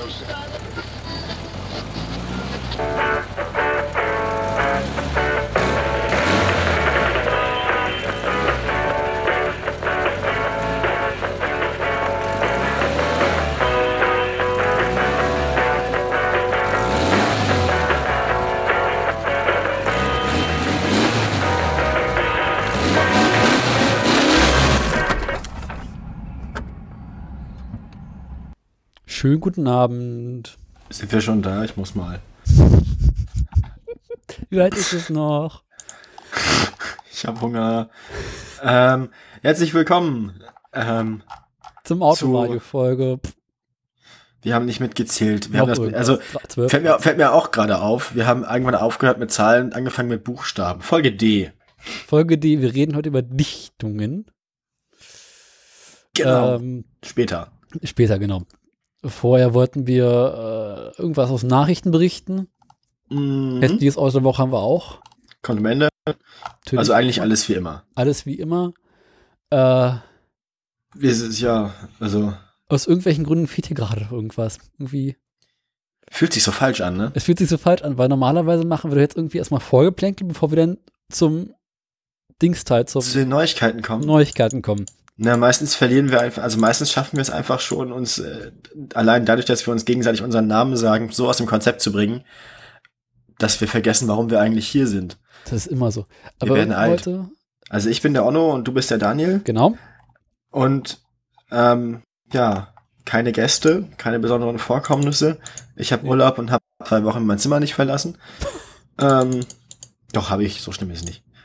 Schönen guten Abend. Sind wir schon da? Ich muss mal. Wie weit ist es noch? Ich habe Hunger. Herzlich willkommen. Zum Autoradio-Folge. Wir haben nicht mitgezählt. Fällt mir auch gerade auf. Wir haben irgendwann aufgehört mit Zahlen, angefangen mit Buchstaben. Folge D. Folge D. Wir reden heute über Dichtungen. Genau. Später, genau. Vorher wollten wir irgendwas aus Nachrichten berichten. Hässliches aus der Woche haben wir auch. Kommt am Ende. Natürlich. Also eigentlich alles wie immer. Alles wie immer. Aus irgendwelchen Gründen fehlt hier gerade irgendwas. Irgendwie. Fühlt sich so falsch an, ne? Es fühlt sich so falsch an, weil normalerweise machen wir jetzt irgendwie erstmal Vorgeplänkel, bevor wir dann zum Dingsteil, zu den Neuigkeiten kommen. Na, meistens verlieren wir einfach, also meistens schaffen wir es einfach schon, uns allein dadurch, dass wir uns gegenseitig unseren Namen sagen, so aus dem Konzept zu bringen, dass wir vergessen, warum wir eigentlich hier sind. Das ist immer so. Aber wir werden alt. Also ich bin der Onno und du bist der Daniel. Genau. Und keine Gäste, keine besonderen Vorkommnisse. Ich habe Urlaub und habe 2 Wochen mein Zimmer nicht verlassen. Doch, habe ich, so schlimm ist es nicht.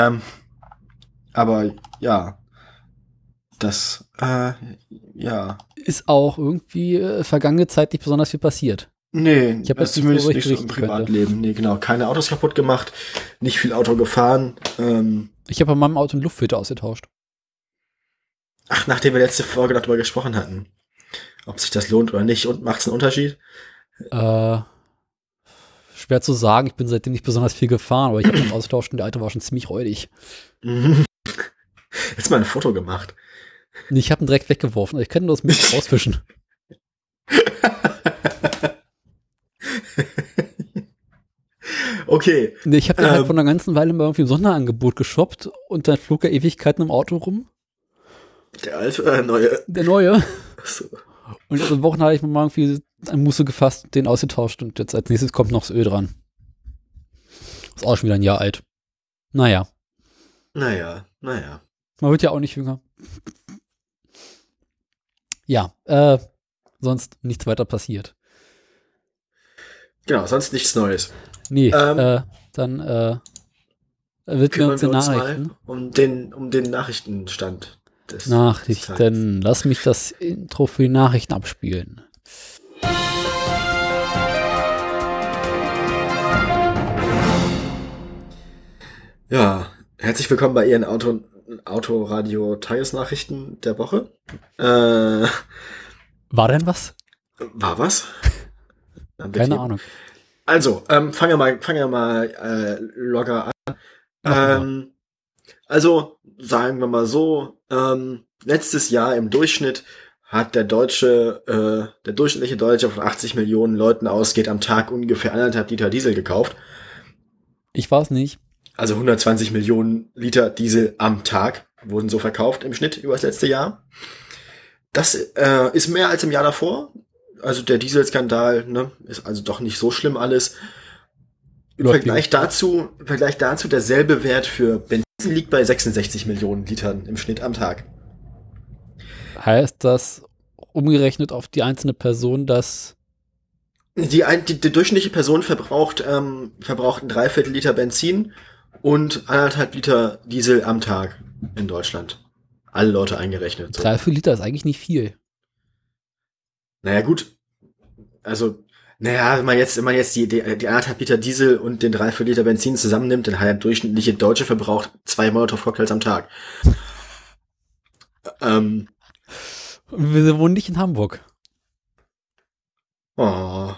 Aber ja, das, ist auch irgendwie vergangene Zeit nicht besonders viel passiert. Nee, ich habe zumindest nicht so im Privatleben. Nee, genau. Keine Autos kaputt gemacht, nicht viel Auto gefahren. Ich habe bei meinem Auto einen Luftfilter ausgetauscht. Ach, nachdem wir letzte Folge darüber gesprochen hatten. Ob sich das lohnt oder nicht und macht es einen Unterschied? Schwer zu sagen. Ich bin seitdem nicht besonders viel gefahren, aber ich habe ihn ausgetauscht und der alte war schon ziemlich räudig. Jetzt mal ein Foto gemacht. Nee, ich habe ihn direkt weggeworfen. Ich kann nur das mit rausfischen. Okay. Nee, ich habe den halt von einer ganzen Weile mal irgendwie im Sonderangebot geshoppt und dann flog er Ewigkeiten im Auto rum. Der alte oder der neue? Der neue. Achso. Und in Wochen habe ich mir mal irgendwie eine Muße gefasst und den ausgetauscht und jetzt als nächstes kommt noch das Öl dran. Ist auch schon wieder ein Jahr alt. Naja. Man wird ja auch nicht jünger. Ja, sonst nichts weiter passiert. Genau, sonst nichts Neues. Nee, dann widmen wir uns den Nachrichten. Um den Nachrichtenstand des Nachrichten. Lass mich das Intro für die Nachrichten abspielen. Ja, herzlich willkommen bei Ihren Autoradio-Tagesnachrichten der Woche. War denn was? War was? Keine Ahnung. Also, fangen wir mal locker an. Also, sagen wir mal so, letztes Jahr im Durchschnitt hat der durchschnittliche Deutsche von 80 Millionen Leuten ausgeht am Tag ungefähr 1,5 Liter Diesel gekauft. Ich weiß nicht. Also 120 Millionen Liter Diesel am Tag wurden so verkauft im Schnitt über das letzte Jahr. Das ist mehr als im Jahr davor. Also der Dieselskandal, ne, ist also doch nicht so schlimm alles. Im Vergleich dazu, derselbe Wert für Benzin liegt bei 66 Millionen Litern im Schnitt am Tag. Heißt das umgerechnet auf die einzelne Person, dass die durchschnittliche Person verbraucht ein 3/4 Liter Benzin und 1,5 Liter Diesel am Tag in Deutschland. Alle Leute eingerechnet. So. 3/4 Liter ist eigentlich nicht viel. Naja, gut. Also, wenn man jetzt die 1,5 Liter Diesel und den 3/4 Liter Benzin zusammennimmt, dann hat der durchschnittliche Deutsche verbraucht 2 Molotov-Cocktails am Tag. Wir wohnen nicht in Hamburg. Oh.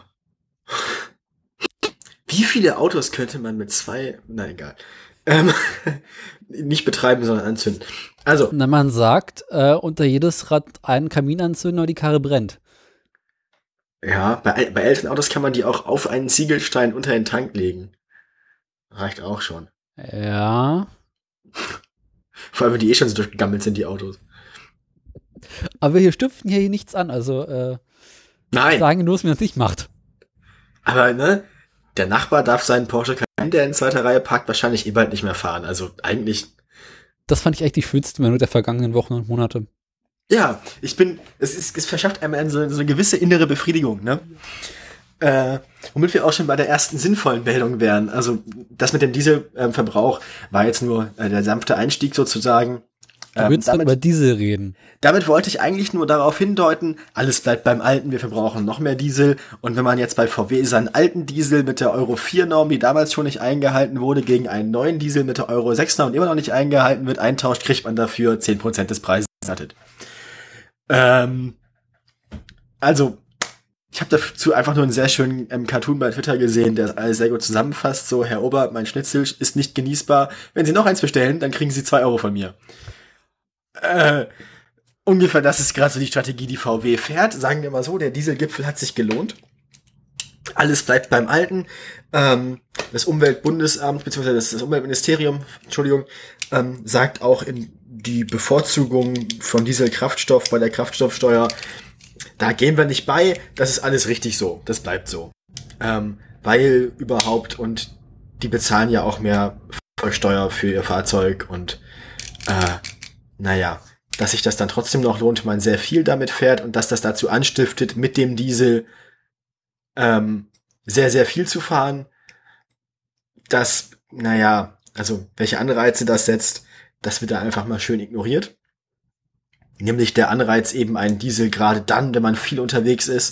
Wie viele Autos könnte man mit 2, na egal, nicht betreiben, sondern anzünden? Also. Na, man sagt, unter jedes Rad einen Kamin anzünden, oder die Karre brennt. Ja, bei älteren Autos kann man die auch auf einen Ziegelstein unter den Tank legen. Reicht auch schon. Ja. Vor allem, wenn die eh schon so durchgegammelt sind, die Autos. Aber wir hier stiften hier nichts an. Also, Nein, sagen nur, dass man das nicht macht. aber ne, der Nachbar darf seinen Porsche Cayenne, der in zweiter Reihe parkt, wahrscheinlich eh bald nicht mehr fahren. Also eigentlich, Das fand ich echt die schönste Minute der vergangenen Wochen und Monate. ja, es verschafft einem so eine gewisse innere Befriedigung, ne? Womit wir auch schon bei der ersten sinnvollen Meldung wären. Also das mit dem Dieselverbrauch war jetzt nur der sanfte Einstieg sozusagen. Du willst über Diesel reden. Damit wollte ich eigentlich nur darauf hindeuten, alles bleibt beim Alten, wir verbrauchen noch mehr Diesel. Und wenn man jetzt bei VW seinen alten Diesel mit der Euro 4 Norm, die damals schon nicht eingehalten wurde, gegen einen neuen Diesel mit der Euro 6 Norm, die immer noch nicht eingehalten wird, eintauscht, kriegt man dafür 10% des Preises erstattet. Also, ich habe dazu einfach nur einen sehr schönen Cartoon bei Twitter gesehen, der das alles sehr gut zusammenfasst. So, Herr Ober, mein Schnitzel ist nicht genießbar. Wenn Sie noch eins bestellen, dann kriegen Sie 2 Euro von mir. Ungefähr das ist gerade so die Strategie, die VW fährt. Sagen wir mal so, der Dieselgipfel hat sich gelohnt. Alles bleibt beim Alten. Das Umweltbundesamt bzw. das Umweltministerium, Entschuldigung, sagt auch in die Bevorzugung von Dieselkraftstoff bei der Kraftstoffsteuer, da gehen wir nicht bei, das ist alles richtig so, das bleibt so. Weil überhaupt, und die bezahlen ja auch mehr Steuer für ihr Fahrzeug und naja, dass sich das dann trotzdem noch lohnt, man sehr viel damit fährt und dass das dazu anstiftet, mit dem Diesel sehr, sehr viel zu fahren. Das, naja, also welche Anreize das setzt, das wird da einfach mal schön ignoriert. Nämlich der Anreiz, eben einen Diesel gerade dann, wenn man viel unterwegs ist,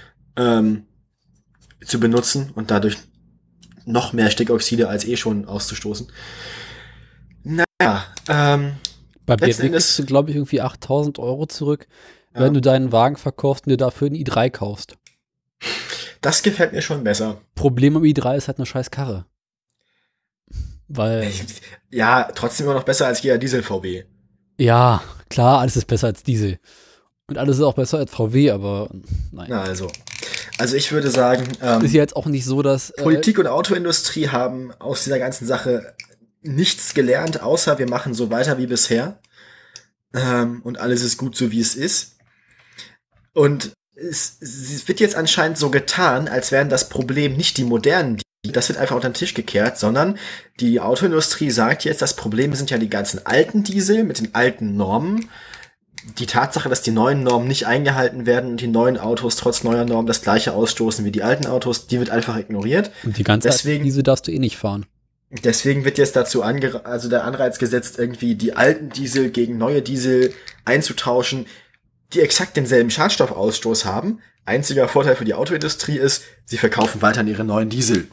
zu benutzen und dadurch noch mehr Stickoxide als eh schon auszustoßen. Naja, bei BMW kriegst du, glaube ich, irgendwie 8.000 Euro zurück, wenn du deinen Wagen verkaufst und dir dafür einen i3 kaufst. Das gefällt mir schon besser. Problem am i3 ist halt eine scheiß Karre. Weil. Ja, trotzdem immer noch besser als jeder Diesel-VW. Ja, klar, alles ist besser als Diesel. Und alles ist auch besser als VW, aber nein. Na, also ich würde sagen, ist ja jetzt auch nicht so, dass Politik und Autoindustrie haben aus dieser ganzen Sache nichts gelernt, außer wir machen so weiter wie bisher. Und alles ist gut so, wie es ist. Und es wird jetzt anscheinend so getan, als wären das Problem nicht die modernen Diesel. Das wird einfach unter den Tisch gekehrt, sondern die Autoindustrie sagt jetzt, das Problem sind ja die ganzen alten Diesel mit den alten Normen. Die Tatsache, dass die neuen Normen nicht eingehalten werden und die neuen Autos trotz neuer Normen das gleiche ausstoßen wie die alten Autos, die wird einfach ignoriert. Und die ganze Deswegen, Diesel darfst du eh nicht fahren. Deswegen wird jetzt dazu also der Anreiz gesetzt, irgendwie die alten Diesel gegen neue Diesel einzutauschen, die exakt denselben Schadstoffausstoß haben. Einziger Vorteil für die Autoindustrie ist, sie verkaufen weiterhin ihre neuen Diesel.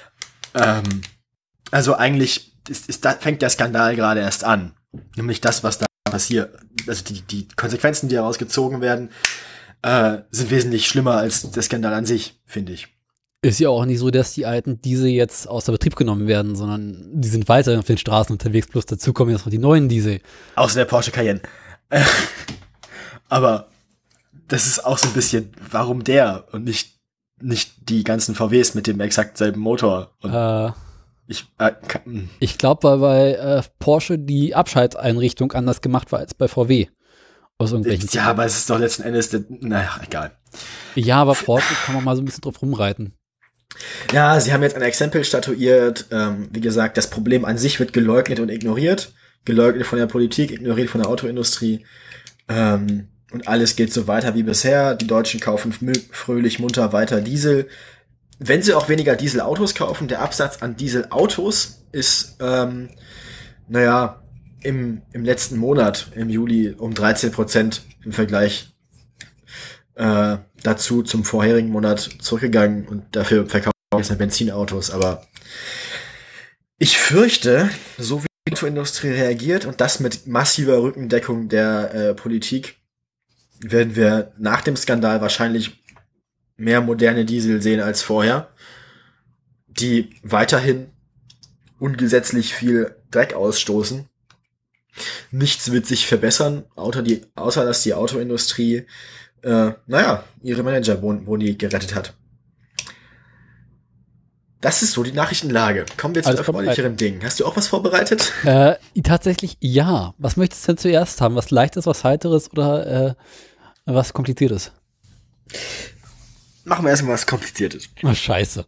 Also eigentlich fängt der Skandal gerade erst an. Nämlich das, was da passiert. Also die Konsequenzen, die daraus gezogen werden, sind wesentlich schlimmer als der Skandal an sich, finde ich. Ist ja auch nicht so, dass die alten Diesel jetzt außer Betrieb genommen werden, sondern die sind weiterhin auf den Straßen unterwegs, bloß dazu kommen jetzt noch die neuen Diesel. Außer der Porsche Cayenne. Aber das ist auch so ein bisschen, warum der und nicht die ganzen VWs mit dem exakt selben Motor. Und ich glaube, weil bei Porsche die Abschalteinrichtung anders gemacht war als bei VW. Aus irgendwelchen Ja, aber es ist doch letzten Endes, naja, egal. Ja, aber Porsche kann man mal so ein bisschen drauf rumreiten. Ja, sie haben jetzt ein Exempel statuiert. Wie gesagt, das Problem an sich wird geleugnet und ignoriert. Geleugnet von der Politik, ignoriert von der Autoindustrie. Und alles geht so weiter wie bisher. Die Deutschen kaufen fröhlich munter weiter Diesel. Wenn sie auch weniger Dieselautos kaufen, der Absatz an Dieselautos ist, im letzten Monat, im Juli, um 13% im Vergleich dazu zum vorherigen Monat zurückgegangen und dafür verkaufen jetzt Benzinautos. Aber ich fürchte, so wie die Autoindustrie reagiert und das mit massiver Rückendeckung der Politik, werden wir nach dem Skandal wahrscheinlich mehr moderne Diesel sehen als vorher, die weiterhin ungesetzlich viel Dreck ausstoßen. Nichts wird sich verbessern, außer dass die Autoindustrie ihre Manager Boni gerettet hat. Das ist so die Nachrichtenlage. Kommen wir zu erfreulicheren Dingen. Hast du auch was vorbereitet? Tatsächlich ja. Was möchtest du denn zuerst haben? Was Leichtes, was Heiteres oder was Kompliziertes? Machen wir erstmal was Kompliziertes. Oh, scheiße.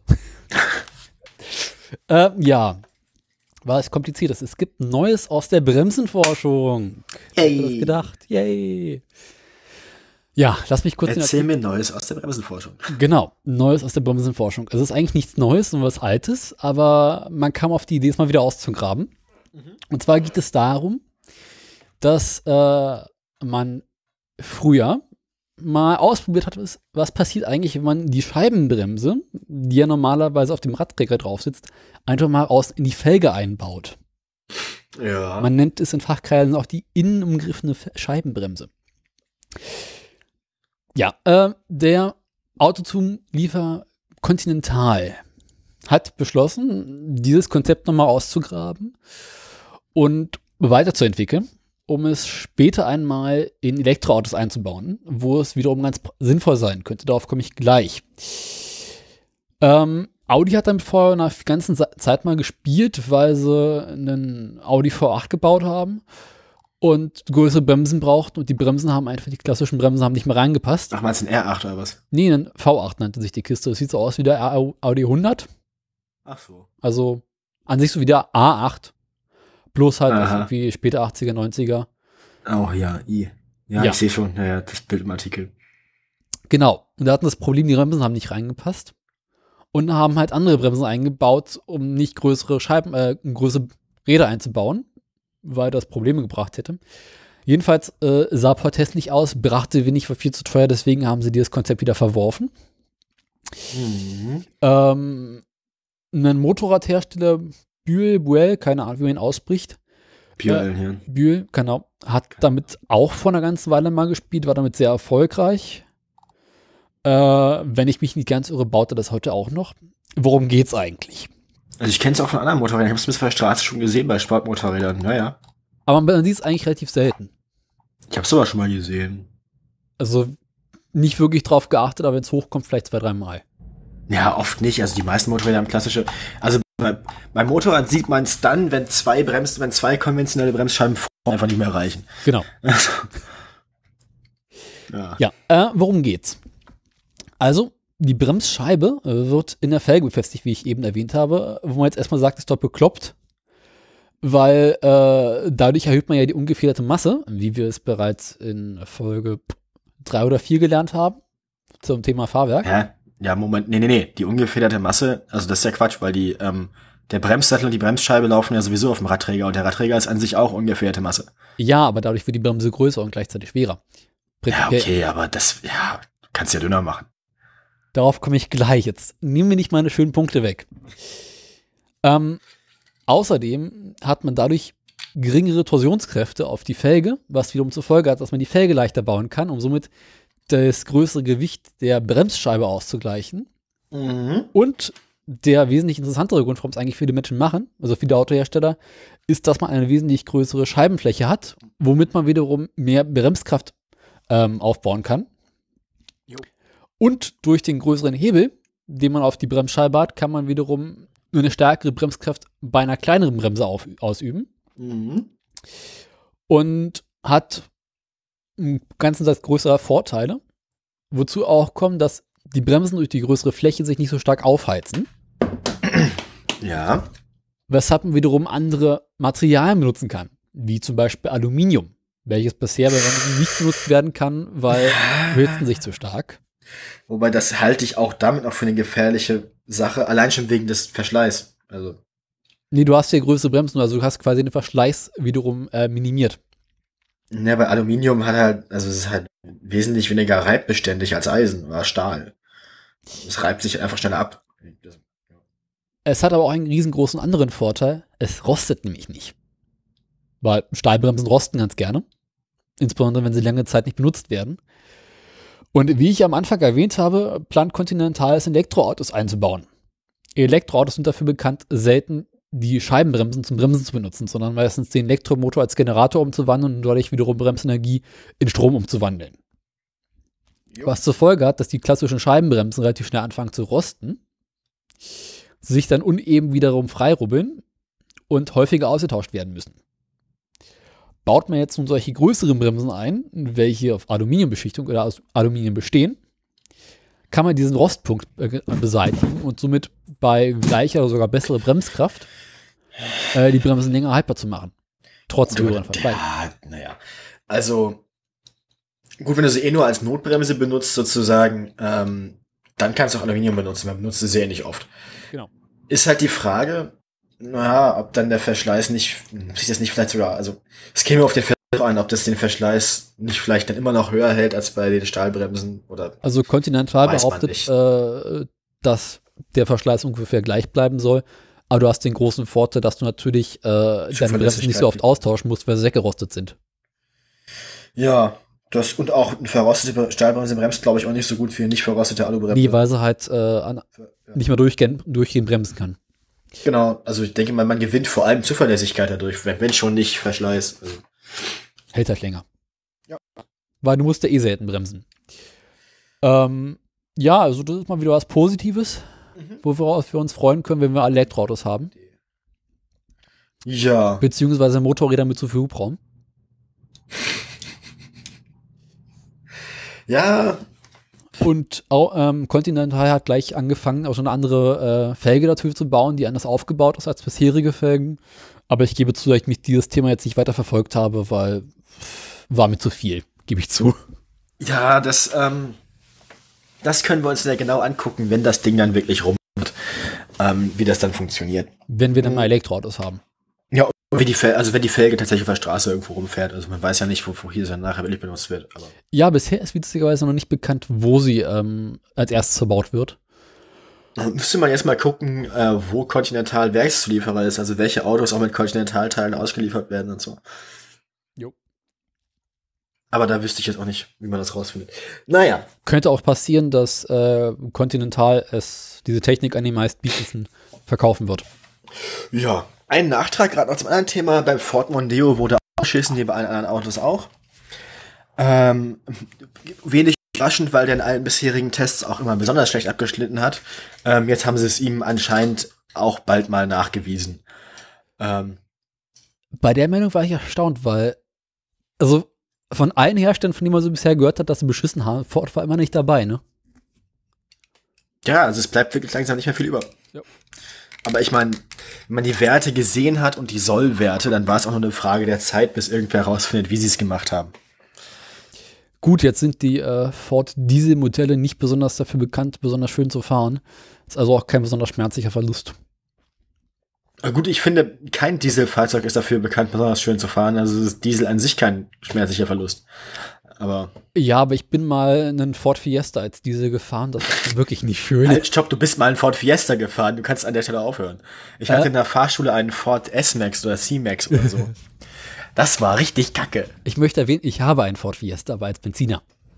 Ja. Was Kompliziertes. Es gibt Neues aus der Bremsenforschung. Yay. Hast du das gedacht? Yay. Ja, lass mich kurz... Erzähl mir Neues aus der Bremsenforschung. Genau, Neues aus der Bremsenforschung. Es ist eigentlich nichts Neues, sondern was Altes, aber man kam auf die Idee, es mal wieder auszugraben. Und zwar geht es darum, dass man früher mal ausprobiert hat, was passiert eigentlich, wenn man die Scheibenbremse, die ja normalerweise auf dem Radträger drauf sitzt, einfach mal in die Felge einbaut. Ja. Man nennt es in Fachkreisen auch die innen umgriffene Scheibenbremse. Ja, der Autozulieferer Continental hat beschlossen, dieses Konzept nochmal auszugraben und weiterzuentwickeln, um es später einmal in Elektroautos einzubauen, wo es wiederum ganz sinnvoll sein könnte. Darauf komme ich gleich. Audi hat dann vor einer ganzen Zeit mal gespielt, weil sie einen Audi V8 gebaut haben und größere Bremsen brauchten und die klassischen Bremsen haben nicht mehr reingepasst. Ach, meinst du ein R8 oder was? Nee, ein V8 nannte sich die Kiste. Das sieht so aus wie der Audi 100. Ach so. Also an sich so wie der A8. Bloß halt Aha. irgendwie später 80er, 90er. Oh ja, Ja, ich sehe schon, das Bild im Artikel. Genau. Und da hatten das Problem, die Bremsen haben nicht reingepasst. Und haben halt andere Bremsen eingebaut, um nicht größere größere Räder einzubauen, weil das Probleme gebracht hätte. Jedenfalls sah portestlich aus, brachte wenig, war viel zu teuer, deswegen haben sie dieses Konzept wieder verworfen. Ein Motorradhersteller, Buell, keine Ahnung, wie man ihn ausspricht. Buell, genau, hat damit auch vor einer ganzen Weile mal gespielt, war damit sehr erfolgreich. Wenn ich mich nicht ganz irre, baut er das heute auch noch. Worum geht's eigentlich? Also ich kenne es auch von anderen Motorrädern. Ich habe es bis auf der Straße schon gesehen bei Sportmotorrädern. Naja. Aber man sieht es eigentlich relativ selten. Ich habe es aber schon mal gesehen. Also nicht wirklich drauf geachtet, aber wenn es hochkommt, vielleicht 2-3 Mal. Ja, oft nicht. Also die meisten Motorräder haben klassische. Also beim Motorrad sieht man es dann, wenn zwei konventionelle Bremsscheiben einfach nicht mehr reichen. Genau. Ja, worum geht's? Also, die Bremsscheibe wird in der Felge befestigt, wie ich eben erwähnt habe, wo man jetzt erstmal sagt, ist doch bekloppt, weil dadurch erhöht man ja die ungefederte Masse, wie wir es bereits in Folge 3 oder 4 gelernt haben, zum Thema Fahrwerk. Ja, Moment, nee, die ungefederte Masse, also das ist ja Quatsch, weil der Bremssattel und die Bremsscheibe laufen ja sowieso auf dem Radträger und der Radträger ist an sich auch ungefederte Masse. Ja, aber dadurch wird die Bremse größer und gleichzeitig schwerer. Ja, okay, aber kannst ja dünner machen. Darauf komme ich gleich. Jetzt nehmen wir nicht meine schönen Punkte weg. Außerdem hat man dadurch geringere Torsionskräfte auf die Felge, was wiederum zur Folge hat, dass man die Felge leichter bauen kann, um somit das größere Gewicht der Bremsscheibe auszugleichen. Und der wesentlich interessantere Grund, warum es eigentlich viele Menschen machen, also viele Autohersteller, ist, dass man eine wesentlich größere Scheibenfläche hat, womit man wiederum mehr Bremskraft aufbauen kann. Jo. Und durch den größeren Hebel, den man auf die Bremsscheibe hat, kann man wiederum eine stärkere Bremskraft bei einer kleineren Bremse ausüben. Und hat im ganzen Satz größere Vorteile, wozu auch kommt, dass die Bremsen durch die größere Fläche sich nicht so stark aufheizen. Ja. Weshalb man wiederum andere Materialien benutzen kann, wie zum Beispiel Aluminium, welches bisher bei Bremsen nicht benutzt werden kann, weil heizen sich zu stark. Wobei das halte ich auch damit noch für eine gefährliche Sache, allein schon wegen des Verschleiß. Also. Nee, du hast ja größere Bremsen, also du hast quasi den Verschleiß wiederum minimiert. Ja, weil Aluminium es ist halt wesentlich weniger reibbeständig als Eisen oder Stahl. Es reibt sich einfach schneller ab. Es hat aber auch einen riesengroßen anderen Vorteil. Es rostet nämlich nicht. Weil Stahlbremsen rosten ganz gerne. Insbesondere, wenn sie lange Zeit nicht benutzt werden. Und wie ich am Anfang erwähnt habe, plant Continental es in Elektroautos einzubauen. Elektroautos sind dafür bekannt, selten die Scheibenbremsen zum Bremsen zu benutzen, sondern meistens den Elektromotor als Generator umzuwandeln und dadurch wiederum Bremsenergie in Strom umzuwandeln. Jo. Was zur Folge hat, dass die klassischen Scheibenbremsen relativ schnell anfangen zu rosten, sich dann uneben wiederum freirubbeln und häufiger ausgetauscht werden müssen. Baut man jetzt nun solche größeren Bremsen ein, welche auf Aluminiumbeschichtung oder aus Aluminium bestehen, kann man diesen Rostpunkt beseitigen und somit bei gleicher oder sogar besserer Bremskraft die Bremsen länger haltbar zu machen. Trotz höheren Verschleiß. Ja, naja. Also, gut, wenn du sie nur als Notbremse benutzt, sozusagen, dann kannst du auch Aluminium benutzen. Man benutzt sie sehr nicht oft. Genau. Ist halt die Frage, naja, ob dann der Verschleiß sich das nicht vielleicht sogar, also, es käme auf den Verschleiß an, ob das den Verschleiß nicht vielleicht dann immer noch höher hält als bei den Stahlbremsen oder. Also Continental Weiß man behauptet, dass der Verschleiß ungefähr gleich bleiben soll. Aber du hast den großen Vorteil, dass du natürlich deine Bremsen nicht so oft austauschen musst, weil sie weggerostet sind. Ja, das und auch eine verrostete Stahlbremse bremst, glaube ich, auch nicht so gut wie eine nicht verrostete Alubremse. Nee, weil sie halt nicht mehr durchgehend bremsen kann. Genau, also ich denke mal, man gewinnt vor allem Zuverlässigkeit dadurch, wenn schon nicht Verschleiß. Also. Hält halt länger. Ja. Weil du musst ja selten bremsen. Ja, also das ist mal wieder was Positives, worauf wir uns freuen können, wenn wir Elektroautos haben. Ja. Beziehungsweise Motorräder mit zu viel Hubraum. Ja. Und Continental hat gleich angefangen, auch schon eine andere Felge dafür zu bauen, die anders aufgebaut ist als bisherige Felgen. Aber ich gebe zu, dass ich dieses Thema jetzt nicht weiter verfolgt habe, weil war mir zu viel, gebe ich zu. Ja, das können wir uns ja genau angucken, wenn das Ding dann wirklich rum wird, wie das dann funktioniert. Wenn wir dann mal Elektroautos haben. Ja, wenn die Felge tatsächlich auf der Straße irgendwo rumfährt. Also man weiß ja nicht, wo hier dann nachher wirklich benutzt wird. Aber ja, bisher ist witzigerweise noch nicht bekannt, wo sie als erstes verbaut wird. dann müsste man jetzt mal gucken, wo Continental Werkszulieferer ist, also welche Autos auch mit Continental-Teilen ausgeliefert werden und so. Jo. Aber da wüsste ich jetzt auch nicht, wie man das rausfindet. Naja. Könnte auch passieren, dass Continental diese Technik an die meistbietendsten verkaufen wird. Ja. Ein Nachtrag gerade noch zum anderen Thema. Beim Ford Mondeo wurde abgeschissen, wie bei allen anderen Autos auch. Wenig überraschend, weil der in allen bisherigen Tests auch immer besonders schlecht abgeschnitten hat. Jetzt haben sie es ihm anscheinend auch bald mal nachgewiesen. Bei der Meldung war ich erstaunt, weil also von allen Herstellern, von denen man so bisher gehört hat, dass sie beschissen haben, Ford war immer nicht dabei, ne? Ja, also es bleibt wirklich langsam nicht mehr viel über. Ja. Aber ich meine, wenn man die Werte gesehen hat und die Sollwerte, dann war es auch nur eine Frage der Zeit, bis irgendwer herausfindet, wie sie es gemacht haben. Gut, jetzt sind die Ford Diesel-Modelle nicht besonders dafür bekannt, besonders schön zu fahren. Ist also auch kein besonders schmerzlicher Verlust. Gut, ich finde, kein Dieselfahrzeug ist dafür bekannt, besonders schön zu fahren. Also ist Diesel an sich kein schmerzlicher Verlust. Aber ja, aber ich bin mal einen Ford Fiesta als Diesel gefahren. Das ist wirklich nicht schön. halt, stopp, du bist mal einen Ford Fiesta gefahren. Du kannst an der Stelle aufhören. Ich hatte in der Fahrschule einen Ford S-Max oder C-Max oder so. Das war richtig kacke. Ich möchte erwähnen, ich habe einen Ford Fiesta, aber als Benziner.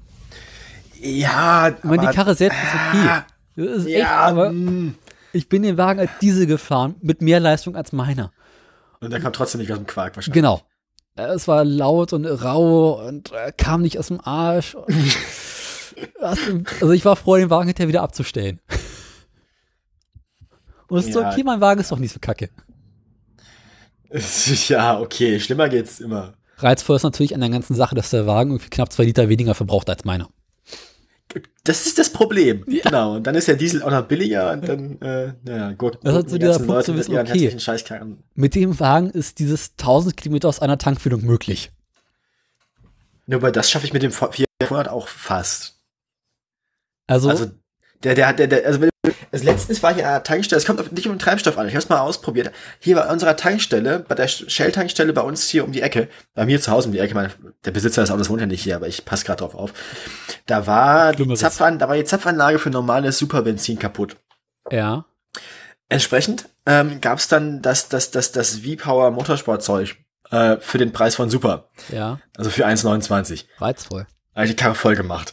Ja, ich meine, die Karre selbst ist okay. Das ist echt, aber ich bin den Wagen als Diesel gefahren, mit mehr Leistung als meiner. Und der kam trotzdem nicht aus dem Quark wahrscheinlich. Genau. Es war laut und rau und kam nicht aus dem Arsch. Also ich war froh, den Wagen hinterher wieder abzustellen. Und es ist so, okay, mein Wagen ist doch nicht so kacke. Ja, okay, schlimmer geht's immer. Reizvoll ist natürlich an der ganzen Sache, dass der Wagen irgendwie knapp 2 Liter weniger verbraucht als meiner. Das ist das Problem. Ja. Genau. Und dann ist der Diesel auch noch billiger und dann, naja, gut. Das hat so dieser Punkt zu wissen, okay, mit dem Wagen ist dieses 1000 Kilometer aus einer Tankfüllung möglich. Nur bei das schaffe ich mit dem 400 auch fast. Also letztens war hier an der Tankstelle, es kommt nicht um den Treibstoff an, ich habe es mal ausprobiert. Hier bei unserer Tankstelle, bei der Shell-Tankstelle bei uns hier um die Ecke, bei mir zu Hause um die Ecke, der Besitzer des Autos wohnt ja nicht hier, aber ich passe gerade drauf auf. Da war die Zapfanlage für normales Superbenzin kaputt. Ja. Entsprechend gab es dann das V-Power Motorsportzeug für den Preis von Super. Ja. Also für 1,29. Reizvoll. Habe ich die Karre voll gemacht.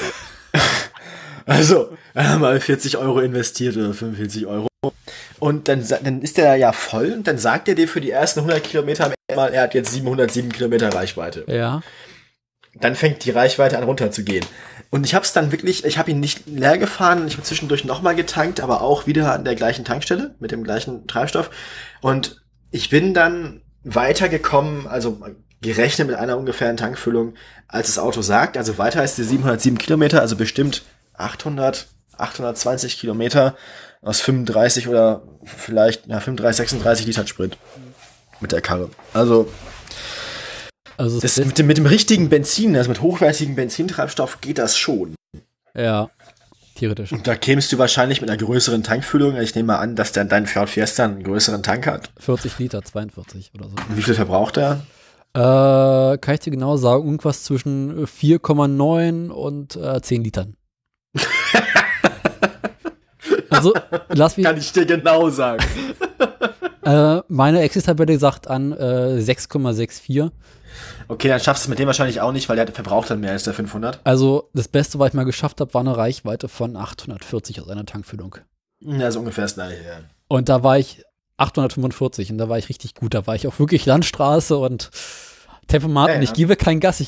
Also, mal 40 Euro investiert oder 45 Euro. Und dann ist der ja voll und dann sagt er dir für die ersten 100 Kilometer am Ende mal, er hat jetzt 707 Kilometer Reichweite. Ja. dann fängt die Reichweite an runterzugehen. Und ich habe es dann wirklich, ich habe ihn nicht leer gefahren, ich habe zwischendurch nochmal getankt, aber auch wieder an der gleichen Tankstelle mit dem gleichen Treibstoff. Und ich bin dann weitergekommen, also gerechnet mit einer ungefähren Tankfüllung, als das Auto sagt. Also weiter ist die 707 Kilometer, also bestimmt 820 Kilometer aus 35 oder vielleicht 35, 36 Liter Sprit mit der Karre. Also das mit dem richtigen Benzin, also mit hochwertigem Benzintreibstoff geht das schon. Ja, theoretisch. Und da kämst du wahrscheinlich mit einer größeren Tankfüllung. Ich nehme mal an, dass dein Ford Fiesta einen größeren Tank hat. 40 Liter, 42 oder so. Und wie viel verbraucht er? Kann ich dir genau sagen, irgendwas zwischen 4,9 und 10 Litern. Also, lass mich. Kann ich dir genau sagen. Meine Exit-Tabelle sagt an 6,64. Okay, dann schaffst du es mit dem wahrscheinlich auch nicht, weil der verbraucht dann mehr als der 500. Also, das Beste, was ich mal geschafft habe, war eine Reichweite von 840 aus einer Tankfüllung. Ja, so ungefähr das gleiche, ja. Und da war ich 845 und da war ich richtig gut. Da war ich auch wirklich Landstraße und Tempomat und ich gebe kein Gas.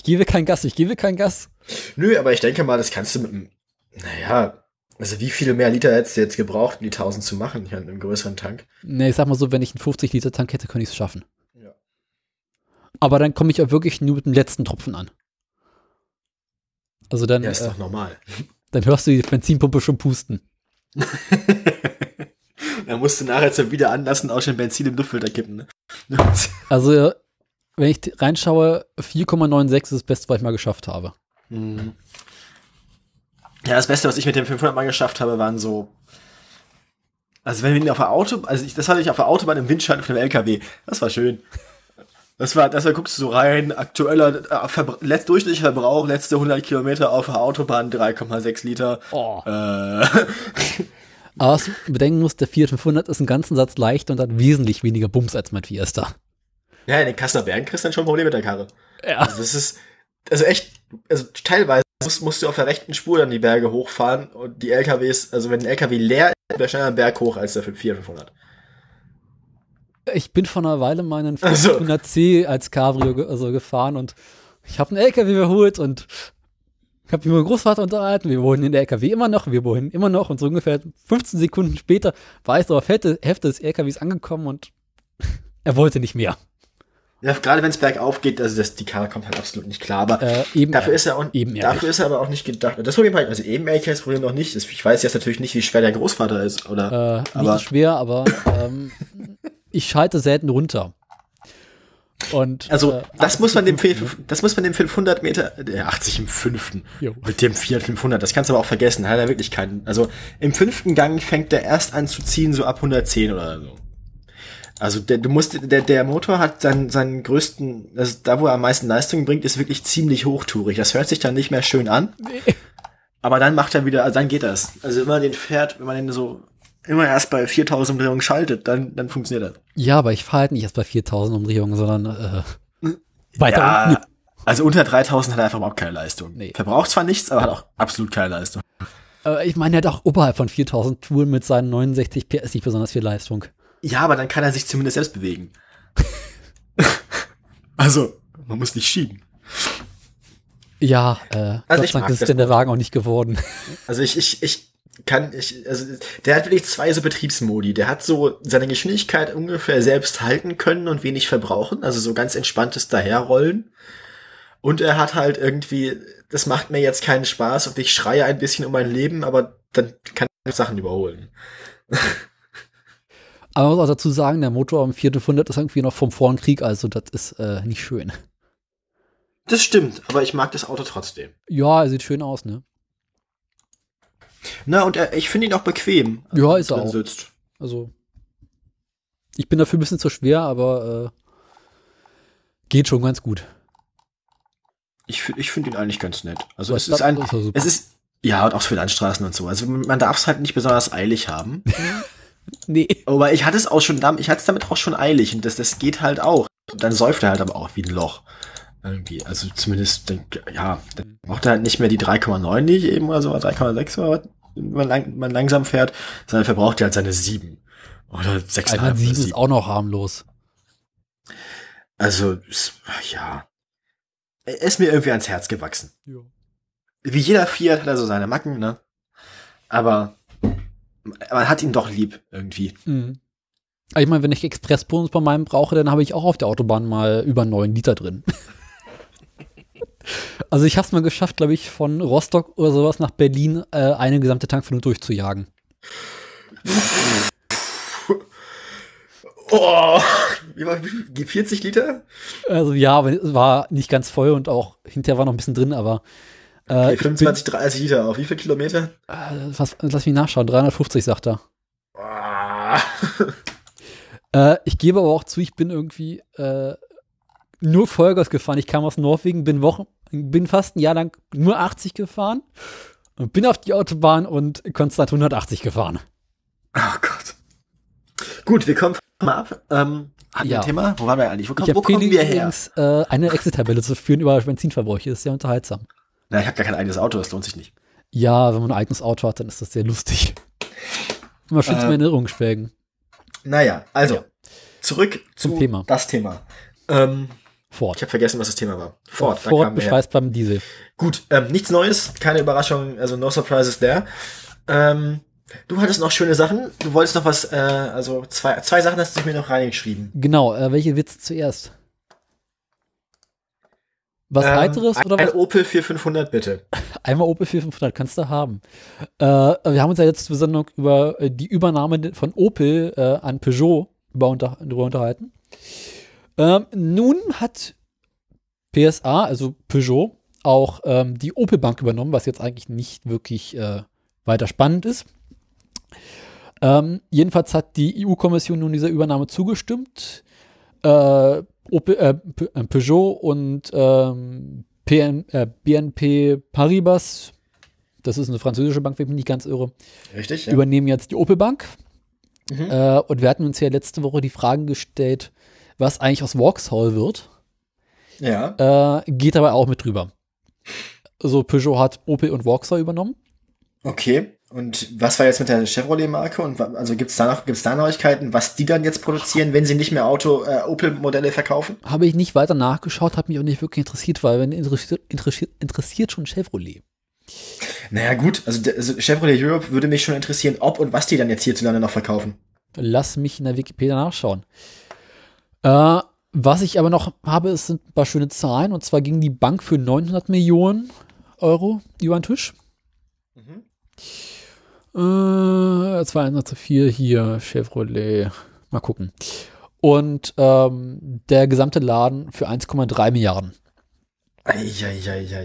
Nö, aber ich denke mal, das kannst du mit einem, also wie viele mehr Liter hättest du jetzt gebraucht, um die 1000 zu machen, hier in einem größeren Tank? Nee, ich sag mal so, wenn ich einen 50-Liter-Tank hätte, könnte ich es schaffen. Ja. Aber dann komme ich auch wirklich nur mit dem letzten Tropfen an. Also dann. Ja, ist doch normal. Dann hörst du die Benzinpumpe schon pusten. Dann musst du nachher jetzt wieder anlassen, auch schon Benzin im Luftfilter kippen, ne? Also, wenn ich reinschaue, 4,96 ist das Beste, was ich mal geschafft habe. Mhm. Ja, das Beste, was ich mit dem 500 mal geschafft habe, waren so, also wenn wir ihn auf der das hatte ich auf der Autobahn im Windschatten von dem LKW. Das war schön. Das war, guckst du so rein, aktueller durchschnittlicher Verbrauch, letzte 100 Kilometer auf der Autobahn, 3,6 Liter. Oh. Aber was du bedenken musst, der Fiat 500 ist einen ganzen Satz leichter und hat wesentlich weniger Bums als mein Fiesta. Ja, in den Kasseler Bergen kriegst du dann schon Probleme mit der Karre. Ja. Also das ist, also echt, also teilweise musst du auf der rechten Spur dann die Berge hochfahren und die LKWs, also wenn ein LKW leer ist, der schneller einen Berg hoch als der 500. Ich bin vor einer Weile meinen 500C als Cabrio gefahren und ich habe einen LKW überholt und ich habe mich mit meinem Großvater unterhalten, wir wohnen in der LKW immer noch und so ungefähr 15 Sekunden später war ich so auf Hälfte des LKWs angekommen und er wollte nicht mehr. Ja, gerade wenn es bergauf geht, also die Karre kommt halt absolut nicht klar, aber dafür ist er aber auch nicht gedacht. Das Problem halt, also ebenerdig ist das Problem noch nicht. Ich weiß jetzt natürlich nicht, wie schwer der Großvater ist, oder? Nicht so schwer, aber ich schalte selten runter. Und, also, das muss man dem 500 Meter, 80 im 5. Mit dem Fiat 500, das kannst du aber auch vergessen, hat er wirklich keinen, also, im 5. Gang fängt der erst an zu ziehen, so ab 110 oder so. Also, der Motor hat seinen größten, also da, wo er am meisten Leistung bringt, ist wirklich ziemlich hochtourig. Das hört sich dann nicht mehr schön an. Nee. Aber dann macht er wieder, also dann geht das. Also, wenn man den fährt, wenn man den so immer erst bei 4000 Umdrehungen schaltet, dann funktioniert das. Ja, aber ich fahre halt nicht erst bei 4000 Umdrehungen, sondern weiter unten. Also unter 3000 hat er einfach überhaupt keine Leistung. Nee. Verbraucht zwar nichts, aber hat auch absolut keine Leistung. Ich meine, er hat auch oberhalb von 4000 Touren mit seinen 69 PS nicht besonders viel Leistung. Ja, aber dann kann er sich zumindest selbst bewegen. Also, man muss nicht schieben. Ja, also Gott sei Dank ist denn der Wagen auch nicht geworden. Also der hat wirklich 2 so Betriebsmodi. Der hat so seine Geschwindigkeit ungefähr selbst halten können und wenig verbrauchen, also so ganz entspanntes Daherrollen. Und er hat halt irgendwie, das macht mir jetzt keinen Spaß und ich schreie ein bisschen um mein Leben, aber dann kann ich Sachen überholen. Aber man muss auch dazu sagen, der Motor am 400 ist irgendwie noch vom Vor- Krieg, also das ist nicht schön. Das stimmt, aber ich mag das Auto trotzdem. Ja, er sieht schön aus, ne? Na, und ich finde ihn auch bequem. Ja, ist er auch. Sitzt. Also, ich bin dafür ein bisschen zu schwer, aber geht schon ganz gut. Ich finde ihn eigentlich ganz nett. Also, es ist, ja, und auch für Landstraßen und so. Also, man darf es halt nicht besonders eilig haben. Nee. Aber ich hatte es damit auch schon eilig und das geht halt auch. Und dann säuft er halt aber auch wie ein Loch. Irgendwie, also zumindest, dann braucht er halt nicht mehr die 3,9, die ich eben oder so, 3,6 oder was, wenn man langsam fährt, sondern verbraucht er halt seine 7 oder 6,5. 7 ist auch noch harmlos. Also, ja. er ist mir irgendwie ans Herz gewachsen. Ja. Wie jeder Fiat hat er so seine Macken, ne? Aber man hat ihn doch lieb, irgendwie. Mhm. Ich meine, wenn ich Expressbonus bei meinem brauche, dann habe ich auch auf der Autobahn mal über 9 Liter drin. Also ich habe es mal geschafft, glaube ich, von Rostock oder sowas nach Berlin eine gesamte Tankfüllung durchzujagen. Oh, wie 40 Liter? Also ja, aber es war nicht ganz voll und auch hinterher war noch ein bisschen drin, aber Okay, 25, 30 Liter auf wie viel Kilometer? lass mich nachschauen, 350 sagt er. Ah. Ich gebe aber auch zu, ich bin irgendwie nur Vollgas gefahren. Ich kam aus Norwegen, bin fast ein Jahr lang nur 80 gefahren und bin auf die Autobahn und konstant 180 gefahren. Oh Gott. Gut, wir kommen mal ab. Hatten wir ein Thema? Wo waren wir eigentlich? Wo kommen wir her? Übrigens, eine Excel-Tabelle zu führen über Benzinverbräuche ist sehr unterhaltsam. Na, ich habe gar kein eigenes Auto, das lohnt sich nicht. Ja, wenn man ein eigenes Auto hat, dann ist das sehr lustig. Mal schön zum Erinnerung schwelgen. Naja, also, zurück zum Thema. Das Thema. Ford. Ich habe vergessen, was das Thema war. Ford, Ford bescheißt beim Diesel. Gut, nichts Neues, keine Überraschung, also no surprises there. Du hattest noch schöne Sachen. Du wolltest noch was, also zwei Sachen hast du mir noch reingeschrieben. Genau, welche Witze zuerst? Was weiteres oder was? Ein Opel 4500 bitte. Einmal Opel 4500 kannst du haben. Wir haben uns ja letzte Sendung über die Übernahme von Opel an Peugeot darüber unterhalten. Nun hat PSA, also Peugeot, auch die Opel Bank übernommen, was jetzt eigentlich nicht wirklich weiter spannend ist. Jedenfalls hat die EU-Kommission nun dieser Übernahme zugestimmt. Peugeot und BNP Paribas, das ist eine französische Bank, wenn ich mich nicht ganz irre, richtig, ja. Übernehmen jetzt die Opel Bank. Mhm. Und wir hatten uns ja letzte Woche die Fragen gestellt, was eigentlich aus Vauxhall wird. Ja. Geht dabei auch mit drüber. Also Peugeot hat Opel und Vauxhall übernommen. Okay. Und was war jetzt mit der Chevrolet-Marke? Und also gibt's da Neuigkeiten, was die dann jetzt produzieren, wenn sie nicht mehr Opel-Modelle verkaufen? Habe ich nicht weiter nachgeschaut, hat mich auch nicht wirklich interessiert, weil wenn interessiert schon Chevrolet. Naja gut, also Chevrolet Europe würde mich schon interessieren, ob und was die dann jetzt hierzulande noch verkaufen. Lass mich in der Wikipedia nachschauen. Was ich aber noch habe, sind ein paar schöne Zahlen. Und zwar ging die Bank für 900 Millionen Euro über den Tisch. 2,4 hier, Chevrolet. Mal gucken. Und der gesamte Laden für 1,3 Milliarden. Eieieiei.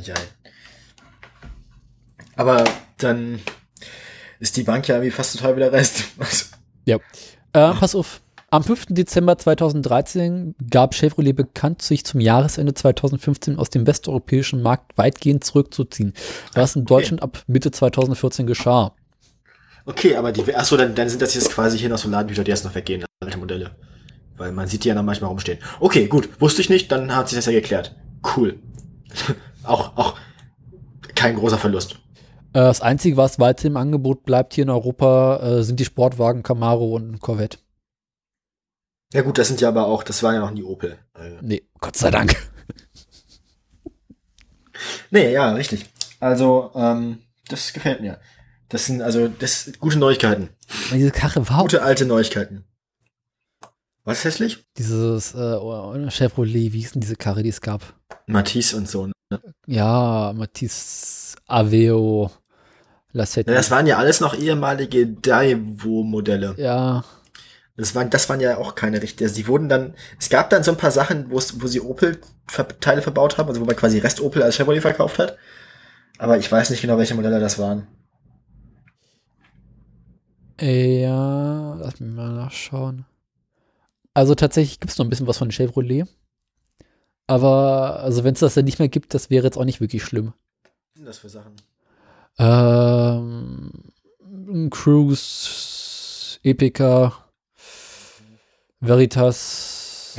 Aber dann ist die Bank ja irgendwie fast total wie der Rest. Ja. Pass auf. Am 5. Dezember 2013 gab Chevrolet bekannt, sich zum Jahresende 2015 aus dem westeuropäischen Markt weitgehend zurückzuziehen, was in Deutschland ab Mitte 2014 geschah. Okay, aber dann sind das jetzt quasi hier noch so Ladenhüter, die erst noch weggehen, alte Modelle. Weil man sieht die ja dann manchmal rumstehen. Okay, gut, wusste ich nicht, dann hat sich das ja geklärt. Cool. auch kein großer Verlust. Das Einzige, was weiter im Angebot bleibt hier in Europa, sind die Sportwagen Camaro und Corvette. Ja gut, das waren ja noch nie Opel. Nee, Gott sei Dank. Nee, ja, richtig. Also, das gefällt mir. Das sind gute Neuigkeiten. Diese Karre war gute alte Neuigkeiten. Was ist hässlich? Dieses Chevrolet, wie hieß denn diese Karre, die es gab? Matisse und so. Ne? Ja, Matisse, Aveo, Lacetti. Das waren ja alles noch ehemalige Daewoo-Modelle. Ja. Das waren ja auch keine richtigen. Es gab dann so ein paar Sachen, wo sie Opel-Teile verbaut haben, also wo man quasi Rest Opel als Chevrolet verkauft hat. Aber ich weiß nicht genau, welche Modelle das waren. Ja, lass mich mal nachschauen. Also tatsächlich gibt es noch ein bisschen was von Chevrolet. Aber also wenn es das dann nicht mehr gibt, das wäre jetzt auch nicht wirklich schlimm. Was sind das für Sachen? Cruise, Epica, Veritas.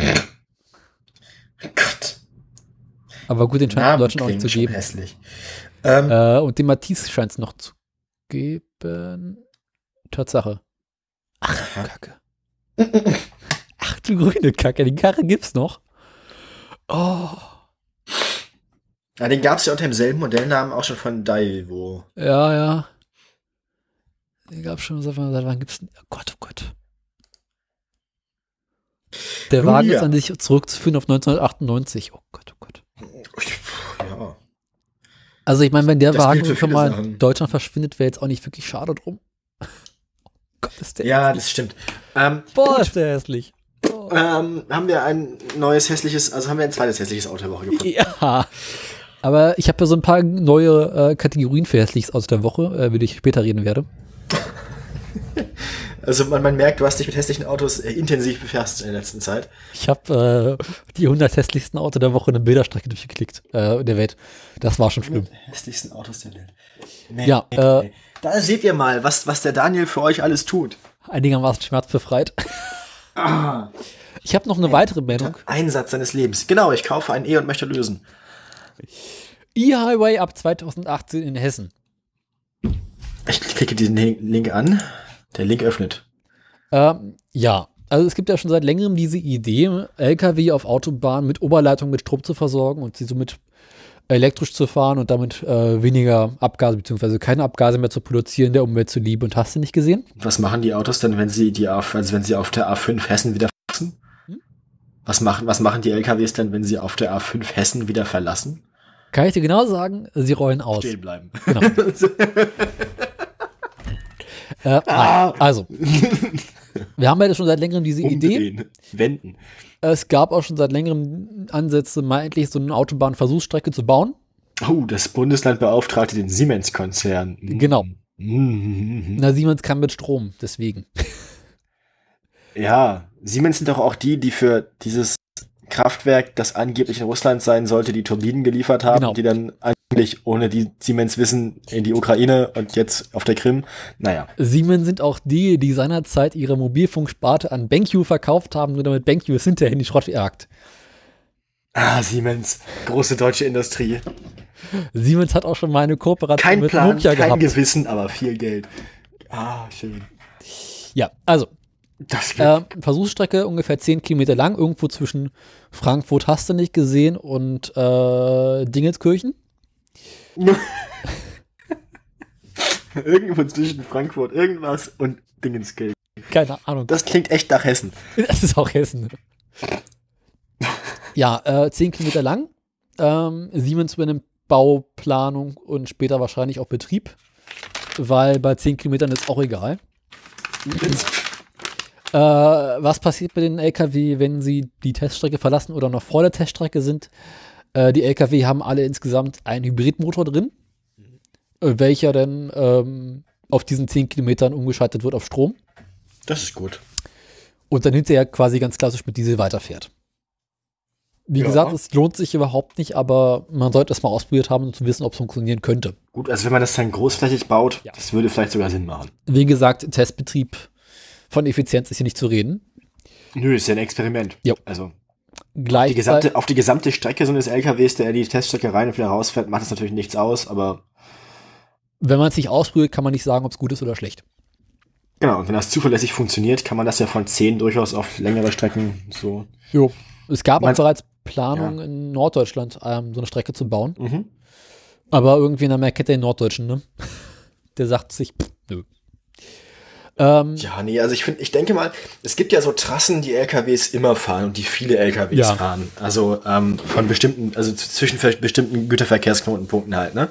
Gott. Aber gut, den scheint es in Deutschland auch nicht zu geben. Hässlich. Und den Matisse scheint es noch zu geben. Tatsache. Ach, Kacke. Ach, du grüne Kacke, die Karre gibt's noch. Oh. Ja, den gab es ja unter demselben Modellnamen auch schon von Daewoo. Ja, ja. Den gab es schon, seit wann gibt's den? Oh Gott, oh Gott. Der Nun Wagen ja. ist an sich zurückzuführen auf 1998. Oh Gott, oh Gott. Ja. Also ich meine, wenn der Das Wagen gilt für schon viele mal Sachen. in Deutschland verschwindet, wäre jetzt auch nicht wirklich schade drum. Oh Gott, ist der Ja, hässlich. das stimmt. Boah, Gut. ist der hässlich. Oh. Haben wir ein zweites hässliches Auto der Woche gefunden. Ja. Aber ich habe ja so ein paar neue Kategorien für hässliches aus der Woche, über die ich später reden werde. Also man merkt, du hast dich mit hässlichen Autos intensiv befasst in der letzten Zeit. Ich habe die 100 hässlichsten Autos der Woche eine Bilderstrecke durchgeklickt, der Welt. Das war schon schlimm. Hässlichsten Autos der Welt. Nee, Ja, da seht ihr mal, was der Daniel für euch alles tut. einigermaßen schmerzbefreit. Ich habe noch eine weitere Meldung. Einsatz seines Lebens. Genau, ich kaufe ein E und möchte lösen. E-Highway ab 2018 in Hessen. Ich klicke diesen Link an. Der Link öffnet. Ja, also es gibt ja schon seit längerem diese Idee, LKW auf Autobahnen mit Oberleitung mit Strom zu versorgen und sie somit elektrisch zu fahren und damit weniger Abgase bzw. keine Abgase mehr zu produzieren, der Umwelt zuliebe. Und hast du nicht gesehen? Was machen die Autos denn, wenn sie auf der A5 Hessen wieder verlassen? Was machen die LKWs denn, wenn sie auf der A5 Hessen wieder verlassen? Kann ich dir genau sagen, sie rollen aus. Stehen bleiben. Genau. Nein, also, wir haben ja schon seit längerem diese Idee. Umdrehen, wenden. Es gab auch schon seit längerem Ansätze, mal endlich so eine Autobahnversuchsstrecke zu bauen. Oh, das Bundesland beauftragte den Siemens-Konzern. Genau. Na, Siemens kann mit Strom, deswegen. Ja, Siemens sind doch auch die für dieses Kraftwerk, das angeblich in Russland sein sollte, die Turbinen geliefert haben, Genau. die dann angeblich ohne die Siemens wissen in die Ukraine und jetzt auf der Krim. Naja. Siemens sind auch die seinerzeit ihre Mobilfunksparte an BenQ verkauft haben, nur damit BenQ es hinterher in die Schrott jagt. Ah, Siemens, große deutsche Industrie. Siemens hat auch schon mal eine Kooperation Kein mit Plan, Nokia kein gehabt. Gewissen, aber viel Geld. Ah, schön. Ja, also, Das Versuchsstrecke ungefähr 10 Kilometer lang, irgendwo zwischen Frankfurt hast du nicht gesehen und Dingenskirchen. Irgendwo zwischen Frankfurt irgendwas und Dingenskirchen. Keine Ahnung. Das klingt echt nach Hessen. Das ist auch Hessen. Ja, 10 Kilometer lang. Siemens übernimmt Bauplanung und später wahrscheinlich auch Betrieb, weil bei 10 Kilometern ist auch egal. Was passiert bei den LKW, wenn sie die Teststrecke verlassen oder noch vor der Teststrecke sind? Die LKW haben alle insgesamt einen Hybridmotor drin, welcher dann auf diesen 10 Kilometern umgeschaltet wird auf Strom Das ist gut. und dann hinterher quasi ganz klassisch mit Diesel weiterfährt. Wie Ja. gesagt, es lohnt sich überhaupt nicht, aber man sollte es mal ausprobiert haben, um zu wissen, ob es funktionieren könnte. Gut, also wenn man das dann großflächig baut, Ja. das würde vielleicht sogar Sinn machen. Wie gesagt, Testbetrieb von Effizienz ist hier nicht zu reden. Nö, ist ja ein Experiment. Jo. Also Gleich auf die gesamte Strecke so eines LKWs, der die Teststrecke rein und wieder rausfährt, macht das natürlich nichts aus, aber wenn man es nicht ausprobiert, kann man nicht sagen, ob es gut ist oder schlecht. genau, und wenn das zuverlässig funktioniert, kann man das ja von 10 durchaus auf längere Strecken so. Jo. Es gab auch Meinst- bereits Planungen Ja. in Norddeutschland, so eine Strecke zu bauen. Mhm. Aber irgendwie in Amerika der Norddeutschen, ne? Der sagt sich, nö. Ja, nee, also ich denke mal, es gibt ja so Trassen, die LKWs immer fahren und die viele LKWs Ja. fahren. Also von bestimmten, also zwischen bestimmten Güterverkehrsknotenpunkten halt, ne?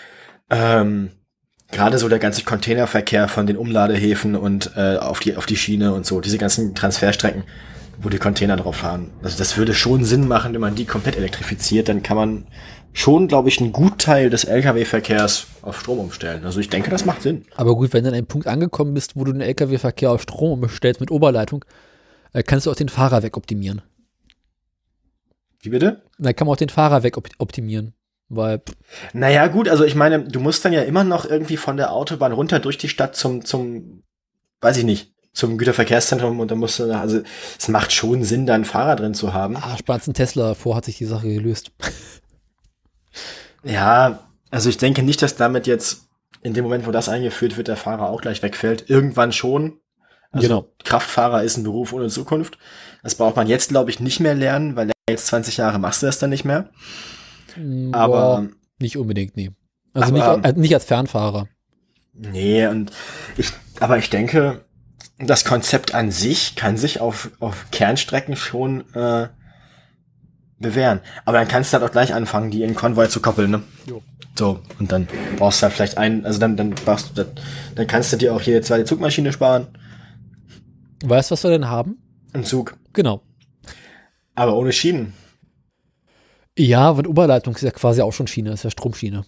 Gerade so der ganze Containerverkehr von den Umladehäfen und auf die Schiene und so, diese ganzen Transferstrecken, wo die Container drauf fahren. Also das würde schon Sinn machen, wenn man die komplett elektrifiziert, dann kann man schon, glaube ich, einen Gutteil des Lkw-Verkehrs auf Strom umstellen. Also ich denke, das macht Sinn. Aber gut, wenn du an einem Punkt angekommen bist, wo du den LKW-Verkehr auf Strom umstellst mit Oberleitung, kannst du auch den Fahrer wegoptimieren. Wie bitte? Dann kann man auch den Fahrer wegoptimieren. Weil, Naja, gut, also ich meine, du musst dann ja immer noch irgendwie von der Autobahn runter durch die Stadt zum, weiß ich nicht, zum Güterverkehrszentrum und dann musst du, also es macht schon Sinn, da einen Fahrer drin zu haben. spart ein Tesla vor, hat sich die Sache gelöst. Ja, also ich denke nicht, dass damit jetzt in dem Moment, wo das eingeführt wird, der Fahrer auch gleich wegfällt. Irgendwann schon. Also Genau. Kraftfahrer ist ein Beruf ohne Zukunft. Das braucht man jetzt, glaube ich, nicht mehr lernen, weil jetzt 20 Jahre machst du das dann nicht mehr. Aber nicht unbedingt, nee. Also nicht als Fernfahrer. Nee, aber ich denke, das Konzept an sich kann sich auf Kernstrecken schon bewähren. Aber dann kannst du halt auch gleich anfangen, die in Konvoi zu koppeln, ne? Jo. So, und dann brauchst du halt vielleicht dann kannst du dir auch jede zweite Zugmaschine sparen. Weißt du, was wir denn haben? Ein Zug. Genau. Aber ohne Schienen. Ja, weil Oberleitung ist ja quasi auch schon Schiene, ist ja Stromschiene.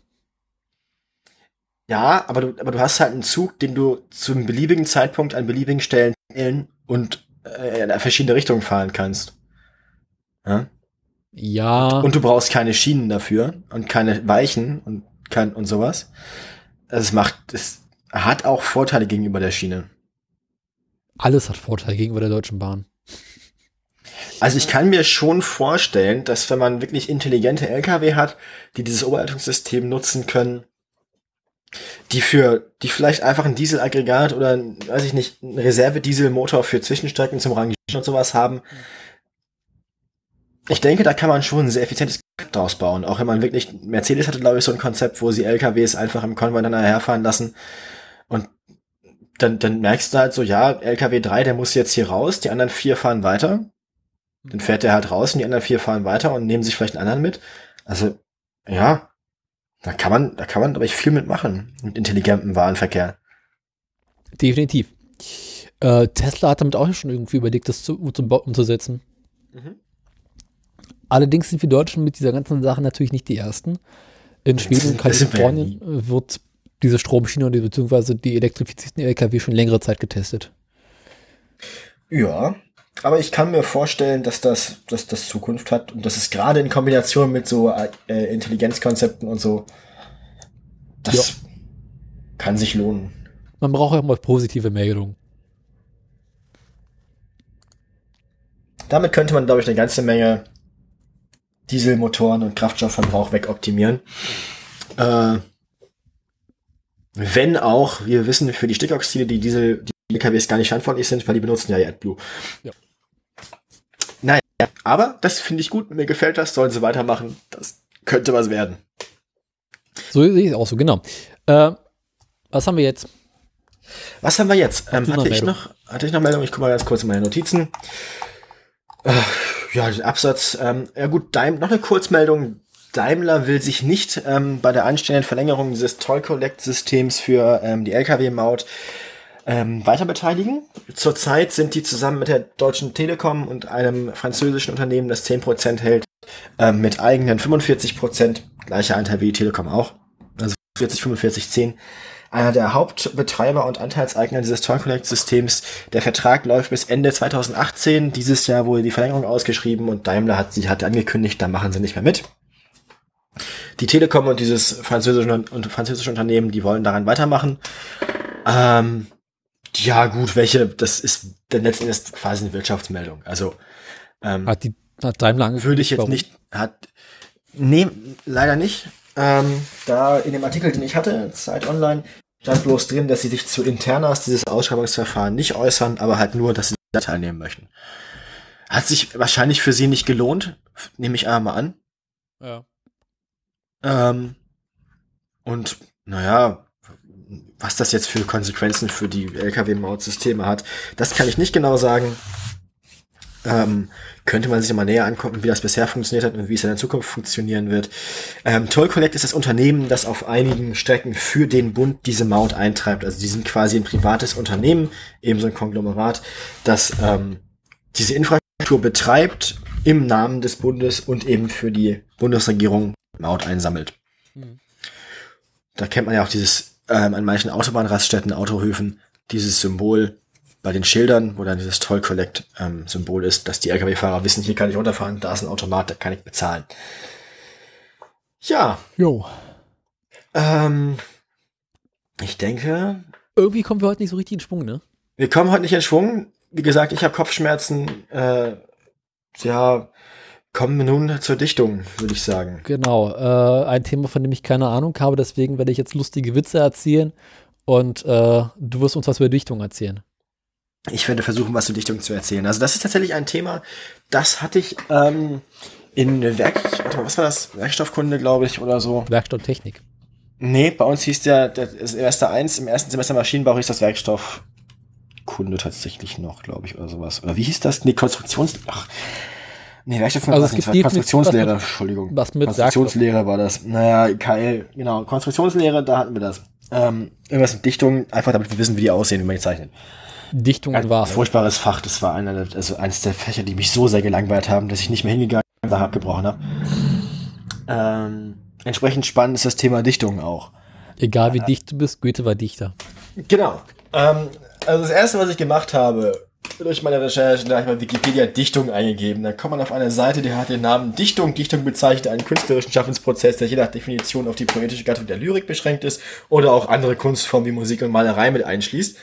Ja, aber du hast halt einen Zug, den du zum beliebigen Zeitpunkt an beliebigen Stellen und in verschiedene Richtungen fahren kannst. Ja? Ja. Und du brauchst keine Schienen dafür und keine Weichen und sowas. Also es hat auch Vorteile gegenüber der Schiene. Alles hat Vorteile gegenüber der Deutschen Bahn. Also ich kann mir schon vorstellen, dass wenn man wirklich intelligente LKW hat, die dieses Oberleitungssystem nutzen können, die vielleicht einfach ein Dieselaggregat oder, weiß ich nicht, einen Reservedieselmotor für Zwischenstrecken zum Rangieren und sowas haben. Ich denke, da kann man schon ein sehr effizientes Konzept draus bauen. Auch wenn man wirklich, Mercedes hatte, glaube ich, so ein Konzept, wo sie LKWs einfach im Konvoi dann herfahren lassen. Und dann merkst du halt so, ja, LKW 3, der muss jetzt hier raus, die anderen 4 fahren weiter. Dann fährt der halt raus und die anderen 4 fahren weiter und nehmen sich vielleicht einen anderen mit. Also, ja, da kann man, glaube ich, viel mitmachen mit intelligentem Warenverkehr. Definitiv. Tesla hat damit auch schon irgendwie überlegt, das umzusetzen. Mhm. Allerdings sind wir Deutschen mit dieser ganzen Sache natürlich nicht die Ersten. In Schweden und Kalifornien wird diese Stromschiene beziehungsweise die elektrifizierten LKW schon längere Zeit getestet. Ja, aber ich kann mir vorstellen, dass das Zukunft hat und dass es gerade in Kombination mit so Intelligenzkonzepten und so, das kann sich lohnen. Man braucht ja mal positive Meldungen. Damit könnte man, glaube ich, eine ganze Menge Dieselmotoren und Kraftstoffverbrauch wegoptimieren. Wenn auch, wir wissen, für die Stickoxide, die LKWs gar nicht verantwortlich sind, weil die benutzen ja AdBlue. Ja. Naja, aber das finde ich gut, mir gefällt das, sollen sie weitermachen, das könnte was werden. So sehe ich es auch so, genau. Was haben wir jetzt? Hatte ich noch Meldung? Ich gucke mal ganz kurz in meine Notizen. Den Absatz. Noch eine Kurzmeldung. Daimler will sich nicht bei der anstehenden Verlängerung dieses Toll-Collect-Systems für die Lkw-Maut weiter beteiligen. Zurzeit sind die zusammen mit der Deutschen Telekom und einem französischen Unternehmen, das 10% hält, mit eigenen 45%, gleicher Anteil wie die Telekom auch, also 40, 45, 10, einer der Hauptbetreiber und Anteilseigner dieses Toll-Collect-Systems. Der Vertrag läuft bis Ende 2018. Dieses Jahr wurde die Verlängerung ausgeschrieben und Daimler hat angekündigt, da machen sie nicht mehr mit. Die Telekom und dieses französische Unternehmen, die wollen daran weitermachen. Ja gut, das ist dann letzten Endes quasi eine Wirtschaftsmeldung. Also hat Daimler angekündigt? Würde ich jetzt nicht, nee, leider nicht. Da in dem Artikel, den ich hatte, Zeit Online, stand bloß drin, dass sie sich zu Internas dieses Ausschreibungsverfahren nicht äußern, aber halt nur, dass sie da teilnehmen möchten. Hat sich wahrscheinlich für sie nicht gelohnt, nehme ich einmal an. Ja. Und naja, was das jetzt für Konsequenzen für die LKW-Maut-Systeme hat, das kann ich nicht genau sagen. Könnte man sich mal näher angucken, wie das bisher funktioniert hat und wie es in der Zukunft funktionieren wird. Toll Collect ist das Unternehmen, das auf einigen Strecken für den Bund diese Maut eintreibt. Also die sind quasi ein privates Unternehmen, ebenso ein Konglomerat, das diese Infrastruktur betreibt im Namen des Bundes und eben für die Bundesregierung Maut einsammelt. Mhm. Da kennt man ja auch dieses an manchen Autobahnraststätten, Autohöfen, dieses Symbol bei den Schildern, wo dann dieses Toll Collect Symbol ist, dass die LKW-Fahrer wissen, hier kann ich runterfahren, da ist ein Automat, da kann ich bezahlen. Ja. Jo. Ich denke... Irgendwie kommen wir heute nicht so richtig in Schwung, ne? Wir kommen heute nicht in Schwung. Wie gesagt, ich habe Kopfschmerzen. Kommen wir nun zur Dichtung, würde ich sagen. Genau. Ein Thema, von dem ich keine Ahnung habe, deswegen werde ich jetzt lustige Witze erzählen und du wirst uns was über Dichtung erzählen. Ich werde versuchen, was zur Dichtung zu erzählen. Also das ist tatsächlich ein Thema, das hatte ich was war das? Werkstoffkunde, glaube ich, oder so. Werkstofftechnik. Nee, bei uns hieß das erste eins, im ersten Semester Maschinenbau hieß das Werkstoffkunde tatsächlich noch, glaube ich, oder sowas. Oder wie hieß das? Nee, Werkstoffkunde Also war es nicht, das war Konstruktionslehre, Entschuldigung. Was mit Konstruktionslehre war das. Naja, KL, genau, Konstruktionslehre, da hatten wir das. Irgendwas mit Dichtung, einfach damit wir wissen, wie die aussehen, wie man die zeichnet. Dichtung und Wahrheit. Furchtbares Fach, das war eines der Fächer, die mich so sehr gelangweilt haben, dass ich nicht mehr hingegangen bin, da abgebrochen habe. Entsprechend spannend ist das Thema Dichtung auch. Egal wie dicht du bist, Goethe war Dichter. Genau. Also das erste, was ich gemacht habe, durch meine Recherche, da habe ich bei Wikipedia Dichtung eingegeben. Dann kommt man auf eine Seite, die hat den Namen Dichtung. Dichtung bezeichnet einen künstlerischen Schaffensprozess, der je nach Definition auf die poetische Gattung der Lyrik beschränkt ist oder auch andere Kunstformen wie Musik und Malerei mit einschließt.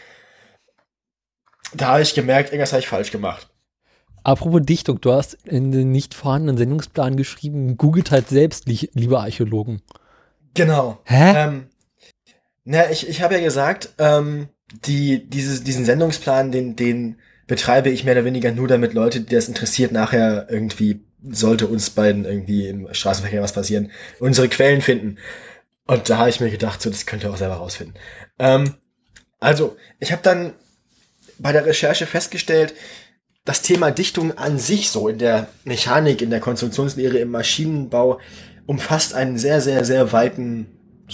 Da habe ich gemerkt, irgendwas habe ich falsch gemacht. Apropos Dichtung, du hast in den nicht vorhandenen Sendungsplan geschrieben, googelt halt selbst, liebe Archäologen. Genau. Hä? Ich habe ja gesagt, diesen Sendungsplan, den betreibe ich mehr oder weniger nur, damit Leute, die das interessiert, nachher irgendwie, sollte uns beiden irgendwie im Straßenverkehr was passieren, unsere Quellen finden. Und da habe ich mir gedacht, so, das könnt ihr auch selber rausfinden. Also, ich habe dann bei der Recherche festgestellt, das Thema Dichtung an sich so in der Mechanik, in der Konstruktionslehre, im Maschinenbau umfasst einen sehr, sehr, sehr weiten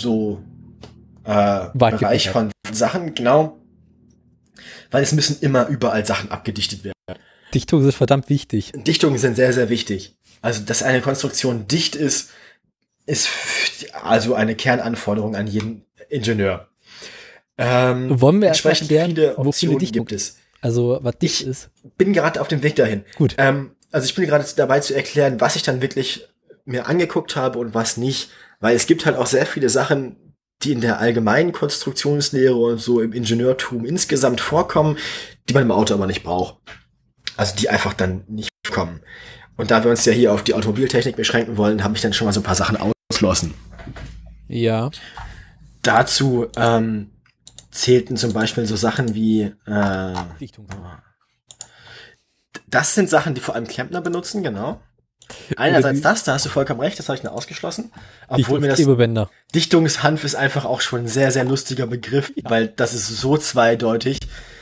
Bereich von Sachen, genau. Weil es müssen immer überall Sachen abgedichtet werden. Dichtungen sind verdammt wichtig. Dichtungen sind sehr, sehr wichtig. Also, dass eine Konstruktion dicht ist also eine Kernanforderung an jeden Ingenieur. Wollen wir entsprechend erklären, viele Optionen gibt es. Also, was dicht ist. Bin gerade auf dem Weg dahin. Gut. Also ich bin gerade dabei zu erklären, was ich dann wirklich mir angeguckt habe und was nicht. Weil es gibt halt auch sehr viele Sachen, die in der allgemeinen Konstruktionslehre und so im Ingenieurtum insgesamt vorkommen, die man im Auto aber nicht braucht. Also die einfach dann nicht kommen. Und da wir uns ja hier auf die Automobiltechnik beschränken wollen, habe ich dann schon mal so ein paar Sachen ausgeschlossen. Ja. Dazu zählten zum Beispiel so Sachen wie Dichtung. Das sind Sachen, die vor allem Klempner benutzen, genau. Einerseits da hast du vollkommen recht, das habe ich dann ausgeschlossen. Obwohl mir das Dichtungshanf ist einfach auch schon ein sehr, sehr lustiger Begriff, weil das ist so zweideutig.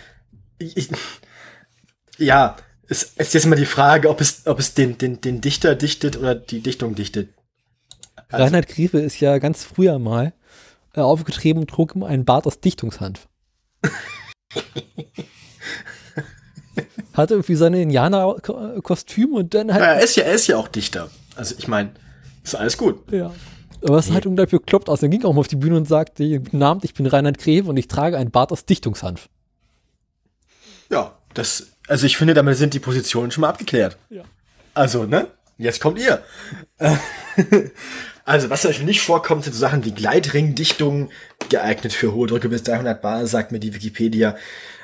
Es ist jetzt immer die Frage, ob es den Dichter dichtet oder die Dichtung dichtet. Also, Reinhard Greve ist ja ganz früher mal aufgetreten und trug einen Bart aus Dichtungshanf. Hatte irgendwie seine Indianer-Kostüm und dann halt. Er ist ja auch Dichter. Also ich meine, ist alles gut. Ja. Aber es ist halt unglaublich bekloppt aus. Dann ging auch mal auf die Bühne und sagte, guten Abend, ich bin Reinhard Greve und ich trage einen Bart aus Dichtungshanf. Ja, also ich finde, damit sind die Positionen schon mal abgeklärt. Ja. Also, ne? Jetzt kommt ihr. Also, was euch nicht vorkommt, sind so Sachen wie Gleitringdichtung, geeignet für hohe Drücke bis 300 Bar, sagt mir die Wikipedia.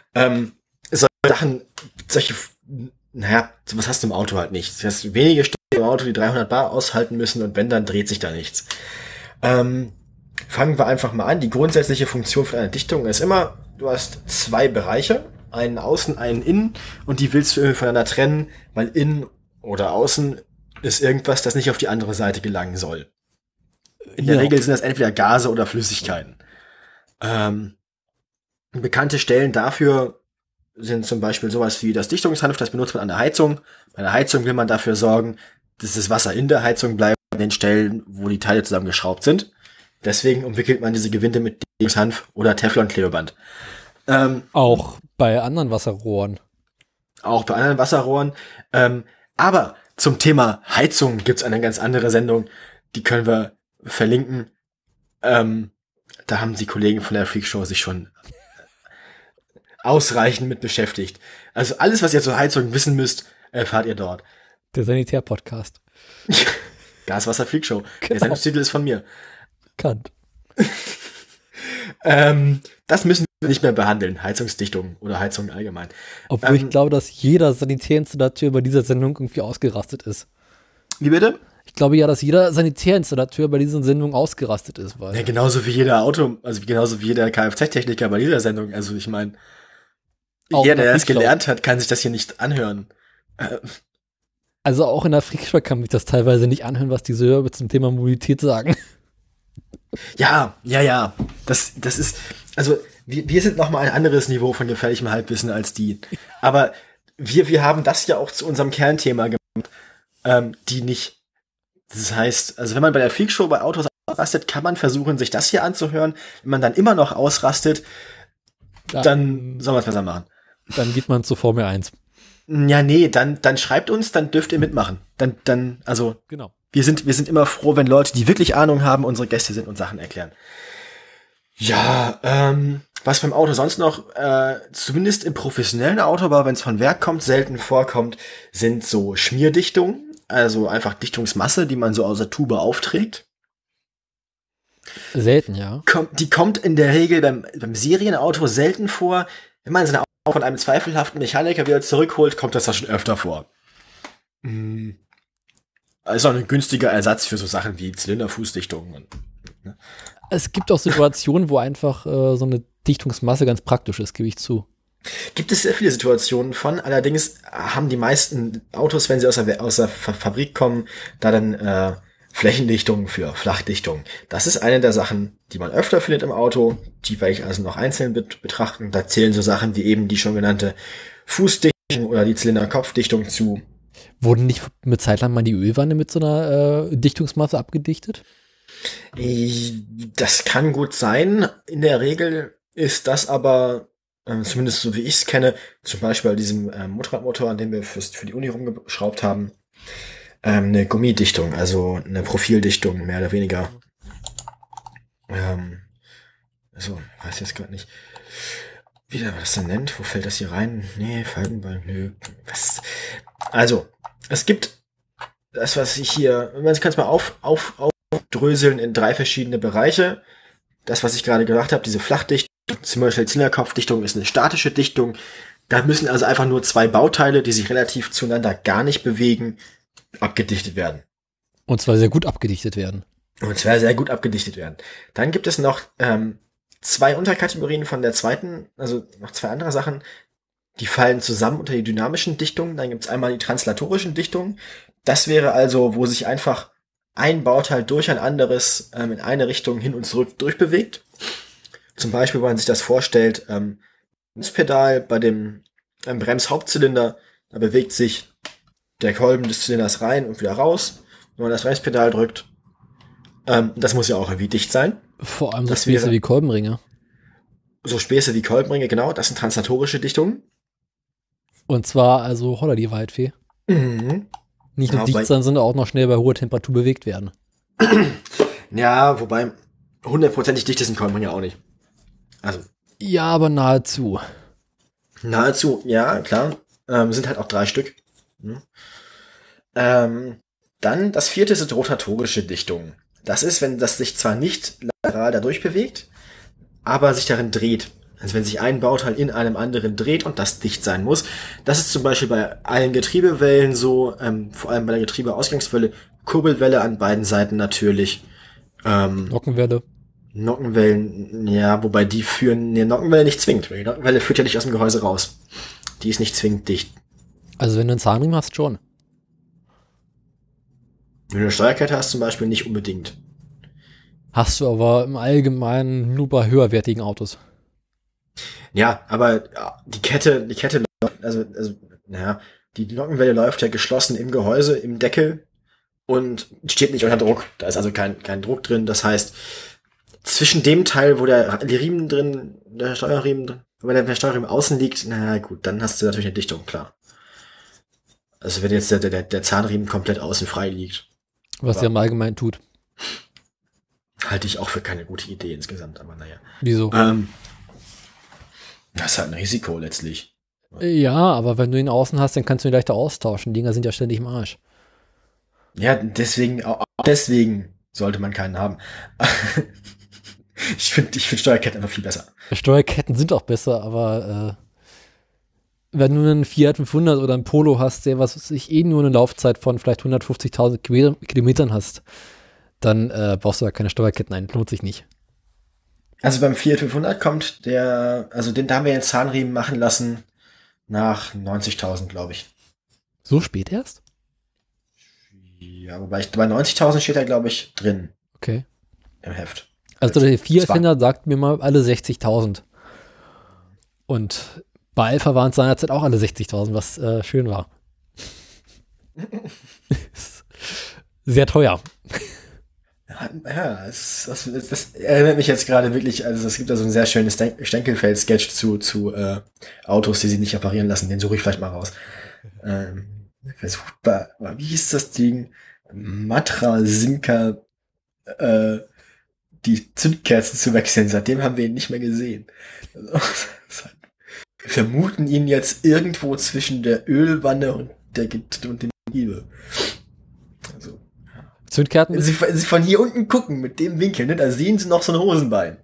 Was hast du im Auto halt nicht. Du hast wenige Stücke im Auto, die 300 Bar aushalten müssen und wenn, dann dreht sich da nichts. Fangen wir einfach mal an. Die grundsätzliche Funktion von einer Dichtung ist immer, du hast zwei Bereiche, einen außen, einen innen und die willst du irgendwie voneinander trennen, weil innen oder außen ist irgendwas, das nicht auf die andere Seite gelangen soll. In der Regel sind das entweder Gase oder Flüssigkeiten. Bekannte Stellen dafür sind zum Beispiel sowas wie das Dichtungshanf, das benutzt man an der Heizung. Bei der Heizung will man dafür sorgen, dass das Wasser in der Heizung bleibt, an den Stellen, wo die Teile zusammengeschraubt sind. Deswegen umwickelt man diese Gewinde mit Dichtungshanf oder Teflon-Klebeband. Auch bei anderen Wasserrohren. Aber zum Thema Heizung gibt's eine ganz andere Sendung, die können wir verlinken. Da haben die Kollegen von der Freakshow sich schon ausreichend mit beschäftigt. Also alles, was ihr zur Heizung wissen müsst, erfahrt ihr dort. Der Sanitär-Podcast. Gaswasser Freakshow. Genau. Der Sendungstitel ist von mir. Bekannt. Das müssen wir nicht mehr behandeln. Heizungsdichtung oder Heizung allgemein. Obwohl ich glaube, dass jeder Sanitärinstallateur bei dieser Sendung irgendwie ausgerastet ist. Wie bitte? Ich glaube ja, dass jeder Sanitärinstallateur bei dieser Sendung ausgerastet ist. Weil ja, genauso wie jeder Kfz-Techniker bei dieser Sendung. Also ich meine, jeder, der das gelernt hat, kann sich das hier nicht anhören. Also auch in der Freakshow kann mich das teilweise nicht anhören, was diese Hörer zum Thema Mobilität sagen. Ja. Das ist, also wir sind nochmal ein anderes Niveau von gefährlichem Halbwissen als die. Aber wir haben das ja auch zu unserem Kernthema gemacht, die nicht. Das heißt, also wenn man bei der Freakshow bei Autos ausrastet, kann man versuchen, sich das hier anzuhören. Wenn man dann immer noch ausrastet, dann soll man es besser machen. Dann geht man zur Formel 1. Ja, nee, dann schreibt uns, dann dürft ihr mitmachen. Also genau. Wir sind immer froh, wenn Leute, die wirklich Ahnung haben, unsere Gäste sind und Sachen erklären. Ja, was beim Auto sonst noch, zumindest im professionellen Autobau, wenn es von Werk kommt, selten vorkommt, sind so Schmierdichtungen, also einfach Dichtungsmasse, die man so aus der Tube aufträgt. Selten, ja. Die kommt in der Regel beim Serienauto selten vor. Wenn man seine Auto von einem zweifelhaften Mechaniker wieder zurückholt, kommt das da schon öfter vor. Also auch ein günstiger Ersatz für so Sachen wie Zylinderfußdichtungen. Ne? Es gibt auch Situationen, wo einfach so eine Dichtungsmasse ganz praktisch ist, gebe ich zu. Gibt es sehr viele Situationen von, allerdings haben die meisten Autos, wenn sie aus der Fabrik kommen, da dann Flächendichtungen für Flachdichtung. Das ist eine der Sachen, die man öfter findet im Auto, die werde ich also noch einzeln betrachten. Da zählen so Sachen wie eben die schon genannte Fußdichtung oder die Zylinderkopfdichtung zu. Wurden nicht eine Zeit lang mal die Ölwanne mit so einer Dichtungsmasse abgedichtet? Das kann gut sein. In der Regel ist das aber, zumindest so wie ich es kenne, zum Beispiel bei diesem Motorradmotor, an dem wir für die Uni rumgeschraubt haben, eine Gummidichtung, also eine Profildichtung, mehr oder weniger. Also, weiß jetzt gerade nicht, wie der das dann nennt. Wo fällt das hier rein? Nee, Faltenball, nö. Was? Also, es gibt das, was ich hier, man kann es mal aufdröseln in 3 verschiedene Bereiche. Das, was ich gerade gesagt habe, diese Flachdichtung, zum Beispiel Zylinderkopfdichtung, ist eine statische Dichtung. Da müssen also einfach nur 2 Bauteile, die sich relativ zueinander gar nicht bewegen, abgedichtet werden. Und zwar sehr gut abgedichtet werden. Dann gibt es noch 2 Unterkategorien von der zweiten, also noch 2 andere Sachen, die fallen zusammen unter die dynamischen Dichtungen. Dann gibt es einmal die translatorischen Dichtungen. Das wäre also, wo sich einfach ein Bauteil durch ein anderes in eine Richtung hin und zurück durchbewegt. Zum Beispiel, wenn man sich das vorstellt, das Pedal bei dem Bremshauptzylinder, da bewegt sich der Kolben des Zylinders rein und wieder raus. Wenn man das Bremspedal drückt, das muss ja auch irgendwie dicht sein. Vor allem so Späße wie Kolbenringe. So Späße wie Kolbenringe, genau, das sind translatorische Dichtungen. Und zwar also holla die Waldfee. Mhm. Nicht nur dicht sein, sondern auch noch schnell bei hoher Temperatur bewegt werden. Ja, wobei 100%ig dicht ist ein Kolbenring ja auch nicht. Also. Ja, aber nahezu. Nahezu, ja, klar. Sind halt auch 3 Stück. Dann das 4. sind rotatorische Dichtungen. Das ist, wenn das sich zwar nicht lateral dadurch bewegt, aber sich darin dreht. Also wenn sich ein Bauteil in einem anderen dreht und das dicht sein muss. Das ist zum Beispiel bei allen Getriebewellen so, vor allem bei der Getriebeausgangswelle, Kurbelwelle an beiden Seiten natürlich. Nockenwellen, ja, wobei die führen, ne, Nockenwelle nicht zwingend. Die Nockenwelle führt ja nicht aus dem Gehäuse raus. Die ist nicht zwingend dicht. Also wenn du einen Zahnriemen hast, schon. Wenn du eine Steuerkette hast zum Beispiel, nicht unbedingt. Hast du aber im Allgemeinen nur bei höherwertigen Autos. Ja, aber die Kette, also, naja, die Nockenwelle läuft ja geschlossen im Gehäuse, im Deckel und steht nicht unter Druck. Da ist also kein Druck drin. Das heißt, zwischen dem Teil, wo der Riemen drin, der Steuerriemen, wenn der Steuerriemen außen liegt, naja, gut, dann hast du natürlich eine Dichtung, klar. Also wenn jetzt der Zahnriemen komplett außen frei liegt. Was er im Allgemeinen tut. Halte ich auch für keine gute Idee insgesamt, aber naja. Wieso? Das ist halt ein Risiko letztlich. Ja, aber wenn du ihn außen hast, dann kannst du ihn leichter austauschen. Die Dinger sind ja ständig im Arsch. Ja, deswegen sollte man keinen haben. Ich finde Steuerketten einfach viel besser. Steuerketten sind auch besser, aber wenn du einen Fiat 500 oder einen Polo hast, der was weiß ich, nur eine Laufzeit von vielleicht 150.000 Kilometern hast, dann brauchst du da keine Steuerketten ein. Lohnt sich nicht. Also beim Fiat 500 kommt da haben wir den Zahnriemen machen lassen nach 90.000, glaube ich. So spät erst? Ja, wobei bei 90.000 steht er, glaube ich, drin Okay. im Heft. Also der Zwar. Viererfinder sagt mir mal alle 60.000. Und bei Alpha waren es seinerzeit auch alle 60.000, was schön war. Sehr teuer. Ja, das erinnert mich jetzt gerade wirklich, also es gibt da so ein sehr schönes Stenkelfeld-Sketch zu Autos, die sich nicht reparieren lassen. Den suche ich vielleicht mal raus. Wie hieß das Ding? Matra Simca, die Zündkerzen zu wechseln. Seitdem haben wir ihn nicht mehr gesehen. Also, wir vermuten ihn jetzt irgendwo zwischen der Ölwanne und dem Getriebe. Also, Zündkerzen? wenn Sie von hier unten gucken, mit dem Winkel, ne, da sehen Sie noch so ein Hosenbein.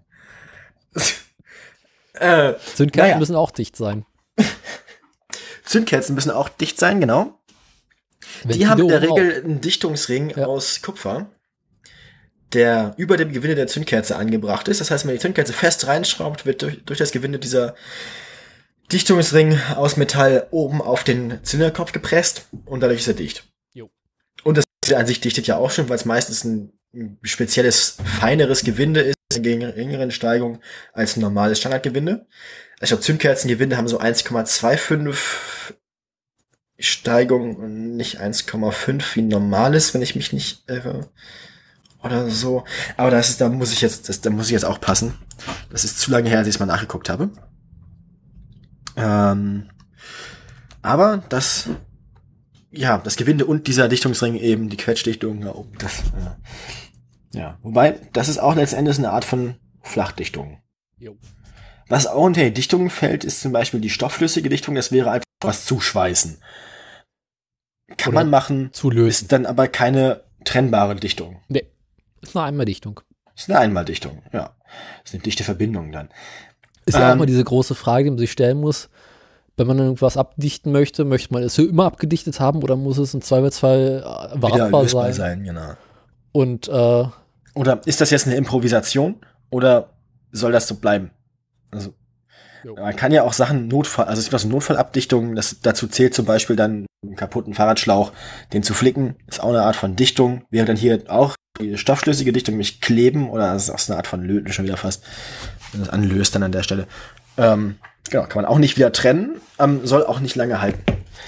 Zündkerzen müssen auch dicht sein. Zündkerzen müssen auch dicht sein, genau. Die haben in der Regel einen Dichtungsring aus Kupfer, der über dem Gewinde der Zündkerze angebracht ist. Das heißt, wenn die Zündkerze fest reinschraubt, wird durch das Gewinde dieser Dichtungsring aus Metall oben auf den Zylinderkopf gepresst und dadurch ist er dicht. Jo. Und das an sich dichtet ja auch schon, weil es meistens ein spezielles, feineres Gewinde ist, in geringeren Steigung als ein normales Standardgewinde. Ich glaube, Zündkerzengewinde haben so 1,25 Steigung und nicht 1,5 wie ein normales, wenn ich mich nicht irre. Oder so. Aber da muss ich jetzt auch passen. Das ist zu lange her, als ich es mal nachgeguckt habe. Aber das Gewinde und dieser Dichtungsring eben, die Quetschdichtung da oben. Wobei, das ist auch letzten Endes eine Art von Flachdichtung. Jo. Was auch unter die Dichtung fällt, ist zum Beispiel die stofflüssige Dichtung. Das wäre einfach was zuschweißen. Kann man machen, zu lösen. ist dann aber keine trennbare Dichtung. Nee, ist eine Einmaldichtung. Ist eine Einmaldichtung, ja. Ist eine dichte Verbindung dann. Ist ja auch mal diese große Frage, die man sich stellen muss, wenn man irgendwas abdichten möchte man es für immer abgedichtet haben oder muss es im Zweifelsfall wartbar sein? Genau. Und oder ist das jetzt eine Improvisation oder soll das so bleiben? Also man kann ja auch Sachen also es gibt auch so Notfallabdichtungen, dazu zählt zum Beispiel dann einen kaputten Fahrradschlauch, den zu flicken, ist auch eine Art von Dichtung, wäre dann hier auch die stoffschlüssige Dichtung, nämlich kleben, oder das ist auch so eine Art von Löten schon wieder fast, wenn das anlöst dann an der Stelle. Genau, kann man auch nicht wieder trennen, soll auch nicht lange halten.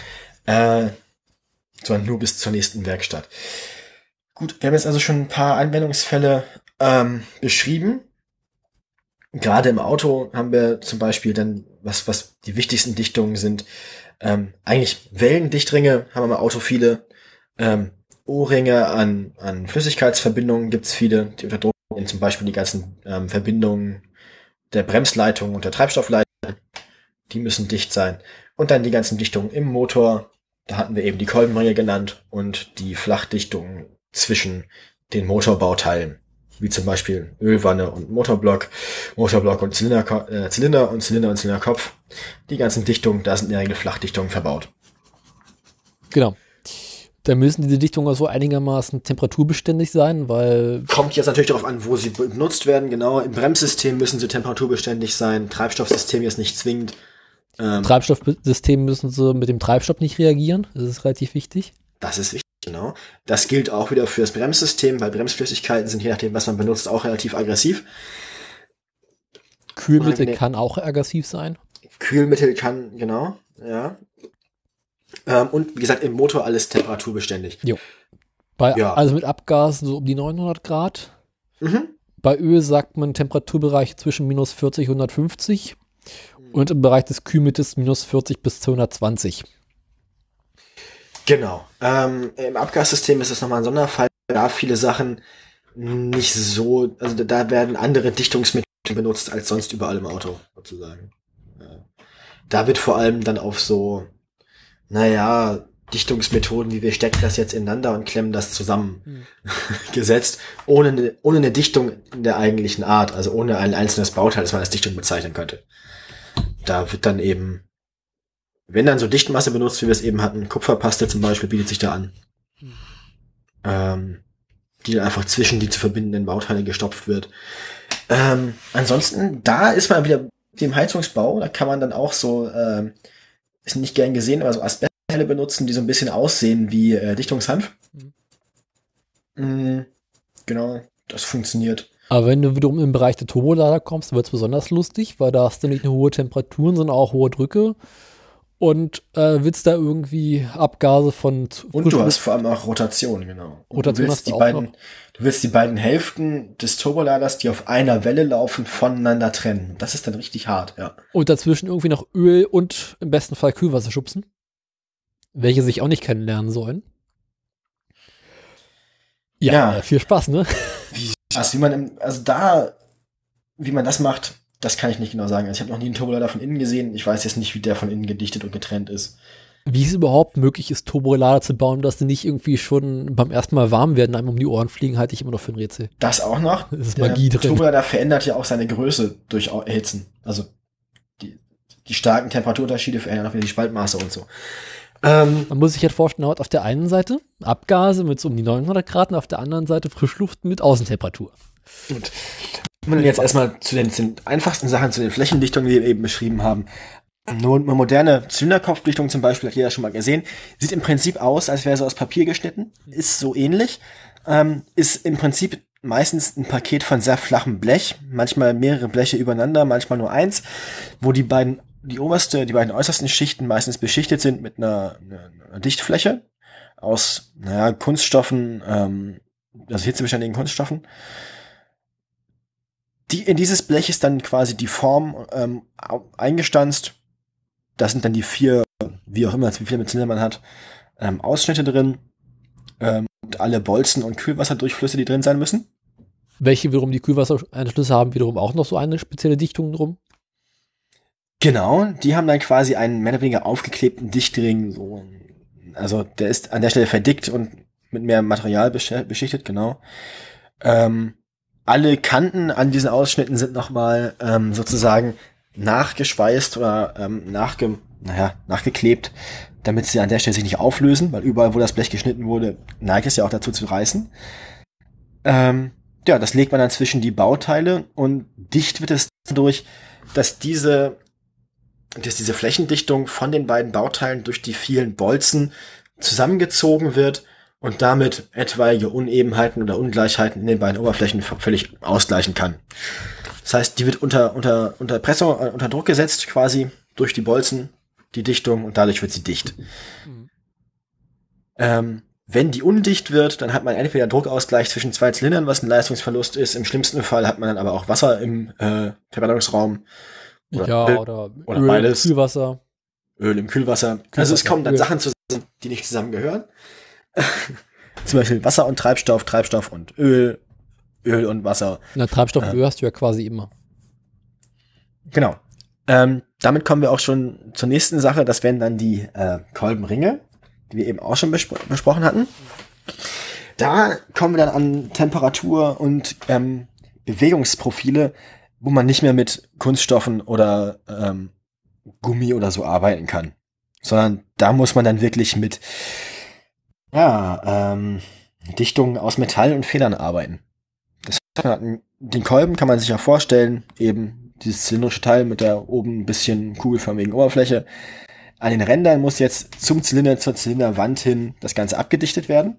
Sondern nur bis zur nächsten Werkstatt. Gut, wir haben jetzt also schon ein paar Anwendungsfälle beschrieben. Gerade im Auto haben wir zum Beispiel dann, was die wichtigsten Dichtungen sind, eigentlich Wellendichtringe haben wir im Auto viele, O-Ringe an Flüssigkeitsverbindungen gibt's viele, die unter Druck sind, zum Beispiel die ganzen Verbindungen der Bremsleitung und der Treibstoffleitung, die müssen dicht sein. Und dann die ganzen Dichtungen im Motor, da hatten wir eben die Kolbenringe genannt und die Flachdichtungen zwischen den Motorbauteilen, wie zum Beispiel Ölwanne und Motorblock und Zylinder und Zylinderkopf. Die ganzen Dichtungen, da sind in der Regel Flachdichtungen verbaut. Genau. Da müssen diese Dichtungen also einigermaßen temperaturbeständig sein, weil... Kommt jetzt natürlich darauf an, wo sie benutzt werden. Genau, im Bremssystem müssen sie temperaturbeständig sein. Treibstoffsystem ist nicht zwingend. Treibstoffsystem müssen sie mit dem Treibstoff nicht reagieren. Das ist relativ wichtig. Das ist wichtig, genau. Das gilt auch wieder für das Bremssystem, weil Bremsflüssigkeiten sind, je nachdem, was man benutzt, auch relativ aggressiv. Kühlmittel kann auch aggressiv sein. Kühlmittel kann, genau, ja. Und wie gesagt, im Motor alles temperaturbeständig. Jo. Also mit Abgasen so um die 900 Grad. Mhm. Bei Öl sagt man Temperaturbereiche zwischen minus 40 und 150. Und im Bereich des Kühlmittels minus 40 bis 220. Genau. Im Abgassystem ist es nochmal ein Sonderfall, da viele Sachen nicht so, also da werden andere Dichtungsmittel benutzt als sonst überall im Auto, sozusagen. Da wird vor allem dann auf so, Dichtungsmethoden, wie wir stecken das jetzt ineinander und klemmen das zusammen gesetzt, ohne eine Dichtung in der eigentlichen Art, also ohne ein einzelnes Bauteil, das man als Dichtung bezeichnen könnte. Da wird dann eben, wenn dann so Dichtmasse benutzt, wie wir es eben hatten, Kupferpaste zum Beispiel bietet sich da an, die dann einfach zwischen die zu verbindenden Bauteile gestopft wird. Ansonsten, da ist man wieder im Heizungsbau, da kann man dann auch so, ist nicht gern gesehen, aber so Asbestteile benutzen, die so ein bisschen aussehen wie Dichtungshanf. Genau, das funktioniert. Aber wenn du wiederum im Bereich der Turbolader kommst, wird es besonders lustig, weil da hast du nicht nur hohe Temperaturen, sondern auch hohe Drücke. Und willst da irgendwie Abgase von Und du hast vor allem auch Rotation, genau. Und Rotation du hast willst du auch noch. du willst die beiden Hälften des Turboladers, die auf einer Welle laufen, voneinander trennen. Das ist dann richtig hart, ja. Und dazwischen irgendwie noch Öl und im besten Fall Kühlwasser schubsen, welche sich auch nicht kennenlernen sollen. Ja, viel Spaß, ne? Wie man das macht, das kann ich nicht genau sagen. Also ich habe noch nie einen Turbolader von innen gesehen. Ich weiß jetzt nicht, wie der von innen gedichtet und getrennt ist. Wie es überhaupt möglich ist, Turbolader zu bauen, dass die nicht irgendwie schon beim ersten Mal warm werden, einem um die Ohren fliegen, halte ich immer noch für ein Rätsel. Das auch noch. Das ist Magie drin. Der Turbolader verändert ja auch seine Größe durch Erhitzen. Also die starken Temperaturunterschiede verändern auch wieder die Spaltmaße und so. Man muss sich halt vorstellen, auf der einen Seite Abgase mit so um die 900 Grad und auf der anderen Seite Frischluft mit Außentemperatur. Gut. Wenn wir jetzt erstmal zu den einfachsten Sachen, zu den Flächendichtungen, die wir eben beschrieben haben. Eine moderne Zylinderkopfdichtung zum Beispiel, hat jeder schon mal gesehen, sieht im Prinzip aus, als wäre sie aus Papier geschnitten, ist so ähnlich, ist im Prinzip meistens ein Paket von sehr flachem Blech, manchmal mehrere Bleche übereinander, manchmal nur eins, wo die beiden äußersten Schichten meistens beschichtet sind mit einer Dichtfläche aus, Kunststoffen, also hitzebeständigen Kunststoffen. In dieses Blech ist dann quasi die Form eingestanzt. Da sind dann die 4, wie auch immer, wie viel Zylinder man hat, Ausschnitte drin. Und alle Bolzen und Kühlwasserdurchflüsse, die drin sein müssen. Welche wiederum die Kühlwassereinschlüsse haben, wiederum auch noch so eine spezielle Dichtung drum. Genau, die haben dann quasi einen mehr oder weniger aufgeklebten Dichtring. So. Also der ist an der Stelle verdickt und mit mehr Material beschichtet, genau. Alle Kanten an diesen Ausschnitten sind nochmal sozusagen nachgeschweißt oder nachgeklebt, damit sie an der Stelle sich nicht auflösen, weil überall, wo das Blech geschnitten wurde, neigt es ja auch dazu zu reißen. Das legt man dann zwischen die Bauteile und dicht wird es dadurch, dass diese Flächendichtung von den beiden Bauteilen durch die vielen Bolzen zusammengezogen wird und damit etwaige Unebenheiten oder Ungleichheiten in den beiden Oberflächen völlig ausgleichen kann. Das heißt, die wird unter Pressung, unter Druck gesetzt quasi durch die Bolzen, die Dichtung, und dadurch wird sie dicht. Wenn die undicht wird, dann hat man entweder Druckausgleich zwischen zwei Zylindern, was ein Leistungsverlust ist. Im schlimmsten Fall hat man dann aber auch Wasser im Verbrennungsraum. Oder Öl, beides. Kühlwasser. Öl im Kühlwasser. Also es kommen dann Sachen zusammen, die nicht zusammengehören. Zum Beispiel Wasser und Treibstoff, Treibstoff und Öl, Öl und Wasser. Na, Treibstoff und Öl hast du ja quasi immer. Genau. Damit kommen wir auch schon zur nächsten Sache. Das wären dann die Kolbenringe, die wir eben auch schon besprochen hatten. Da kommen wir dann an Temperatur und Bewegungsprofile, wo man nicht mehr mit Kunststoffen oder Gummi oder so arbeiten kann. Sondern da muss man dann wirklich mit Dichtungen aus Metall und Federn arbeiten. Den Kolben kann man sich ja vorstellen, eben dieses zylindrische Teil mit der oben ein bisschen kugelförmigen Oberfläche. An den Rändern muss jetzt zum Zylinder, zur Zylinderwand hin das Ganze abgedichtet werden.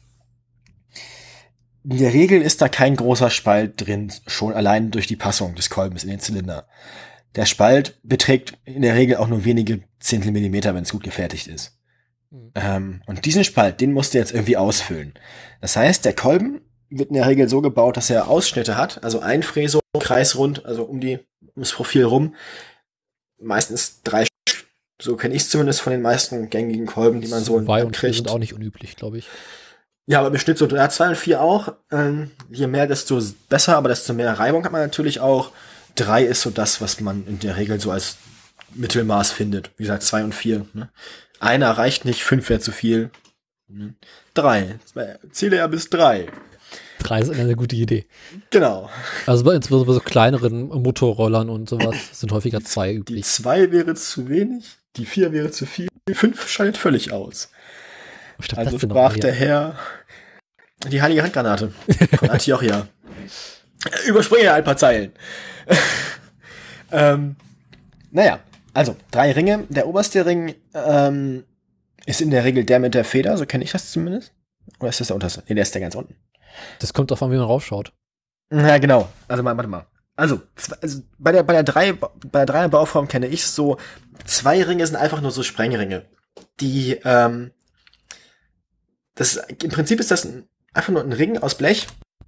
In der Regel ist da kein großer Spalt drin, schon allein durch die Passung des Kolbens in den Zylinder. Der Spalt beträgt in der Regel auch nur wenige Zehntel Millimeter, wenn es gut gefertigt ist. Und diesen Spalt, den musst du jetzt irgendwie ausfüllen. Das heißt, der Kolben wird in der Regel so gebaut, dass er Ausschnitte hat, also Einfräsung, kreisrund, also ums Profil rum. Meistens 3 Stück. So kenne ich es zumindest von den meisten gängigen Kolben, die man so kriegt. 2 und 4 sind auch nicht unüblich, glaube ich. Ja, aber im Schnitt so 2 und 4 auch. Je mehr, desto besser, aber desto mehr Reibung hat man natürlich auch. 3 ist so das, was man in der Regel so als Mittelmaß findet. Wie gesagt, 2 und 4. Ne? Einer reicht nicht, 5 wäre zu viel. 3. Ziele ja bis 3. 3 ist eine gute Idee. Genau. Also insbesondere bei so kleineren Motorrollern und sowas sind häufiger 2 üblich. Die 2 wäre zu wenig, die 4 wäre zu viel, 5 scheidet völlig aus. Also sprach der Herr die heilige Handgranate von Antiochia. Überspringe ein paar Zeilen. Also 3 Ringe. Der oberste Ring ist in der Regel der mit der Feder, so kenne ich das zumindest. Oder ist das der unterste? Nee, der ist der ganz unten. Das kommt davon, wie man raufschaut. Ja, genau. Also warte mal. Also bei der Dreier-Bauform kenne ich so, 2 Ringe sind einfach nur so Sprengringe. Die, im Prinzip ist das einfach nur ein Ring aus Blech,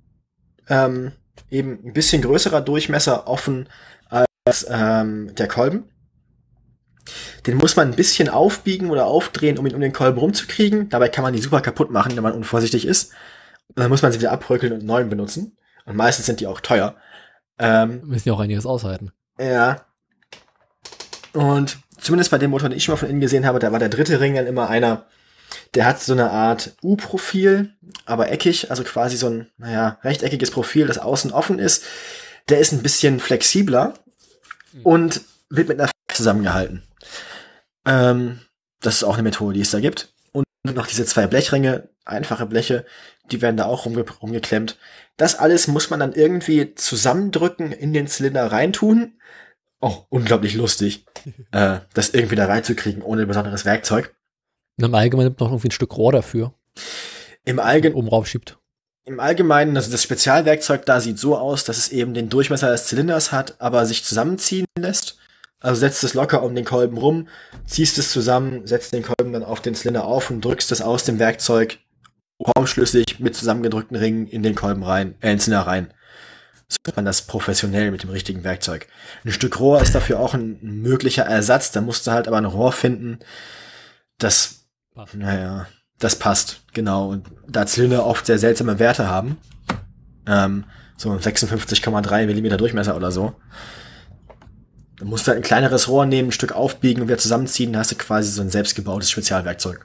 eben ein bisschen größerer Durchmesser offen als der Kolben. Den muss man ein bisschen aufbiegen oder aufdrehen, um ihn um den Kolben rumzukriegen. Dabei kann man die super kaputt machen, wenn man unvorsichtig ist. Und dann muss man sie wieder abröckeln und einen neuen benutzen. Und meistens sind die auch teuer. Müssen ja auch einiges aushalten. Ja. Und zumindest bei dem Motor, den ich schon mal von innen gesehen habe, da war der dritte Ring dann immer einer, der hat so eine Art U-Profil, aber eckig, also quasi so ein, rechteckiges Profil, das außen offen ist. Der ist ein bisschen flexibler und wird mit einer Fläche zusammengehalten. Das ist auch eine Methode, die es da gibt. Und noch diese 2 Blechringe, einfache Bleche, die werden da auch rumgeklemmt. Das alles muss man dann irgendwie zusammendrücken, in den Zylinder reintun. Oh, unglaublich lustig, das irgendwie da reinzukriegen, ohne besonderes Werkzeug. Und im Allgemeinen nimmt noch irgendwie ein Stück Rohr dafür. Oben raufschiebt. Im Allgemeinen, also das Spezialwerkzeug da sieht so aus, dass es eben den Durchmesser des Zylinders hat, aber sich zusammenziehen lässt. Also setzt es locker um den Kolben rum, ziehst es zusammen, setzt den Kolben dann auf den Zylinder auf und drückst es aus dem Werkzeug formschlüssig mit zusammengedrückten Ringen in den Kolben rein, in den Zylinder rein. So macht man das professionell mit dem richtigen Werkzeug. Ein Stück Rohr ist dafür auch ein möglicher Ersatz, da musst du halt aber ein Rohr finden, das passt, genau. Und da Zylinder oft sehr seltsame Werte haben, so 56,3 Millimeter Durchmesser oder so, dann musst du halt ein kleineres Rohr nehmen, ein Stück aufbiegen und wieder zusammenziehen, dann hast du quasi so ein selbstgebautes Spezialwerkzeug.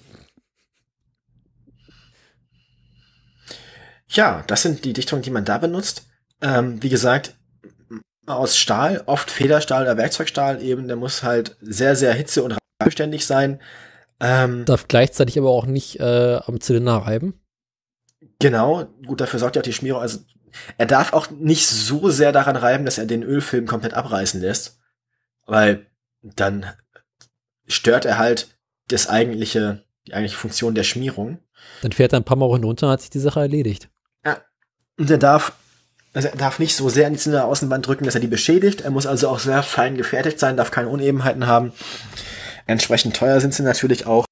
Ja, das sind die Dichtungen, die man da benutzt. Wie gesagt, aus Stahl, oft Federstahl oder Werkzeugstahl eben, der muss halt sehr, sehr hitze- und beständig sein. Darf gleichzeitig aber auch nicht am Zylinder reiben. Genau, gut, dafür sorgt ja auch die Schmierung. Also er darf auch nicht so sehr daran reiben, dass er den Ölfilm komplett abreißen lässt, weil dann stört er halt die eigentliche Funktion der Schmierung. Dann fährt er ein paar Mal runter und hat sich die Sache erledigt. Ja, und er darf nicht so sehr an die Zylinderaußenwand drücken, dass er die beschädigt. Er muss also auch sehr fein gefertigt sein, darf keine Unebenheiten haben. Entsprechend teuer sind sie natürlich auch.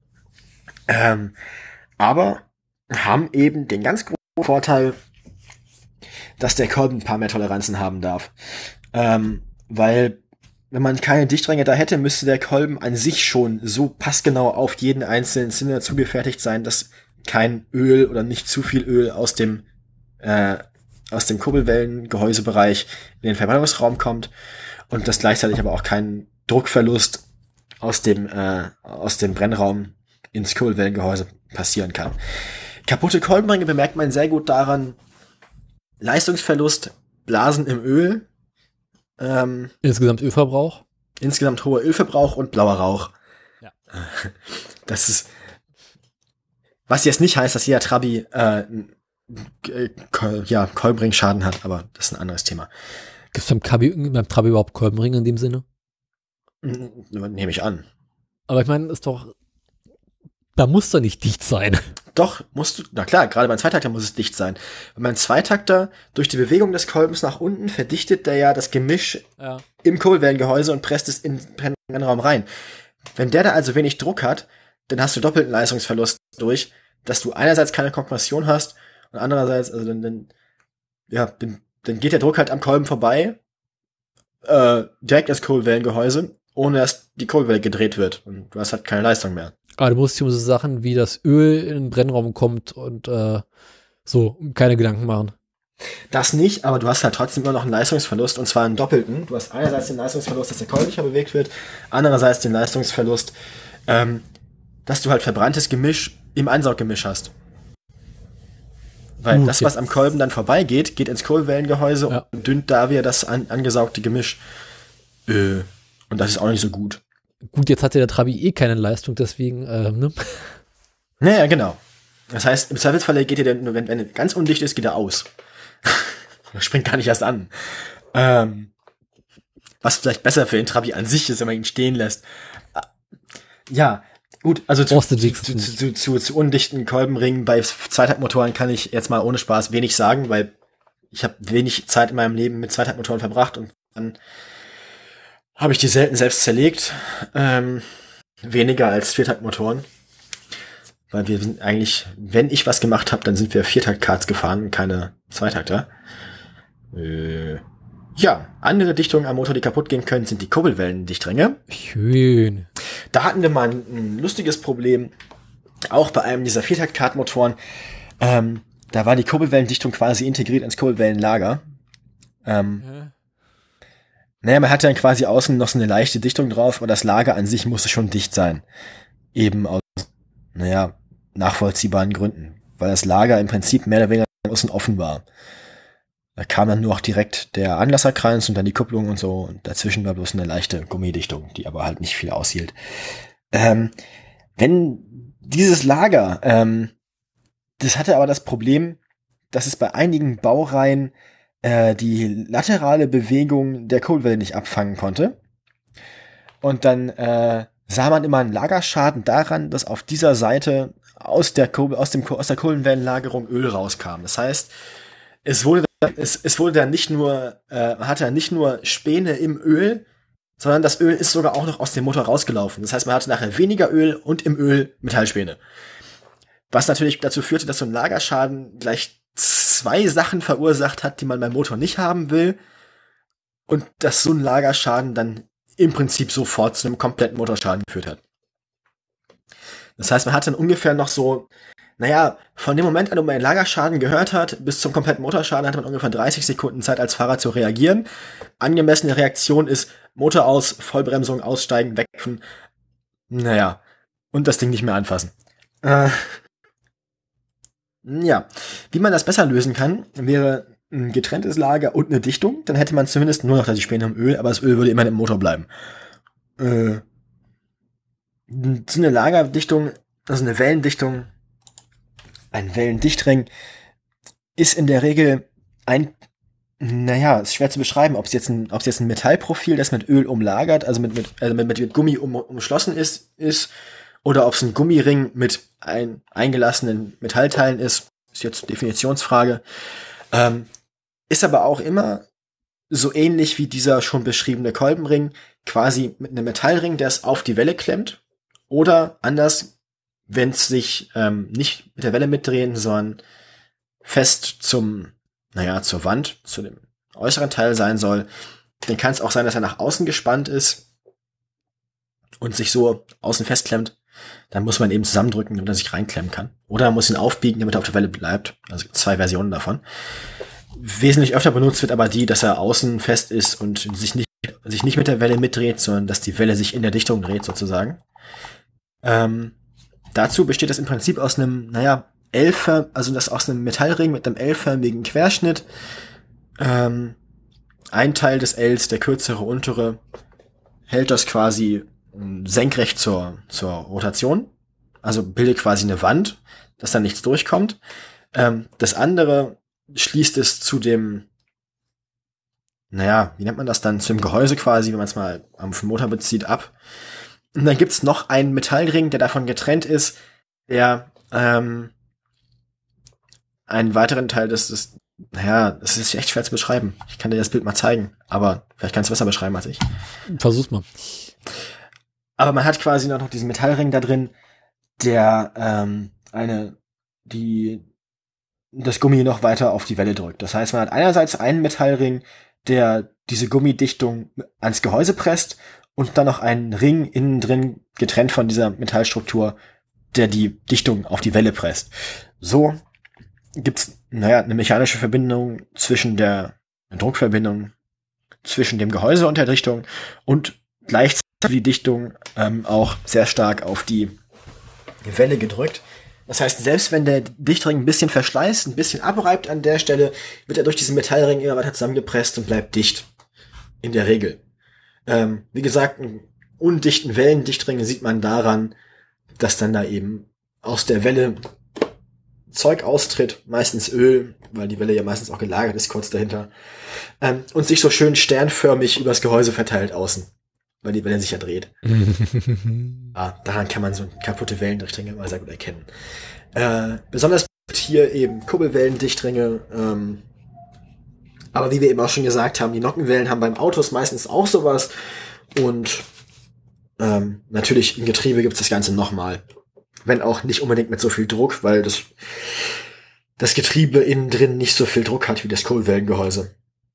Aber haben eben den ganz großen Vorteil, dass der Kolben ein paar mehr Toleranzen haben darf. Weil, wenn man keine Dichtringe da hätte, müsste der Kolben an sich schon so passgenau auf jeden einzelnen Zylinder zugefertigt sein, dass kein Öl oder nicht zu viel Öl aus dem Kurbelwellengehäusebereich in den Verbrennungsraum kommt und dass gleichzeitig aber auch kein Druckverlust aus dem Brennraum ins Kurbelwellengehäuse passieren kann. Kaputte Kolbenringe bemerkt man sehr gut daran, Leistungsverlust, Blasen im Öl, Insgesamt Ölverbrauch. Insgesamt hoher Ölverbrauch und blauer Rauch. Ja. Das ist, was jetzt nicht heißt, dass jeder Trabi Kolbenring-Schaden hat, aber das ist ein anderes Thema. Gibt es beim Trabi überhaupt Kolbenringe in dem Sinne? Nehme ich an. Aber ich meine, da muss doch nicht dicht sein. Doch, na klar, gerade beim Zweitakter muss es dicht sein. Wenn man Zweitakter durch die Bewegung des Kolbens nach unten verdichtet der ja das Gemisch im Kurbelwellengehäuse und presst es in den Brennraum rein. Wenn der da also wenig Druck hat, dann hast du doppelten Leistungsverlust durch, dass du einerseits keine Kompression hast und andererseits, also dann geht der Druck halt am Kolben vorbei, direkt ins Kurbelwellengehäuse, ohne dass die Kurbelwelle gedreht wird. Und du hast halt keine Leistung mehr. Aber du musst dir um so Sachen wie das Öl in den Brennraum kommt und so keine Gedanken machen. Das nicht, aber du hast halt trotzdem immer noch einen Leistungsverlust, und zwar einen doppelten. Du hast einerseits den Leistungsverlust, dass der Kolben nicht mehr bewegt wird, andererseits den Leistungsverlust, dass du halt verbranntes Gemisch im Einsauggemisch hast. Weil das, was am Kolben dann vorbeigeht, geht ins Kurbelwellengehäuse und dünnt da wieder das angesaugte Gemisch. Und das ist auch nicht so gut. Gut, jetzt hatte der Trabi keine Leistung, deswegen, ne? Naja, genau. Das heißt, im Zweifelsfall geht er dann, wenn er ganz undicht ist, geht er aus. Er springt gar nicht erst an. Was vielleicht besser für den Trabi an sich ist, wenn man ihn stehen lässt. Ja, Gut, also Rostet wenigstens zu undichten Kolbenringen bei Zweitaktmotoren kann ich jetzt mal ohne Spaß wenig sagen, weil ich habe wenig Zeit in meinem Leben mit Zweitaktmotoren verbracht und dann habe ich die selten selbst zerlegt. Weniger als Viertaktmotoren. Weil wir sind eigentlich, wenn ich was gemacht habe, dann sind wir Viertakt-Karts gefahren und keine Zweitakter. Ja, andere Dichtungen am Motor, die kaputt gehen können, sind die Kurbelwellendichtringe. Schön. Da hatten wir mal ein lustiges Problem, auch bei einem dieser Viertakt-Kartmotoren. Da war die Kurbelwellendichtung quasi integriert ins Kurbelwellenlager. Naja, man hatte dann quasi außen noch so eine leichte Dichtung drauf, aber das Lager an sich musste schon dicht sein. Eben aus, nachvollziehbaren Gründen. Weil das Lager im Prinzip mehr oder weniger außen offen war. Da kam dann nur auch direkt der Anlasserkranz und dann die Kupplung und so. Und dazwischen war bloß eine leichte Gummidichtung, die aber halt nicht viel aushielt. Wenn dieses Lager, das hatte aber das Problem, dass es bei einigen Baureihen die laterale Bewegung der Kurbelwelle nicht abfangen konnte. Und dann sah man immer einen Lagerschaden daran, dass auf dieser Seite aus der Kurbelwellenlagerung Öl rauskam. Das heißt, es wurde dann nicht nur, hatte dann nicht nur Späne im Öl, sondern das Öl ist sogar auch noch aus dem Motor rausgelaufen. Das heißt, man hatte nachher weniger Öl und im Öl Metallspäne. Was natürlich dazu führte, dass so ein Lagerschaden gleich 2 Sachen verursacht hat, die man beim Motor nicht haben will. Und dass so ein Lagerschaden dann im Prinzip sofort zu einem kompletten Motorschaden geführt hat. Das heißt, man hat dann ungefähr noch so, von dem Moment an, wo man den Lagerschaden gehört hat, bis zum kompletten Motorschaden hatte man ungefähr 30 Sekunden Zeit als Fahrer zu reagieren. Angemessene Reaktion ist Motor aus, Vollbremsung, aussteigen, wegwerfen. Und das Ding nicht mehr anfassen. Wie man das besser lösen kann, wäre ein getrenntes Lager und eine Dichtung. Dann hätte man zumindest nur noch die Späne im Öl, aber das Öl würde immer im Motor bleiben. So eine Lagerdichtung, also eine Wellendichtung, ein Wellendichtring ist in der Regel ist schwer zu beschreiben, ob es jetzt ein Metallprofil, das mit Öl umlagert, also mit Gummi umschlossen ist, oder ob es ein Gummiring mit eingelassenen Metallteilen ist jetzt Definitionsfrage. Ist aber auch immer so ähnlich wie dieser schon beschriebene Kolbenring, quasi mit einem Metallring, der es auf die Welle klemmt. Oder anders, wenn es sich nicht mit der Welle mitdrehen, sondern fest zur Wand, zu dem äußeren Teil sein soll, dann kann es auch sein, dass er nach außen gespannt ist und sich so außen festklemmt. Dann muss man eben zusammendrücken, damit er sich reinklemmen kann. Oder man muss ihn aufbiegen, damit er auf der Welle bleibt. Also 2 Versionen davon. Wesentlich öfter benutzt wird aber die, dass er außen fest ist und sich nicht mit der Welle mitdreht, sondern dass die Welle sich in der Dichtung dreht, sozusagen. Dazu besteht das im Prinzip aus einem, aus einem Metallring mit einem L-förmigen Querschnitt. Ein Teil des Ls, der kürzere untere, hält das quasi senkrecht zur Rotation. Also bildet quasi eine Wand, dass da nichts durchkommt. Das andere schließt es zu dem, wie nennt man das dann, zu dem Gehäuse quasi, wenn man es mal auf den Motor bezieht, ab. Und dann gibt's noch einen Metallring, der davon getrennt ist, der einen weiteren Teil das ist echt schwer zu beschreiben. Ich kann dir das Bild mal zeigen, aber vielleicht kannst du es besser beschreiben als ich. Versuch's mal. Aber man hat quasi noch diesen Metallring da drin, der das Gummi noch weiter auf die Welle drückt. Das heißt, man hat einerseits einen Metallring, der diese Gummidichtung ans Gehäuse presst und dann noch einen Ring innen drin, getrennt von dieser Metallstruktur, der die Dichtung auf die Welle presst. So gibt's, eine mechanische Verbindung eine Druckverbindung zwischen dem Gehäuse und der Dichtung und gleichzeitig die Dichtung auch sehr stark auf die Welle gedrückt. Das heißt, selbst wenn der Dichtring ein bisschen verschleißt, ein bisschen abreibt an der Stelle, wird er durch diesen Metallring immer weiter zusammengepresst und bleibt dicht. In der Regel. Wie gesagt, einen undichten Wellendichtring sieht man daran, dass dann da eben aus der Welle Zeug austritt, meistens Öl, weil die Welle ja meistens auch gelagert ist kurz dahinter, und sich so schön sternförmig übers Gehäuse verteilt außen. weil er sich ja dreht. Daran kann man so kaputte Wellendichtringe immer sehr gut erkennen. Besonders hier eben Kurbelwellendichtringe, aber wie wir eben auch schon gesagt haben, die Nockenwellen haben beim Autos meistens auch sowas und natürlich im Getriebe gibt's das Ganze nochmal. Wenn auch nicht unbedingt mit so viel Druck, weil das Getriebe innen drin nicht so viel Druck hat wie das Kurbelwellengehäuse.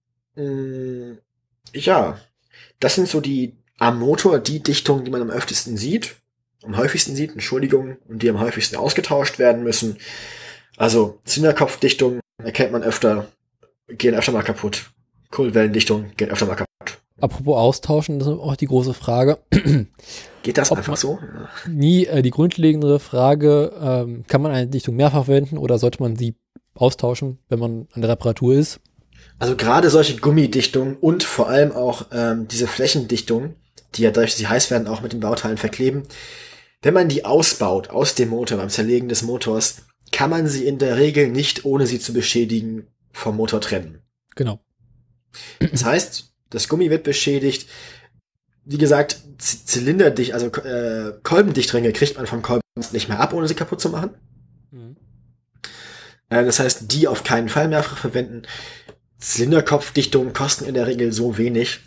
Ja, das sind so am Motor die Dichtungen, die man am häufigsten sieht, Entschuldigung, und die am häufigsten ausgetauscht werden müssen. Also Zylinderkopfdichtungen erkennt man öfter, gehen öfter mal kaputt. Kurbelwellendichtungen gehen öfter mal kaputt. Apropos austauschen, das ist auch die große Frage. Geht das einfach so? Nie die grundlegende Frage, kann man eine Dichtung mehrfach verwenden oder sollte man sie austauschen, wenn man an der Reparatur ist? Also gerade solche Gummidichtungen und vor allem auch diese Flächendichtungen, die ja dadurch, dass sie heiß werden, auch mit den Bauteilen verkleben. Wenn man die ausbaut aus dem Motor, beim Zerlegen des Motors, kann man sie in der Regel nicht, ohne sie zu beschädigen, vom Motor trennen. Genau. Das heißt, das Gummi wird beschädigt. Wie gesagt, Zylinderdicht, also Kolbendichtringe kriegt man vom Kolben nicht mehr ab, ohne sie kaputt zu machen. Mhm. Das heißt, die auf keinen Fall mehrfach verwenden. Zylinderkopfdichtungen kosten in der Regel so wenig.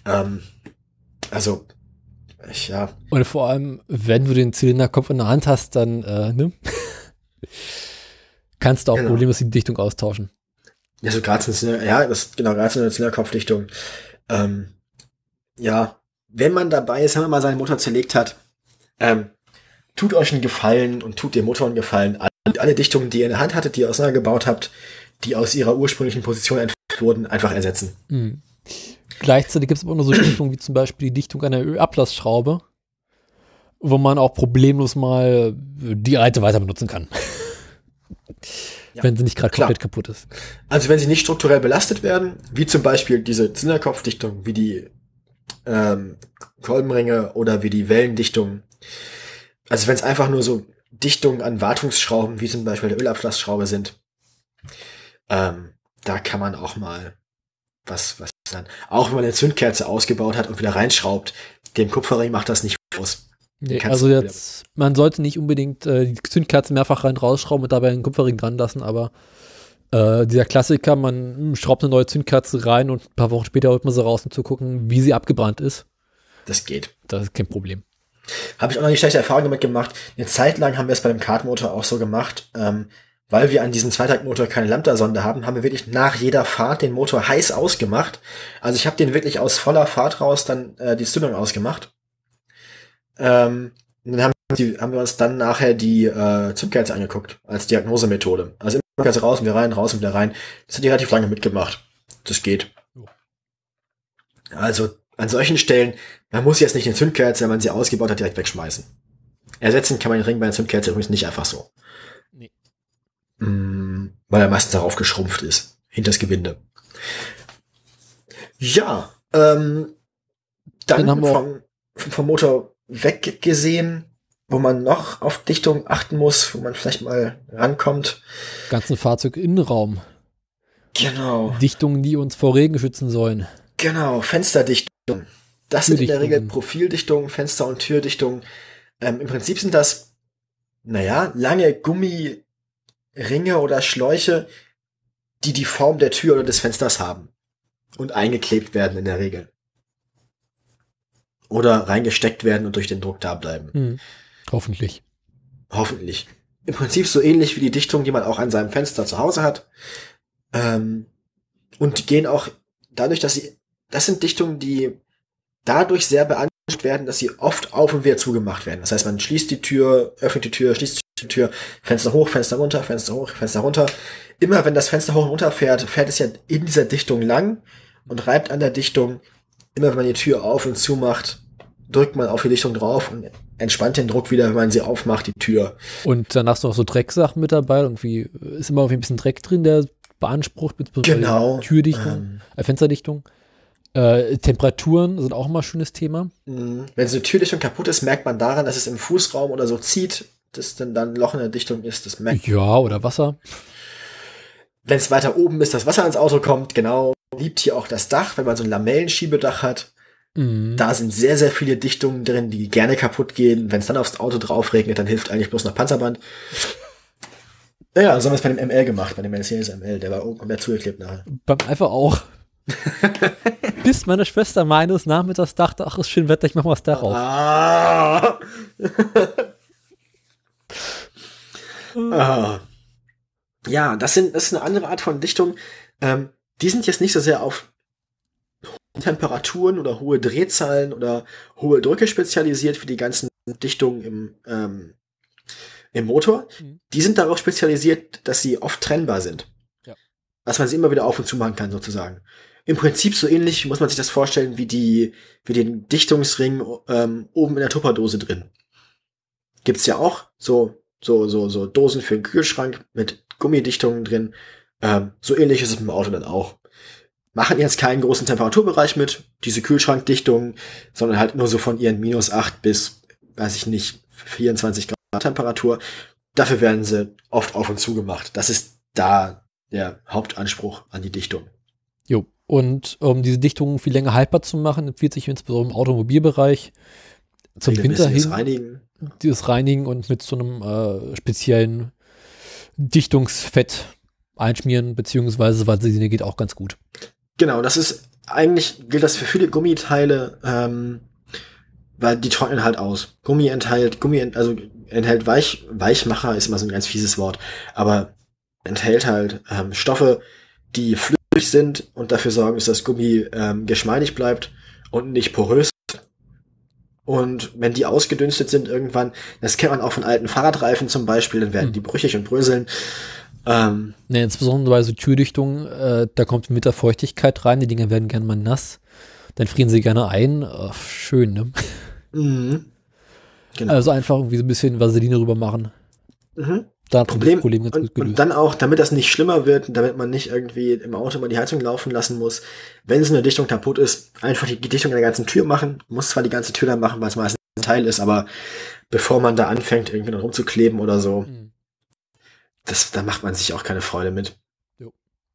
Ja. Und vor allem, wenn du den Zylinderkopf in der Hand hast, dann kannst du auch problemlos die Dichtung austauschen. Ja, so gerade eine Zylinderkopfdichtung. Wenn man dabei ist, wenn man mal seinen Motor zerlegt hat, tut euch einen Gefallen und tut dem Motor einen Gefallen. Alle Dichtungen, die ihr in der Hand hattet, die ihr auseinandergebaut habt, die aus ihrer ursprünglichen Position entfernt wurden, einfach ersetzen. Mhm. Gleichzeitig gibt es aber auch noch so Dichtungen wie zum Beispiel die Dichtung einer Ölablassschraube, wo man auch problemlos mal die alte weiter benutzen kann. Ja, wenn sie nicht gerade komplett kaputt ist. Also wenn sie nicht strukturell belastet werden, wie zum Beispiel diese Zylinderkopfdichtung, wie die Kolbenringe oder wie die Wellendichtung. Also wenn es einfach nur so Dichtungen an Wartungsschrauben, wie zum Beispiel der Ölablassschraube sind, da kann man auch mal was dann. Auch wenn man eine Zündkerze ausgebaut hat und wieder reinschraubt, dem Kupferring macht das nicht aus. Nee, also jetzt, man sollte nicht unbedingt die Zündkerze mehrfach rausschrauben und dabei einen Kupferring dran lassen, aber dieser Klassiker, man schraubt eine neue Zündkerze rein und ein paar Wochen später holt man sie raus, um zu gucken, wie sie abgebrannt ist. Das geht. Das ist kein Problem. Habe ich auch noch nicht schlechte Erfahrungen damit gemacht. Eine Zeit lang haben wir es bei dem Kartmotor auch so gemacht, weil wir an diesem Zweitaktmotor keine Lambda-Sonde haben wir wirklich nach jeder Fahrt den Motor heiß ausgemacht. Also ich habe den wirklich aus voller Fahrt raus dann die Zündung ausgemacht. Und dann haben wir uns dann nachher die Zündkerze angeguckt als Diagnosemethode. Also immer Zündkerze raus und wieder rein, raus und wieder rein. Das hat die relativ lange mitgemacht. Das geht. Also an solchen Stellen, man muss jetzt nicht eine Zündkerze, wenn man sie ausgebaut hat, direkt wegschmeißen. Ersetzen kann man den Ring bei einer Zündkerze übrigens nicht einfach so. Nee. Weil er meistens darauf geschrumpft ist. Hinter das Gewinde. Ja, dann haben wir vom Motor weggesehen, wo man noch auf Dichtung achten muss, wo man vielleicht mal rankommt. Ganzen Fahrzeuginnenraum. Genau. Dichtungen, die uns vor Regen schützen sollen. Genau, Fensterdichtung. Das sind in der Regel Profildichtungen, Fenster- und Türdichtungen. Im Prinzip sind das, lange Gummiringe oder Schläuche, die die Form der Tür oder des Fensters haben und eingeklebt werden in der Regel. Oder reingesteckt werden und durch den Druck da bleiben. Hoffentlich. Hoffentlich. Im Prinzip so ähnlich wie die Dichtung, die man auch an seinem Fenster zu Hause hat. Und die gehen auch dadurch, das sind Dichtungen, die dadurch sehr beansprucht werden, dass sie oft auf und wieder zugemacht werden. Das heißt, man schließt die Tür, öffnet die Tür, schließt die Tür, Fenster hoch, Fenster runter, Fenster hoch, Fenster runter. Immer wenn das Fenster hoch und runter fährt es ja in dieser Dichtung lang und reibt an der Dichtung. Immer wenn man die Tür auf und zu macht, drückt man auf die Dichtung drauf und entspannt den Druck wieder, wenn man sie aufmacht, die Tür. Und dann hast du noch so Drecksachen mit dabei. Irgendwie ist immer ein bisschen Dreck drin, der beansprucht, genau. Türdichtung, Fensterdichtung. Temperaturen sind auch immer ein schönes Thema. Wenn so eine Türdichtung kaputt ist, merkt man daran, dass es im Fußraum oder so zieht, dass dann ein Loch in der Dichtung ist. Das merkt man. Ja, oder Wasser. Wenn es weiter oben ist, das Wasser ins Auto kommt, genau. Liebt hier auch das Dach, wenn man so ein Lamellenschiebedach hat. Da sind sehr, sehr viele Dichtungen drin, die gerne kaputt gehen. Wenn es dann aufs Auto drauf regnet, dann hilft eigentlich bloß noch Panzerband. Ja, so haben wir es bei dem ML gemacht, bei dem Mercedes ML. Der war oben komplett zugeklebt nachher. Beim einfach auch. Bis meine Schwester meines Nachmittags dachte, ach, ist schön Wetter, ich mach mal das Dach auf. Ja, das ist eine andere Art von Dichtung. Die sind jetzt nicht so sehr auf Temperaturen oder hohe Drehzahlen oder hohe Drücke spezialisiert wie die ganzen Dichtungen im Motor. Die sind darauf spezialisiert, dass sie oft trennbar sind. Ja. Dass man sie immer wieder auf und zu machen kann, sozusagen. Im Prinzip so ähnlich muss man sich das vorstellen wie den Dichtungsring oben in der Tupperdose drin. Gibt's ja auch so Dosen für den Kühlschrank mit Gummidichtungen drin. So ähnlich ist es mit dem Auto dann auch. Machen jetzt keinen großen Temperaturbereich mit, diese Kühlschrankdichtungen, sondern halt nur so von ihren -8 bis, weiß ich nicht, 24 Grad Temperatur. Dafür werden sie oft auf und zu gemacht. Das ist da der Hauptanspruch an die Dichtung. Jo, und um diese Dichtungen viel länger haltbar zu machen, empfiehlt sich insbesondere im Automobilbereich zum Winter hin dieses Reinigen und mit so einem speziellen Dichtungsfett einschmieren, beziehungsweise Vaseline geht auch ganz gut. Genau, gilt das für viele Gummiteile, weil die trocknen halt aus. Gummi enthält Weichmacher, ist immer so ein ganz fieses Wort, aber enthält halt Stoffe, die flüssig sind und dafür sorgen, dass das Gummi geschmeidig bleibt und nicht porös. Und wenn die ausgedünstet sind irgendwann, das kennt man auch von alten Fahrradreifen zum Beispiel, dann werden die brüchig und bröseln. Insbesondere bei so Türdichtungen, da kommt mit der Feuchtigkeit rein, die Dinger werden gerne mal nass, dann frieren sie gerne ein. Schön, ne? Mhm. Genau. Also einfach irgendwie so ein bisschen Vaseline rüber machen. Da hat das Problem ganz gut gelöst. Und dann auch, damit das nicht schlimmer wird, damit man nicht irgendwie im Auto mal die Heizung laufen lassen muss, wenn so eine Dichtung kaputt ist, einfach die Dichtung in der ganzen Tür machen. Muss zwar die ganze Tür dann machen, weil es meistens ein Teil ist, aber bevor man da anfängt, irgendwie noch rumzukleben oder so, da macht man sich auch keine Freude mit. Jo.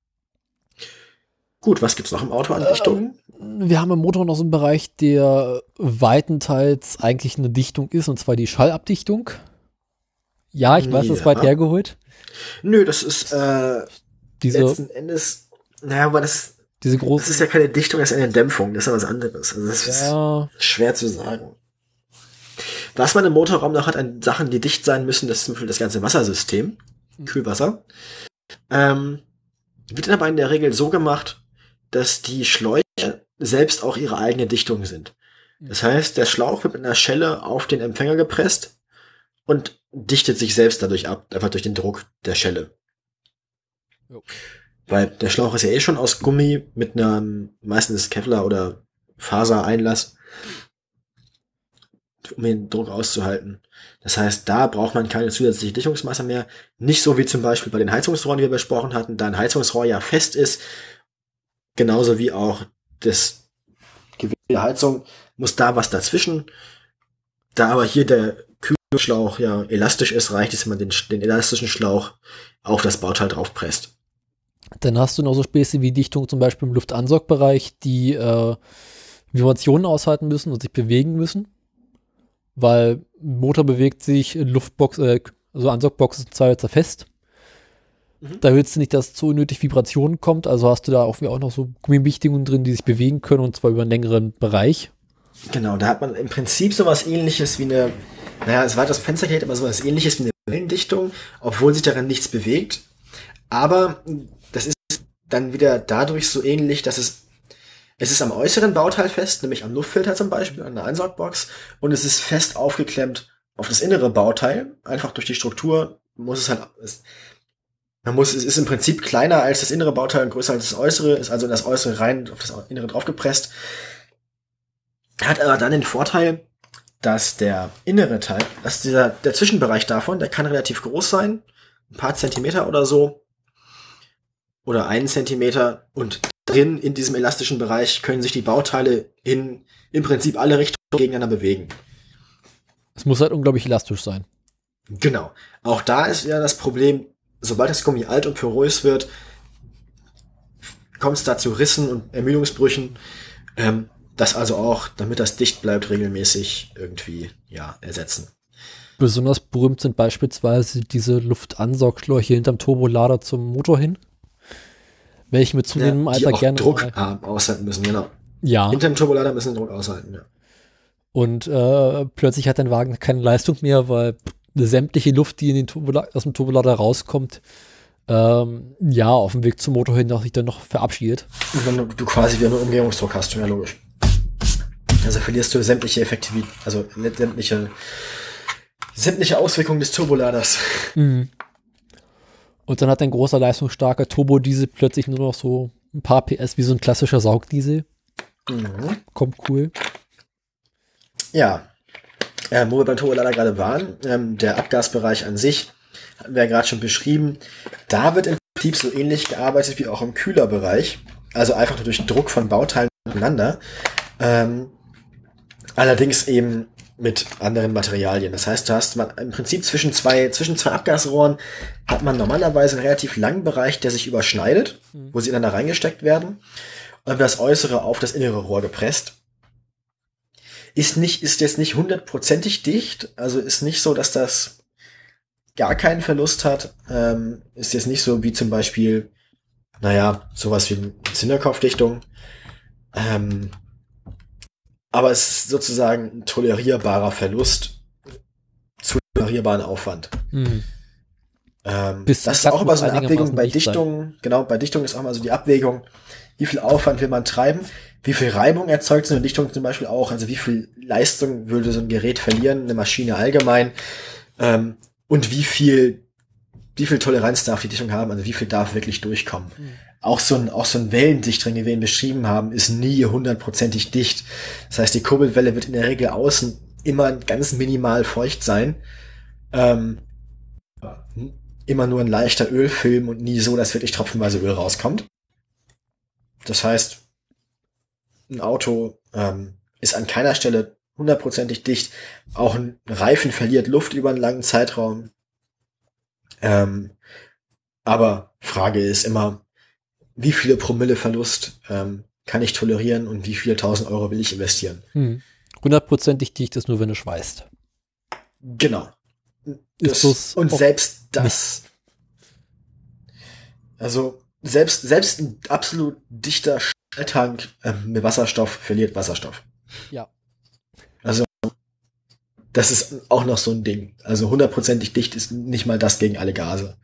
Gut, was gibt's noch im Auto an Dichtungen? Wir haben im Motor noch so einen Bereich, der weitenteils eigentlich eine Dichtung ist, und zwar die Schallabdichtung. Ja, ich weiß, das ist weit hergeholt. Nö, das ist letzten Endes, aber das ist ja keine Dichtung, das ist eine Dämpfung, das ist ja was anderes. Also das ist schwer zu sagen. Was man im Motorraum noch hat an Sachen, die dicht sein müssen, das ist zum Beispiel das ganze Wassersystem, Kühlwasser. Wird dann aber in der Regel so gemacht, dass die Schläuche selbst auch ihre eigene Dichtung sind. Das heißt, der Schlauch wird mit einer Schelle auf den Empfänger gepresst und dichtet sich selbst dadurch ab, einfach durch den Druck der Schelle. Jo. Weil der Schlauch ist ja schon aus Gummi mit einem meistens Kevlar oder Fasereinlass, um den Druck auszuhalten. Das heißt, da braucht man keine zusätzliche Dichtungsmasse mehr. Nicht so wie zum Beispiel bei den Heizungsrohren, die wir besprochen hatten, da ein Heizungsrohr ja fest ist, genauso wie auch das Gewinde der Heizung, muss da was dazwischen. Da aber hier der Kühlschlauch ja elastisch ist, reicht es, wenn man den elastischen Schlauch auf das Bauteil draufpresst. Dann hast du noch so Späße wie Dichtung zum Beispiel im Luftansaugbereich, die Vibrationen aushalten müssen und sich bewegen müssen, weil Motor bewegt sich, Luftbox, also Ansaugbox ist zwar fest. Da willst du nicht, dass zu unnötig Vibrationen kommt, also hast du da auch noch so Gummidichtungen drin, die sich bewegen können, und zwar über einen längeren Bereich. Genau, da hat man im Prinzip sowas Ähnliches wie es war das Fenstergerät, aber sowas Ähnliches wie eine Wellendichtung, obwohl sich daran nichts bewegt. Aber das ist dann wieder dadurch so ähnlich, dass es ist am äußeren Bauteil fest, nämlich am Luftfilter zum Beispiel, an der Ansaugbox, und es ist fest aufgeklemmt auf das innere Bauteil, einfach durch die Struktur es ist im Prinzip kleiner als das innere Bauteil und größer als das äußere, ist also in das äußere rein auf das innere draufgepresst. Hat aber dann den Vorteil, dass der innere Teil, der Zwischenbereich davon, der kann relativ groß sein, ein paar Zentimeter oder so, oder 1 Zentimeter, und drin in diesem elastischen Bereich können sich die Bauteile im Prinzip alle Richtungen gegeneinander bewegen. Es muss halt unglaublich elastisch sein. Genau. Auch da ist ja das Problem, sobald das Gummi alt und porös wird, kommt es da zu Rissen und Ermüdungsbrüchen. das also auch, damit das dicht bleibt, regelmäßig irgendwie, ja, ersetzen. Besonders berühmt sind beispielsweise diese Luftansaugschläuche hinterm Turbolader zum Motor hin, welche mit zunehmendem Die Alter auch gerne Druck mal, haben, aushalten müssen, genau. ja, Hinter dem Turbolader müssen sie Druck aushalten, ja. und plötzlich hat dein Wagen keine Leistung mehr, weil sämtliche Luft, die in den aus dem Turbolader rauskommt, ja, auf dem Weg zum Motor hin sich dann noch verabschiedet. Und wenn du quasi wieder nur Umgehungsdruck hast, ja, logisch. Also verlierst du sämtliche Effektivität, also sämtliche Auswirkungen des Turboladers. Mhm. Und dann hat ein großer, leistungsstarker Turbodiesel plötzlich nur noch so ein paar PS wie so ein klassischer Saugdiesel. Mhm. Kommt cool. Ja, wo wir beim Turbolader gerade waren, der Abgasbereich an sich, hatten wir ja gerade schon beschrieben, da wird im Prinzip so ähnlich gearbeitet wie auch im Kühlerbereich, also einfach nur durch Druck von Bauteilen miteinander, allerdings eben mit anderen Materialien. Das heißt, du hast im Prinzip zwischen zwei Abgasrohren hat man normalerweise einen relativ langen Bereich, der sich überschneidet, wo sie ineinander reingesteckt werden, und das Äußere auf das innere Rohr gepresst. Ist jetzt nicht 100%ig dicht, also ist nicht so, dass das gar keinen Verlust hat. Ist jetzt nicht so wie zum Beispiel, sowas wie eine Zylinderkopfdichtung. Aber es ist sozusagen ein tolerierbarer Verlust zu tolerierbaren Aufwand. Das ist auch immer so eine Abwägung bei Dichtungen. Genau, bei Dichtung ist auch mal so die Abwägung, wie viel Aufwand will man treiben, wie viel Reibung erzeugt so eine Dichtung zum Beispiel auch, also wie viel Leistung würde so ein Gerät verlieren, eine Maschine allgemein, und wie viel Toleranz darf die Dichtung haben, also wie viel darf wirklich durchkommen. Auch so ein Wellendichtring, wie wir ihn beschrieben haben, ist nie 100%ig dicht. Das heißt, die Kurbelwelle wird in der Regel außen immer ganz minimal feucht sein. Immer nur ein leichter Ölfilm und nie so, dass wirklich tropfenweise Öl rauskommt. Das heißt, ein Auto ist an keiner Stelle 100%ig dicht. Auch ein Reifen verliert Luft über einen langen Zeitraum. Aber Frage ist immer, wie viele Promille Verlust kann ich tolerieren und wie viele 1.000 Euro will ich investieren? 100%ig dicht ist nur, wenn du schweißt. Genau. Und selbst das. Also selbst ein absolut dichter Stahltank mit Wasserstoff verliert Wasserstoff. Ja. Also das ist auch noch so ein Ding. Also 100%ig dicht ist nicht mal das gegen alle Gase.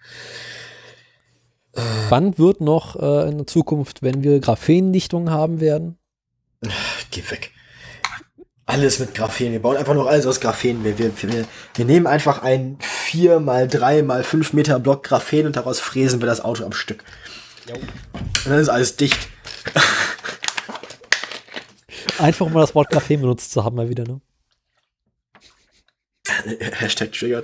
Wann wird noch in der Zukunft, wenn wir Graphendichtungen haben werden? Geh weg. Alles mit Graphen. Wir bauen einfach noch alles aus Graphen. Wir nehmen einfach einen 4x3x5 Meter Block Graphen und daraus fräsen wir das Auto am Stück. Jo. Und dann ist alles dicht. Einfach mal das Wort Graphen benutzt zu haben, mal wieder, ne? Hashtag triggert.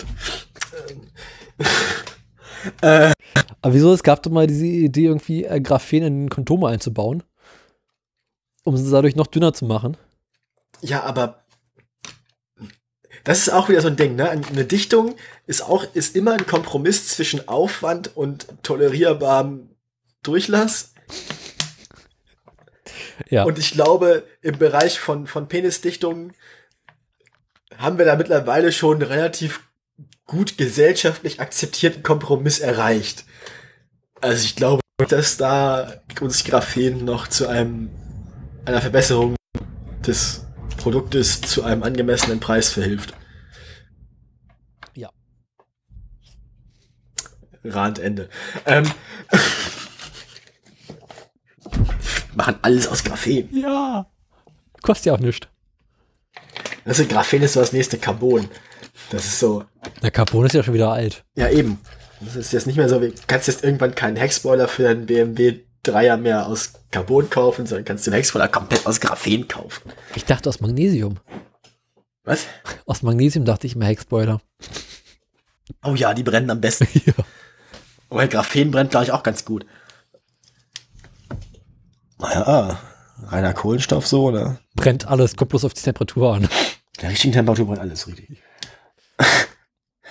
Aber wieso? Es gab doch mal diese Idee, irgendwie Graphen in Kondome einzubauen, um sie dadurch noch dünner zu machen. Ja, aber das ist auch wieder so ein Ding, ne? Eine Dichtung ist immer ein Kompromiss zwischen Aufwand und tolerierbarem Durchlass. Ja. Und ich glaube, im Bereich von Penisdichtungen haben wir da mittlerweile schon einen relativ gut gesellschaftlich akzeptierten Kompromiss erreicht. Also ich glaube, dass da uns Graphen noch zu einer Verbesserung des Produktes zu einem angemessenen Preis verhilft. Ja. Randende. Machen alles aus Graphen. Ja. Kostet ja auch nichts. Das ist Graphen ist so das nächste Carbon. Das ist so. Der Carbon ist ja schon wieder alt. Ja, eben. Das ist jetzt nicht mehr so, wie kannst jetzt irgendwann keinen Heckspoiler für einen BMW 3er mehr aus Carbon kaufen, sondern kannst den Heckspoiler komplett aus Graphen kaufen. Ich dachte aus Magnesium. Was? Aus Magnesium dachte ich immer Heckspoiler. Oh ja, die brennen am besten. Ja. Aber Graphen brennt, glaube ich, auch ganz gut. Naja, reiner Kohlenstoff so, ne? Brennt alles, kommt bloß auf die Temperatur an. Der richtigen Temperatur brennt alles richtig.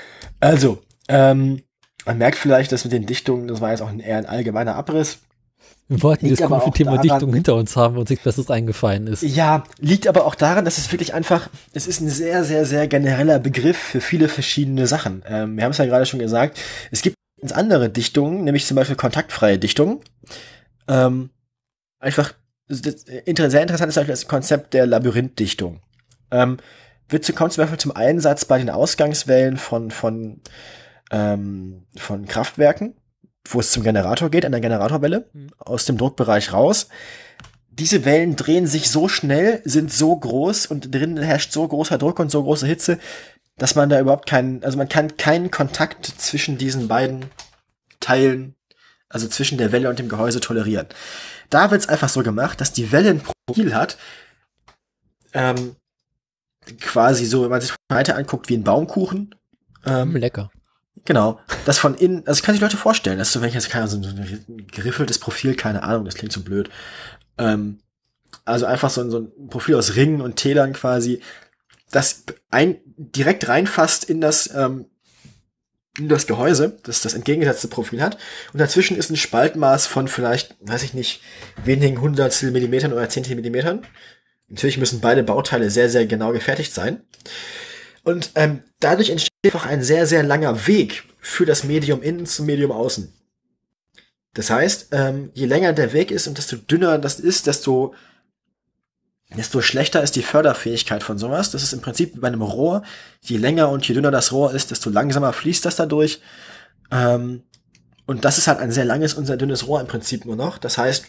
Also, man merkt vielleicht, dass mit den Dichtungen, das war jetzt auch eher ein allgemeiner Abriss. Wir wollten Liegt das aber komische auch Thema daran- Dichtung hinter uns haben, wo uns nichts Besseres eingefallen ist. Ja, liegt aber auch daran, dass es wirklich einfach, es ist ein sehr, sehr, sehr genereller Begriff für viele verschiedene Sachen. Wir haben es ja gerade schon gesagt, es gibt ganz andere Dichtungen, nämlich zum Beispiel kontaktfreie Dichtungen. Einfach, sehr interessant ist zum Beispiel das Konzept der Labyrinthdichtung. Kommt zum Beispiel zum Einsatz bei den Ausgangswellen von Kraftwerken, wo es zum Generator geht, an der Generatorwelle, aus dem Druckbereich raus. Diese Wellen drehen sich so schnell, sind so groß und drinnen herrscht so großer Druck und so große Hitze, dass man da überhaupt man kann keinen Kontakt zwischen diesen beiden Teilen, also zwischen der Welle und dem Gehäuse tolerieren. Da wird es einfach so gemacht, dass die Welle ein Profil hat, quasi so, wenn man sich von der Seite anguckt, wie ein Baumkuchen. Lecker. Genau, das von innen, also kann sich Leute vorstellen, dass so, wenn ich jetzt so ein geriffeltes Profil, keine Ahnung, das klingt so blöd. Also einfach so ein Profil aus Ringen und Tälern quasi, das direkt reinfasst in das Gehäuse, das entgegengesetzte Profil hat. Und dazwischen ist ein Spaltmaß von vielleicht, weiß ich nicht, wenigen Hundertstel Millimetern oder Zehntel Millimetern. Natürlich müssen beide Bauteile sehr, sehr genau gefertigt sein. Und dadurch entsteht einfach ein sehr, sehr langer Weg für das Medium innen zum Medium außen. Das heißt, je länger der Weg ist und desto dünner das ist, desto schlechter ist die Förderfähigkeit von sowas. Das ist im Prinzip wie bei einem Rohr. Je länger und je dünner das Rohr ist, desto langsamer fließt das dadurch. Und das ist halt ein sehr langes und sehr dünnes Rohr im Prinzip nur noch. Das heißt,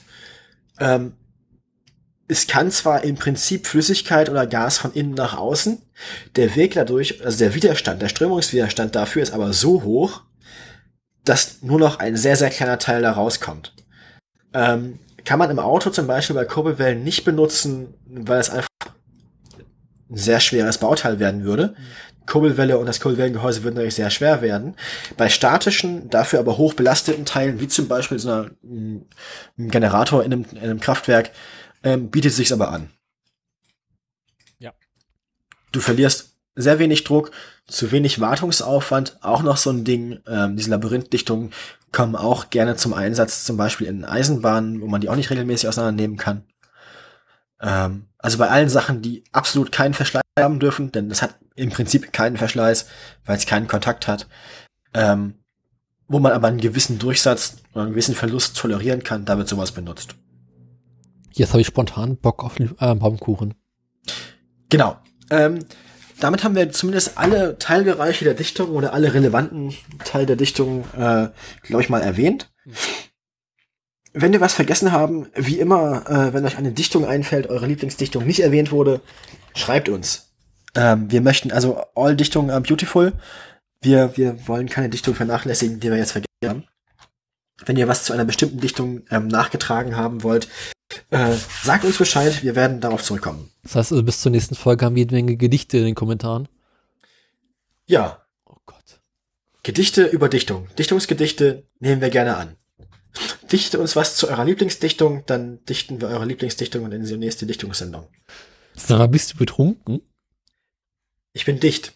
es kann zwar im Prinzip Flüssigkeit oder Gas von innen nach außen, der Weg dadurch, also der Widerstand, der Strömungswiderstand dafür ist aber so hoch, dass nur noch ein sehr, sehr kleiner Teil da rauskommt. Kann man im Auto zum Beispiel bei Kurbelwellen nicht benutzen, weil es einfach ein sehr schweres Bauteil werden würde. Kurbelwelle und das Kurbelwellengehäuse würden natürlich sehr schwer werden. Bei statischen, dafür aber hoch belasteten Teilen, wie zum Beispiel so ein Generator in einem Kraftwerk, bietet es sich aber an. Ja. Du verlierst sehr wenig Druck, zu wenig Wartungsaufwand, auch noch so ein Ding. Diese Labyrinthdichtungen kommen auch gerne zum Einsatz, zum Beispiel in Eisenbahnen, wo man die auch nicht regelmäßig auseinandernehmen kann. Also bei allen Sachen, die absolut keinen Verschleiß haben dürfen, denn das hat im Prinzip keinen Verschleiß, weil es keinen Kontakt hat, wo man aber einen gewissen Durchsatz oder einen gewissen Verlust tolerieren kann, da wird sowas benutzt. Jetzt habe ich spontan Bock auf den Baumkuchen. Genau. Damit haben wir zumindest alle Teilbereiche der Dichtung oder alle relevanten Teile der Dichtung, glaube ich, mal erwähnt. Wenn wir was vergessen haben, wie immer, wenn euch eine Dichtung einfällt, eure Lieblingsdichtung nicht erwähnt wurde, schreibt uns. Wir möchten also all Dichtungen are beautiful. Wir wollen keine Dichtung vernachlässigen, die wir jetzt vergessen haben. Wenn ihr was zu einer bestimmten Dichtung nachgetragen haben wollt, sagt uns Bescheid, wir werden darauf zurückkommen. Das heißt, also bis zur nächsten Folge haben wir jede Menge Gedichte in den Kommentaren. Ja. Oh Gott. Gedichte über Dichtung. Dichtungsgedichte nehmen wir gerne an. Dichte uns was zu eurer Lieblingsdichtung, dann dichten wir eure Lieblingsdichtung und in die nächste Dichtungssendung. Sag mal, bist du betrunken? Ich bin dicht.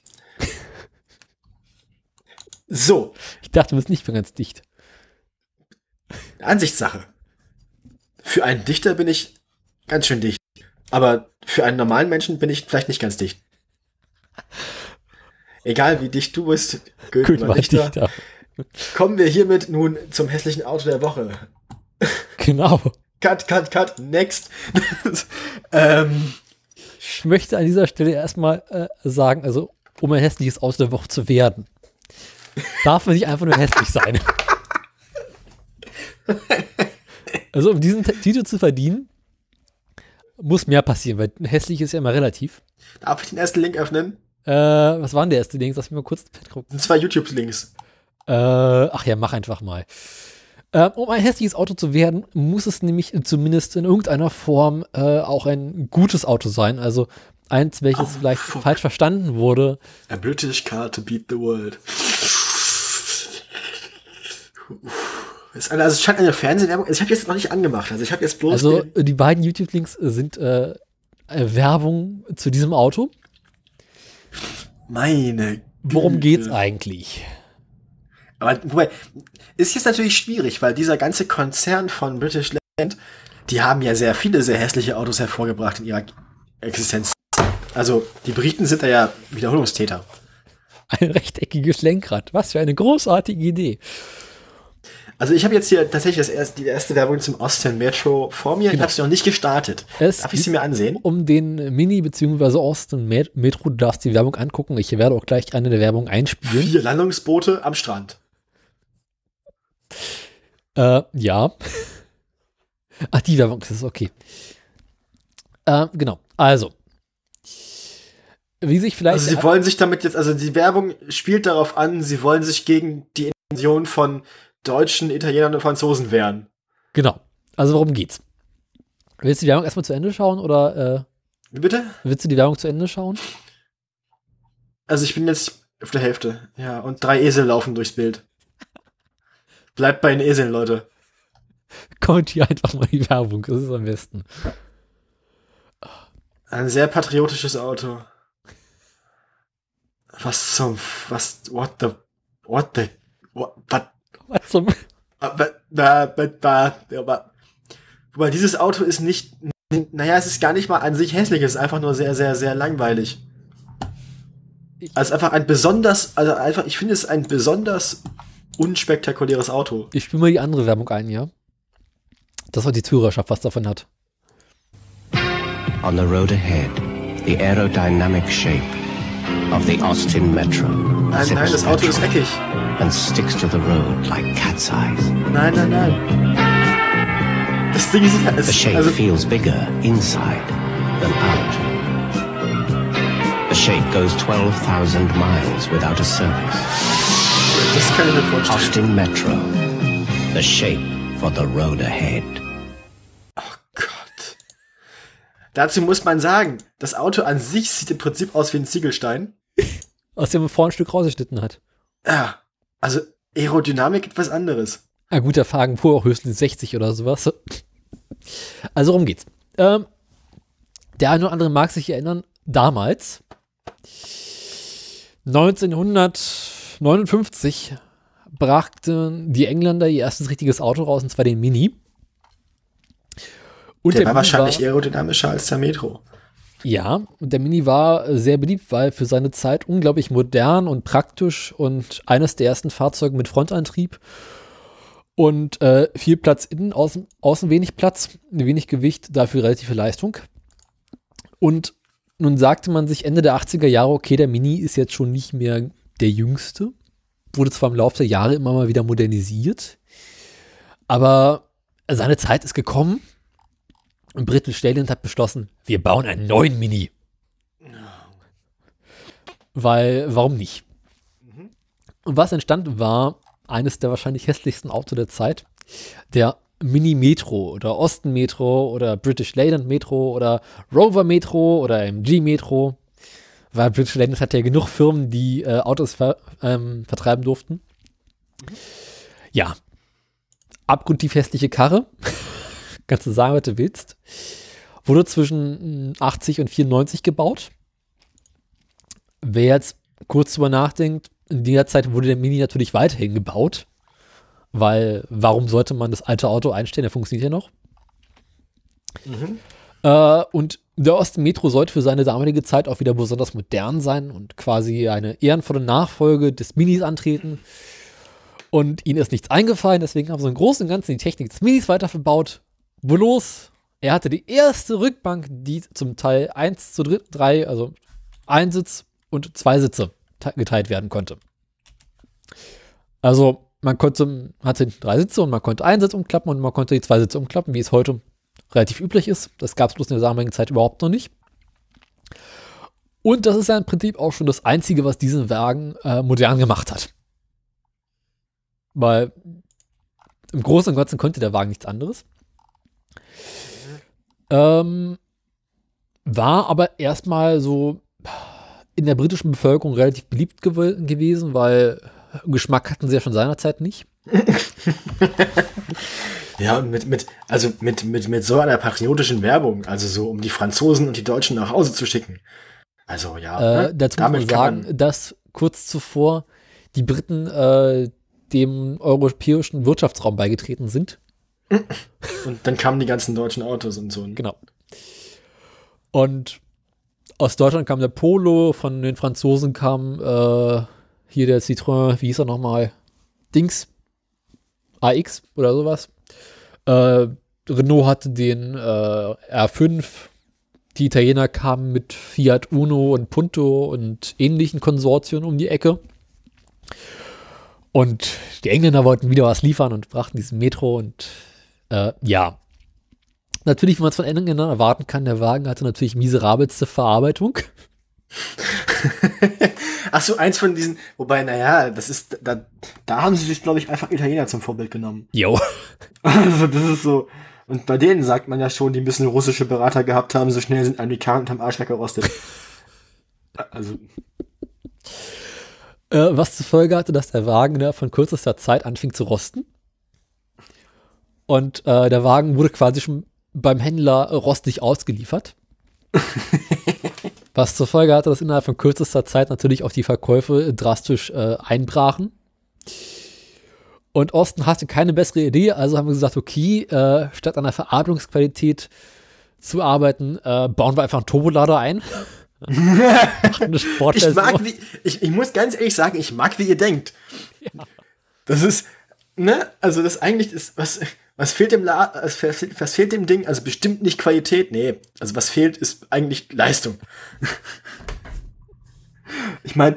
So. Ich dachte, du bist nicht mehr ganz dicht. Ansichtssache. Für einen Dichter bin ich ganz schön dicht. Aber für einen normalen Menschen bin ich vielleicht nicht ganz dicht. Egal wie dicht du bist, Goethe war Dichter. Kommen wir hiermit nun zum hässlichen Auto der Woche. Genau. Cut, next. Ich möchte an dieser Stelle erstmal sagen, also um ein hässliches Auto der Woche zu werden, darf man nicht einfach nur hässlich sein. Also um diesen Titel zu verdienen, muss mehr passieren, weil hässlich ist ja immer relativ. Darf ich den ersten Link öffnen? Was war denn der erste Link? Lass mich mal kurz gucken. Das sind 2 YouTube-Links. Ach ja, mach einfach mal. Um ein hässliches Auto zu werden, muss es nämlich zumindest in irgendeiner Form auch ein gutes Auto sein. Also eins, welches vielleicht falsch verstanden wurde. A British car to beat the world. Also es scheint eine Fernsehwerbung. Also ich habe jetzt noch nicht angemacht. Also ich habe jetzt bloß. Also die beiden YouTube-Links sind Werbung zu diesem Auto. Meine Güte. Worum geht's eigentlich? Aber wobei, ist jetzt natürlich schwierig, weil dieser ganze Konzern von British die haben ja sehr viele, sehr hässliche Autos hervorgebracht in ihrer Existenz. Also, die Briten sind da ja Wiederholungstäter. Ein rechteckiges Lenkrad. Was für eine großartige Idee. Also ich habe jetzt hier tatsächlich die erste Werbung zum Austin Metro vor mir. Genau. Ich habe sie noch nicht gestartet. Darf ich sie mir ansehen? Um den Mini bzw. Austin Metro, du darfst die Werbung angucken. Ich werde auch gleich eine der Werbung einspielen. 4 Landungsboote am Strand. Ja. Ach, die Werbung, das ist okay. Genau, also. Wie sich vielleicht... Also sie wollen sich damit jetzt, also die Werbung spielt darauf an, sie wollen sich gegen die Invasion von Deutschen, Italienern und Franzosen wehren. Genau. Also worum geht's? Willst du die Werbung erstmal zu Ende schauen oder Wie bitte? Willst du die Werbung zu Ende schauen? Also ich bin jetzt auf der Hälfte. Ja, und 3 Esel laufen durchs Bild. Bleibt bei den Eseln, Leute. Kommt hier einfach mal die Werbung, das ist am besten. Ein sehr patriotisches Auto. Was zum Wobei dieses Auto ist nicht, naja, es ist gar nicht mal an sich hässlich, es ist einfach nur sehr, sehr, sehr langweilig. Also einfach ich finde es ein besonders unspektakuläres Auto. Ich spiele mal die andere Werbung ein, ja? Dass auch die Zuhörerschaft was davon hat. On the road ahead, the aerodynamic shape of the Austin Metro. Nein, das Auto ist eckig. And sticks to the road like cat's eyes. Nein. Das Ding ist the shape feels bigger inside than out. The shape goes 12,000 miles without a service. Das kann ich mir vorstellen. Austin Metro. The shape for the road ahead. Oh Gott. Dazu muss man sagen, das Auto an sich sieht im Prinzip aus wie ein Ziegelstein. Aus dem man vorhin ein Stück rausgeschnitten hat. Ja, also Aerodynamik etwas anderes. Ein guter Wagen fuhr auch höchstens 60 oder sowas. Also worum geht's? Der eine oder andere mag sich erinnern, damals, 1959, brachten die Engländer ihr erstes richtiges Auto raus, und zwar den Mini. Und der war wahrscheinlich aerodynamischer als der Metro. Ja, und der Mini war sehr beliebt, weil für seine Zeit unglaublich modern und praktisch und eines der ersten Fahrzeuge mit Frontantrieb und viel Platz innen, außen wenig Platz, wenig Gewicht, dafür relativ viel Leistung. Und nun sagte man sich Ende der 80er Jahre, okay, der Mini ist jetzt schon nicht mehr der jüngste, wurde zwar im Laufe der Jahre immer mal wieder modernisiert, aber seine Zeit ist gekommen. Und British Leyland hat beschlossen, wir bauen einen neuen Mini. Weil, warum nicht? Und was entstand, war eines der wahrscheinlich hässlichsten Autos der Zeit. Der Mini Metro oder Austin Metro oder British Leyland Metro oder Rover Metro oder MG Metro. Weil British Leyland hat ja genug Firmen, die Autos vertreiben durften. Ja. Abgrundtief hässliche Karre. Kannst du sagen, was du willst. Wurde zwischen 80 und 94 gebaut. Wer jetzt kurz drüber nachdenkt, in der Zeit wurde der Mini natürlich weiterhin gebaut. Weil, warum sollte man das alte Auto einstellen? Der funktioniert ja noch. Und der Austin Metro sollte für seine damalige Zeit auch wieder besonders modern sein und quasi eine ehrenvolle Nachfolge des Minis antreten. Und ihnen ist nichts eingefallen, deswegen haben sie im Großen und Ganzen die Technik des Minis weiterverbaut. Bloß, er hatte die erste Rückbank, die zum Teil 1:3, also ein Sitz und 2 Sitze geteilt werden konnte. Also man hatte 3 Sitze und man konnte einen Sitz umklappen und man konnte die 2 Sitze umklappen, wie es heute relativ üblich ist. Das gab es bloß in der damaligen Zeit überhaupt noch nicht. Und das ist ja im Prinzip auch schon das Einzige, was diesen Wagen modern gemacht hat. Weil im Großen und Ganzen konnte der Wagen nichts anderes. War aber erstmal so in der britischen Bevölkerung relativ beliebt gewesen, weil Geschmack hatten sie ja schon seinerzeit nicht. Ja, und mit so einer patriotischen Werbung, also so um die Franzosen und die Deutschen nach Hause zu schicken. Also ja, dazu muss man sagen, dass kurz zuvor die Briten dem europäischen Wirtschaftsraum beigetreten sind. Und dann kamen die ganzen deutschen Autos und so. Genau. Und aus Deutschland kam der Polo, von den Franzosen kam hier der Citroën, wie hieß er nochmal? Dings. AX oder sowas. Renault hatte den R5. Die Italiener kamen mit Fiat Uno und Punto und ähnlichen Konsortien um die Ecke. Und die Engländer wollten wieder was liefern und brachten diesen Metro und ja. Natürlich, wie man es von Engländern erwarten kann, der Wagen hatte natürlich miserabelste Verarbeitung. Ach so, eins von diesen, wobei, naja, das ist, da haben sie sich, glaube ich, einfach Italiener zum Vorbild genommen. Jo. Also, das ist so, und bei denen sagt man ja schon, die müssen russische Berater gehabt haben, so schnell sind Amerikaner und haben Arsch weggerostet. Also. Was zur Folge hatte, dass der Wagen von kürzester Zeit anfing zu rosten. Und der Wagen wurde quasi schon beim Händler rostig ausgeliefert. Was zur Folge hatte, dass innerhalb von kürzester Zeit natürlich auch die Verkäufe drastisch einbrachen. Und Osten hatte keine bessere Idee, also haben wir gesagt, okay, statt an der Verarbeitungsqualität zu arbeiten, bauen wir einfach einen Turbolader ein. Ich muss ganz ehrlich sagen, ich mag, wie ihr denkt. Ja. Das ist, ne, also das eigentlich ist, was fehlt was fehlt dem Ding? Also bestimmt nicht Qualität, nee. Also was fehlt, ist eigentlich Leistung. Ich meine,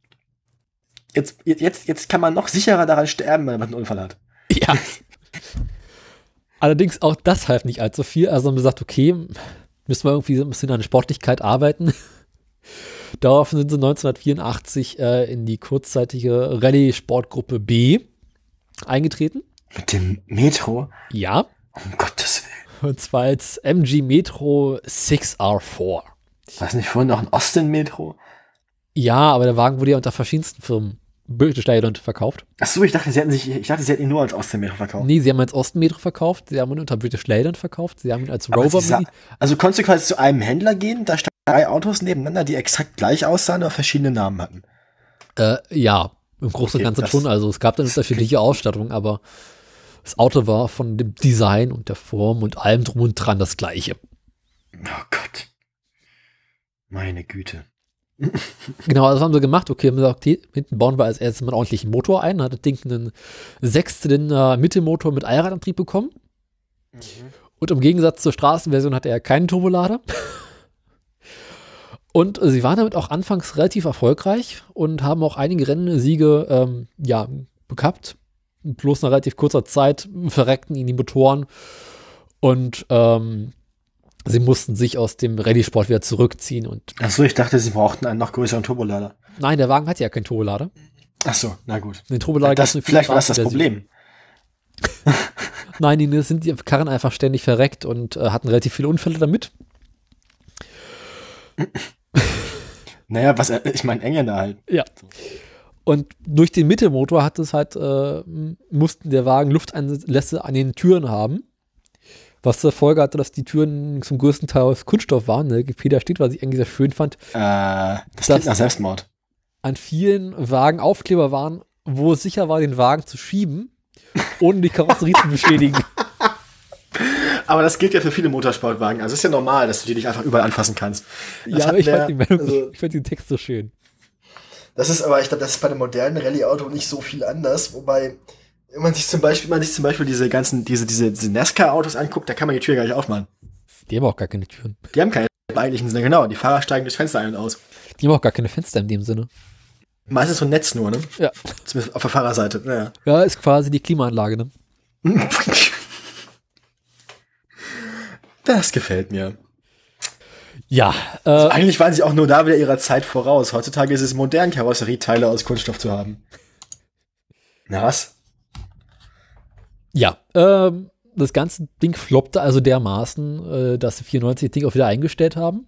jetzt kann man noch sicherer daran sterben, wenn man einen Unfall hat. Ja. Allerdings auch das half nicht allzu viel. Also haben wir gesagt, okay, müssen wir irgendwie ein bisschen an der Sportlichkeit arbeiten. Daraufhin sind sie 1984 in die kurzzeitige Rallye-Sportgruppe B eingetreten. Mit dem Metro? Ja. Um Gottes Willen. Und zwar als MG Metro 6R4. War es nicht vorhin noch ein Austin-Metro? Ja, aber der Wagen wurde ja unter verschiedensten Firmen British Leyland verkauft. Ach so, ich dachte, sie hätten ihn nur als Austin-Metro verkauft. Nee, sie haben ihn als Austin-Metro verkauft, sie haben ihn unter British Leyland verkauft, sie haben ihn als Rover. Also konntest du quasi zu einem Händler gehen, da standen 3 Autos nebeneinander, die exakt gleich aussahen, aber verschiedene Namen hatten. Ja, im Großen und Ganzen schon. Also es gab dann unterschiedliche Ausstattung, aber das Auto war von dem Design und der Form und allem drum und dran das gleiche. Oh Gott. Meine Güte. Genau, das haben sie gemacht. Okay, haben gesagt, okay, hinten bauen wir als erstes mal einen ordentlichen Motor ein. Dann hat das Ding einen 6-Zylinder-Mittelmotor mit Allradantrieb bekommen. Mhm. Und im Gegensatz zur Straßenversion hatte er keinen Turbolader. Und sie waren damit auch anfangs relativ erfolgreich und haben auch einige Rennsiege bekappt. Bloß nach relativ kurzer Zeit verreckten ihnen die Motoren und sie mussten sich aus dem Rallye-Sport wieder zurückziehen. Achso, ich dachte, sie brauchten einen noch größeren Turbolader. Nein, der Wagen hat ja keinen Turbolader. Achso, na gut. Den Turbolader vielleicht war das Problem. Nein, die sind die Karren einfach ständig verreckt und hatten relativ viele Unfälle damit. Naja, ich meine, Engländer halt. Ja. Und durch den Mittelmotor hat es halt, mussten der Wagen Lufteinlässe an den Türen haben. Was zur Folge hatte, dass die Türen zum größten Teil aus Kunststoff waren. Ne? Wikipedia steht, was ich eigentlich sehr schön fand. Das klingt nach Selbstmord. An vielen Wagen Aufkleber waren, wo es sicher war, den Wagen zu schieben, ohne die Karosserie zu beschädigen. Aber das gilt ja für viele Motorsportwagen. Also es ist ja normal, dass du die nicht einfach überall anfassen kannst. Ja, aber ich fand den Text so schön. Das ist aber, ich glaube, das ist bei einem modernen Rallye-Auto nicht so viel anders. Wobei, wenn man sich zum Beispiel diese NASCAR-Autos anguckt, da kann man die Tür gar nicht aufmachen. Die haben auch gar keine Türen. Die haben keine eigentlichen Sinne, genau. Die Fahrer steigen durchs Fenster ein und aus. Die haben auch gar keine Fenster in dem Sinne. Meistens so ein Netz nur, ne? Ja. Zumindest auf der Fahrerseite. Naja. Ja, ist quasi die Klimaanlage, ne? Das gefällt mir. Ja. Also eigentlich waren sie auch nur da wieder ihrer Zeit voraus. Heutzutage ist es modern, Karosserieteile aus Kunststoff zu haben. Na was? Ja, das ganze Ding floppte also dermaßen, dass sie 94 das Ding auch wieder eingestellt haben.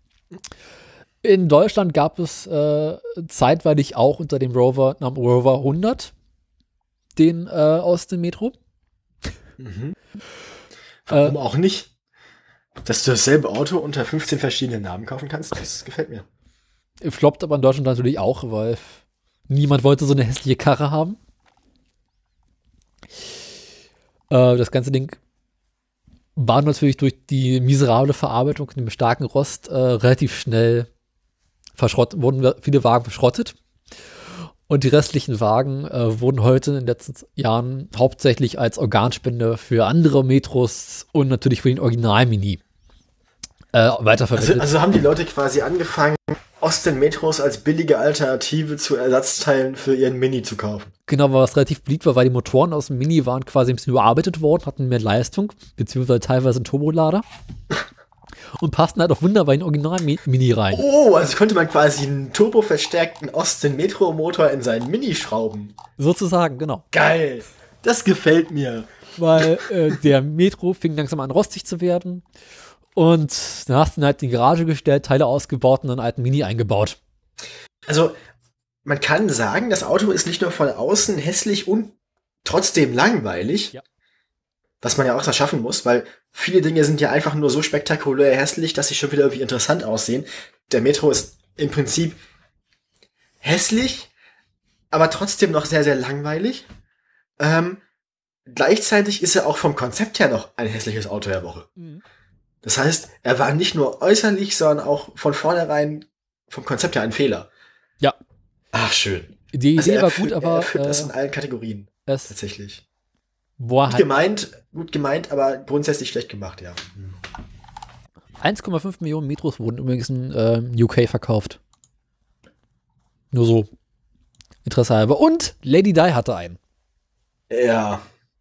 In Deutschland gab es zeitweilig auch unter dem Rover 100 den Austin Metro. Mhm. Warum auch nicht? Dass du dasselbe Auto unter 15 verschiedenen Namen kaufen kannst, das gefällt mir. Floppt aber in Deutschland natürlich auch, weil niemand wollte so eine hässliche Karre haben. Das ganze Ding war natürlich durch die miserable Verarbeitung und den starken Rost relativ schnell wurden viele Wagen verschrottet. Und die restlichen Wagen wurden heute in den letzten Jahren hauptsächlich als Organspende für andere Metros und natürlich für den Original-Mini weiterverwendet. Also haben die Leute quasi angefangen, aus den Metros als billige Alternative zu Ersatzteilen für ihren Mini zu kaufen. Genau, was relativ beliebt war, weil die Motoren aus dem Mini waren quasi ein bisschen überarbeitet worden, hatten mehr Leistung, beziehungsweise teilweise einen Turbolader und passten halt auch wunderbar in den Original-Mini rein. Oh, also konnte man quasi einen turboverstärkten Austin-Metro-Motor in seinen Mini schrauben. Sozusagen, genau. Geil, das gefällt mir. Weil der Metro fing langsam an rostig zu werden und dann hast du ihn halt in die Garage gestellt, Teile ausgebaut und einen alten Mini eingebaut. Also man kann sagen, das Auto ist nicht nur von außen hässlich und trotzdem langweilig, ja. Was man ja auch da schaffen muss, weil viele Dinge sind ja einfach nur so spektakulär hässlich, dass sie schon wieder irgendwie interessant aussehen. Der Metro ist im Prinzip hässlich, aber trotzdem noch sehr, sehr langweilig. Gleichzeitig ist er auch vom Konzept her noch ein hässliches Auto der Woche. Mhm. Das heißt, er war nicht nur äußerlich, sondern auch von vornherein vom Konzept her ein Fehler. Ja. Ach, schön. Die Idee war gut, aber er führt das in allen Kategorien. Tatsächlich. Gut gemeint, aber grundsätzlich schlecht gemacht, ja. 1,5 Millionen Metros wurden übrigens in UK verkauft. Nur so. Interesse halber. Und Lady Di hatte einen. Ja.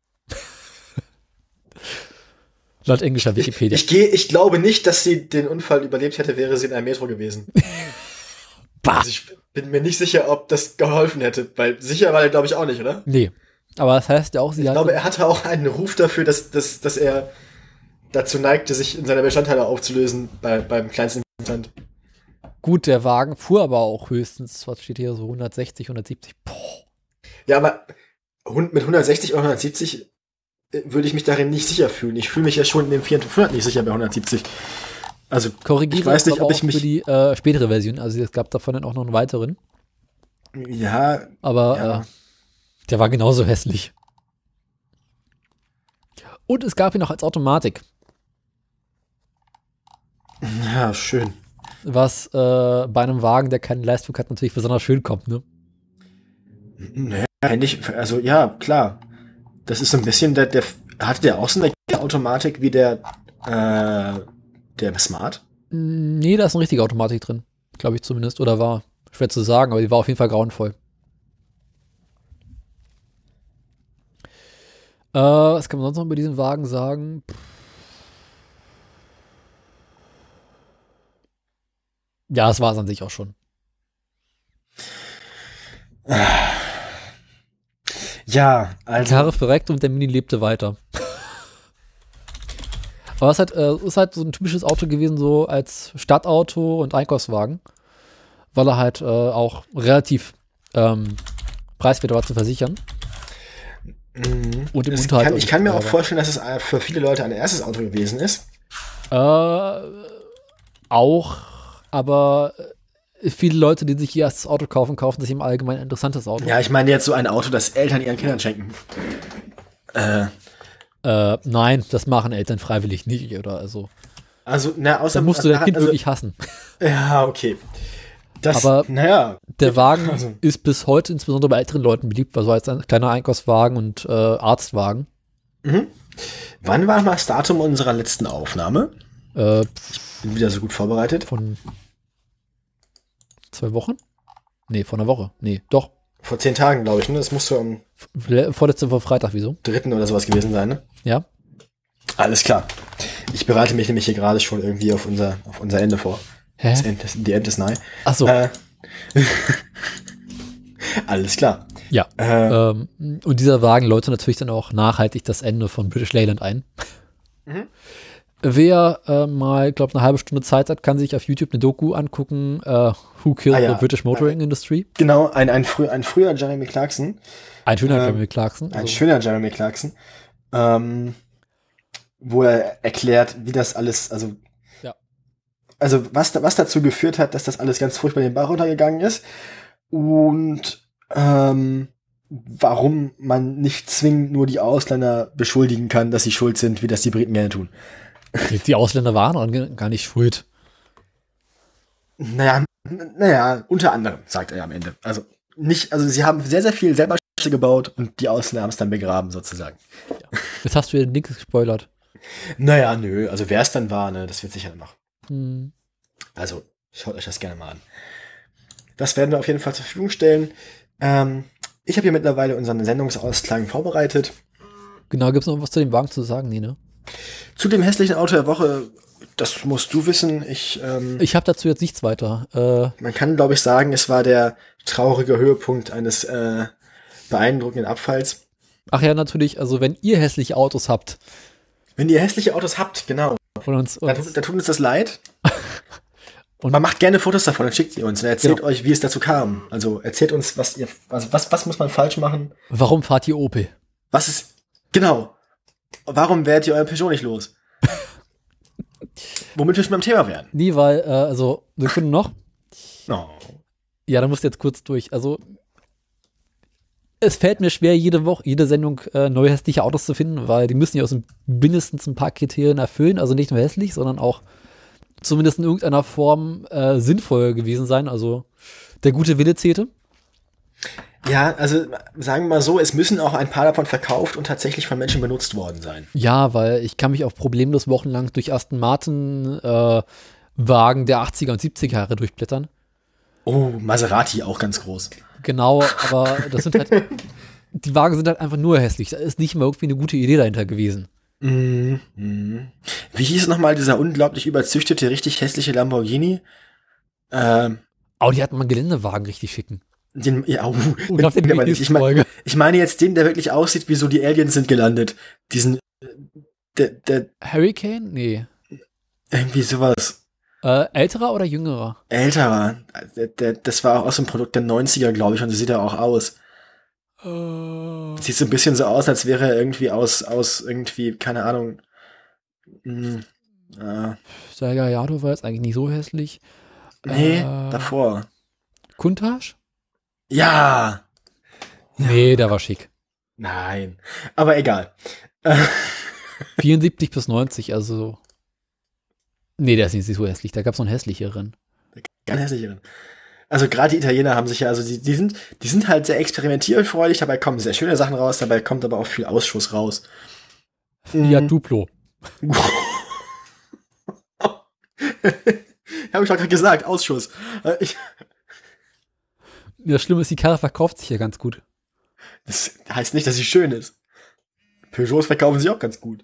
Laut englischer Wikipedia. Ich glaube nicht, dass sie den Unfall überlebt hätte, wäre sie in einem Metro gewesen. Also ich bin mir nicht sicher, ob das geholfen hätte, weil sicher war er, glaube ich, auch nicht, oder? Nee. Aber das heißt ja auch, ich glaube, er hatte auch einen Ruf dafür, dass er dazu neigte, sich in seine Bestandteile aufzulösen beim kleinsten Widerstand. Gut, der Wagen fuhr aber auch höchstens, was steht hier, so 160, 170. Boah. Ja, aber mit 160 oder 170 würde ich mich darin nicht sicher fühlen. Ich fühle mich ja schon in dem Fiat 500 nicht sicher bei 170. Also, korrigiere ich weiß nicht, ob ich mich für die spätere Version, also es gab davon dann auch noch einen weiteren. Ja. Aber ja. Der war genauso hässlich. Und es gab ihn noch als Automatik. Ja, schön. Was bei einem Wagen, der keine Leistung hat, natürlich besonders schön kommt, ne? Naja, also ja, klar. Das ist so ein bisschen, hatte der auch so eine Automatik wie der Smart? Nee, da ist eine richtige Automatik drin. Glaube ich zumindest. Oder war. Schwer zu sagen, aber die war auf jeden Fall grauenvoll. Was kann man sonst noch über diesen Wagen sagen? Ja, das war es an sich auch schon. Ja, also. Die Karre verreckt und der Mini lebte weiter. Aber es ist halt so ein typisches Auto gewesen, so als Stadtauto und Einkaufswagen, weil er halt auch relativ preiswert war zu versichern. Und im Unterhalt. Ich kann mir auch vorstellen, dass es für viele Leute ein erstes Auto gewesen ist. Auch, aber viele Leute, die sich ihr erstes Auto kaufen sich im Allgemeinen ein interessantes Auto. Ja, ich meine jetzt so ein Auto, das Eltern ihren Kindern schenken. Nein, das machen Eltern freiwillig nicht, oder also. Also, außer dann musst du dein Kind wirklich hassen. Ja, okay. Aber der Wagen ist bis heute insbesondere bei älteren Leuten beliebt, also als ein kleiner Einkaufswagen und Arztwagen. Mhm. Wann war das Datum unserer letzten Aufnahme? Ich bin wieder so gut vorbereitet. Von 2 Wochen? Nee, vor einer Woche. Nee, doch. Vor 10 Tagen, glaube ich, ne? Das muss so am vorletzte Woche Freitag, wieso? 3. oder sowas gewesen sein, ne? Ja. Alles klar. Ich bereite mich nämlich hier gerade schon irgendwie auf unser Ende vor. Hä? Die End ist nahe. Ach so. Alles klar. Ja. Und dieser Wagen läutet natürlich dann auch nachhaltig das Ende von British Leyland ein. Mhm. Wer mal, glaube eine halbe Stunde Zeit hat, kann sich auf YouTube eine Doku angucken, Who Killed the British Motoring Industry. Genau, ein früher Jeremy Clarkson. Ein schöner Jeremy Clarkson. Ein schöner Jeremy Clarkson. Wo er erklärt, wie das alles, also was dazu geführt hat, dass das alles ganz furchtbar den Bach runtergegangen ist. Und warum man nicht zwingend nur die Ausländer beschuldigen kann, dass sie schuld sind, wie das die Briten gerne tun. Die Ausländer waren gar nicht schuld. Naja, unter anderem, sagt er am Ende. Also sie haben sehr, sehr viel selber Scheiße gebaut und die Ausländer haben es dann begraben, sozusagen. Ja. Jetzt hast du ja nichts gespoilert. Naja, nö, also wer es dann war, ne, das wird sicher machen. Hm. Also, schaut euch das gerne mal an. Das werden wir auf jeden Fall zur Verfügung stellen. Ich habe hier mittlerweile unseren Sendungsausklang vorbereitet. Genau, gibt es noch was zu dem Wagen zu sagen? Nee, ne? Zu dem hässlichen Auto der Woche, das musst du wissen. Ich habe dazu jetzt nichts weiter. Man kann, glaube ich, sagen, es war der traurige Höhepunkt eines beeindruckenden Abfalls. Ach ja, natürlich, also wenn ihr hässliche Autos habt. Wenn ihr hässliche Autos habt, genau. Dann tut uns das leid. Und man macht gerne Fotos davon und schickt sie uns und erzählt euch, wie es dazu kam. Also erzählt uns, was muss man falsch machen? Warum fahrt ihr Opel? Warum werdet ihr euer Peugeot nicht los? Womit wir schon beim Thema wären. Nee, weil, Sekunde noch. Oh. Ja, da musst du jetzt kurz durch. Also, es fällt mir schwer, jede Sendung neue hässliche Autos zu finden, weil die müssen ja aus mindestens ein paar Kriterien erfüllen. Also nicht nur hässlich, sondern auch zumindest in irgendeiner Form sinnvoll gewesen sein. Also, der gute Wille zählte. Ja, also sagen wir mal so, es müssen auch ein paar davon verkauft und tatsächlich von Menschen benutzt worden sein. Ja, weil ich kann mich auch problemlos wochenlang durch Aston Martin Wagen der 80er und 70er Jahre durchblättern. Oh, Maserati auch ganz groß. Genau, aber das sind halt, die Wagen sind halt einfach nur hässlich. Da ist nicht mal irgendwie eine gute Idee dahinter gewesen. Wie hieß nochmal dieser unglaublich überzüchtete, richtig hässliche Lamborghini? Oh, die hatten mal einen Geländewagen richtig schicken. Ich meine jetzt den, der wirklich aussieht, wie so die Aliens sind gelandet. Diesen, der Hurricane? Nee. Irgendwie sowas. Älterer oder jüngerer? Älterer. Das war auch aus dem Produkt der 90er, glaube ich, und so sieht er auch aus. Sieht so ein bisschen so aus, als wäre er irgendwie aus irgendwie, keine Ahnung. Gallardo war jetzt eigentlich nicht so hässlich. Nee, davor. Countach? Ja! Nee, der war schick. Nein. Aber egal. 74 bis 90, also. Nee, der ist nicht so hässlich. Da gab es noch einen hässlicheren. Ganz hässlicheren. Also gerade die Italiener haben sich ja, also die sind halt sehr experimentierfreudig, dabei kommen sehr schöne Sachen raus, dabei kommt aber auch viel Ausschuss raus. Fiat Duplo. Habe ich doch gerade gesagt, Ausschuss. Das Schlimme ist, die Karre verkauft sich ja ganz gut. Das heißt nicht, dass sie schön ist. Peugeots verkaufen sich auch ganz gut.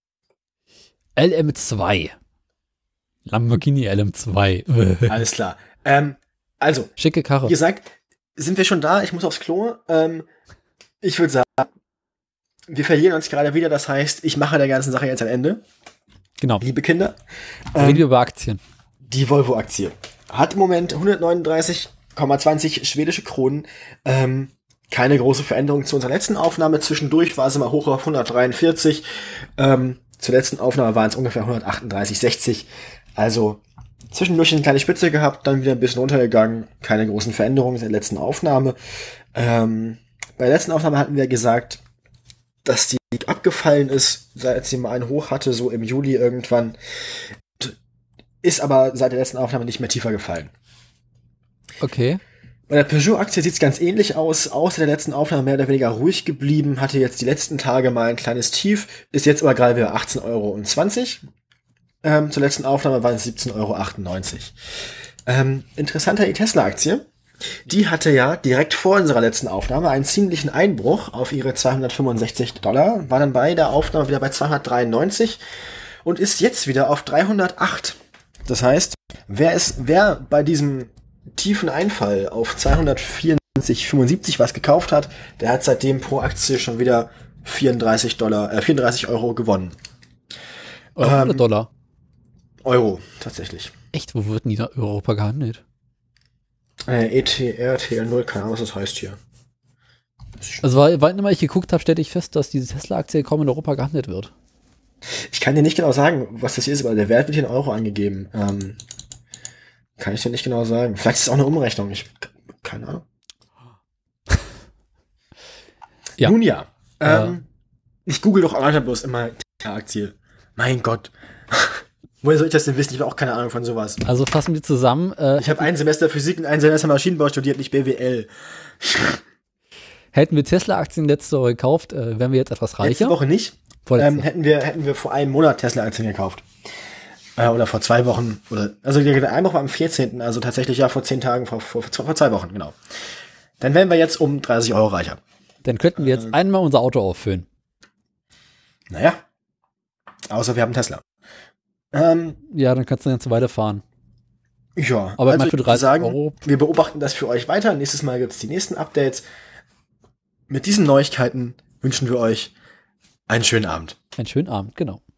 LM2. Lamborghini LM2. Alles klar. Also, schicke Karre. Wie gesagt, sind wir schon da? Ich muss aufs Klo. Ich würde sagen, wir verlieren uns gerade wieder. Das heißt, ich mache der ganzen Sache jetzt ein Ende. Genau. Liebe Kinder. Reden wir über Aktien. Die Volvo-Aktie hat im Moment 139,20 schwedische Kronen. Keine große Veränderung zu unserer letzten Aufnahme. Zwischendurch war sie mal hoch auf 143. Zur letzten Aufnahme waren es ungefähr 138,60. Also zwischendurch eine kleine Spitze gehabt, dann wieder ein bisschen runtergegangen. Keine großen Veränderungen seit der letzten Aufnahme. Bei der letzten Aufnahme hatten wir gesagt, dass die abgefallen ist, seit sie mal einen Hoch hatte, so im Juli irgendwann. Ist aber seit der letzten Aufnahme nicht mehr tiefer gefallen. Okay. Bei der Peugeot-Aktie sieht es ganz ähnlich aus. Außer der letzten Aufnahme mehr oder weniger ruhig geblieben. Hatte jetzt die letzten Tage mal ein kleines Tief. Ist jetzt aber gerade wieder 18,20 €. Zur letzten Aufnahme waren es 17,98 €. Interessanter die Tesla-Aktie. Die hatte ja direkt vor unserer letzten Aufnahme einen ziemlichen Einbruch auf ihre $265. War dann bei der Aufnahme wieder bei 293 und ist jetzt wieder auf 308. Das heißt, wer bei diesem tiefen Einfall auf 294,75 was gekauft hat, der hat seitdem pro Aktie schon wieder 34 € gewonnen. Oder Dollar? Euro, tatsächlich. Echt? Wo wird denn die in Europa gehandelt? RTL0, keine Ahnung, was das heißt hier. Also, wann immer ich geguckt habe, stellte ich fest, dass diese Tesla-Aktie kaum in Europa gehandelt wird. Ich kann dir nicht genau sagen, was das hier ist, aber der Wert wird hier in Euro angegeben. Kann ich dir nicht genau sagen. Vielleicht ist es auch eine Umrechnung. Keine Ahnung. Ja. Nun ja. Ich google doch auch bloß immer Tesla-Aktie. Mein Gott. Woher soll ich das denn wissen? Ich habe auch keine Ahnung von sowas. Also fassen wir zusammen. Ich habe ein Semester Physik und ein Semester Maschinenbau studiert, nicht BWL. Hätten wir Tesla-Aktien letzte Woche gekauft, wären wir jetzt etwas reicher. Letzte Woche nicht. Vorletzte. Hätten wir vor einem Monat Tesla-Aktien gekauft. Oder vor 2 Wochen. Also die eine Woche war am 14., also tatsächlich ja vor 10 Tagen, vor 2 Wochen, genau. Dann wären wir jetzt um 30 Euro reicher. Dann könnten wir jetzt einmal unser Auto auffüllen. Naja. Außer wir haben Tesla. Ja, dann kannst du jetzt weiterfahren. Ja, Aber also für ich 30 sagen, Euro. wir beobachten das für euch weiter. Nächstes Mal gibt es die nächsten Updates. Mit diesen Neuigkeiten wünschen wir euch einen schönen Abend. Einen schönen Abend, genau.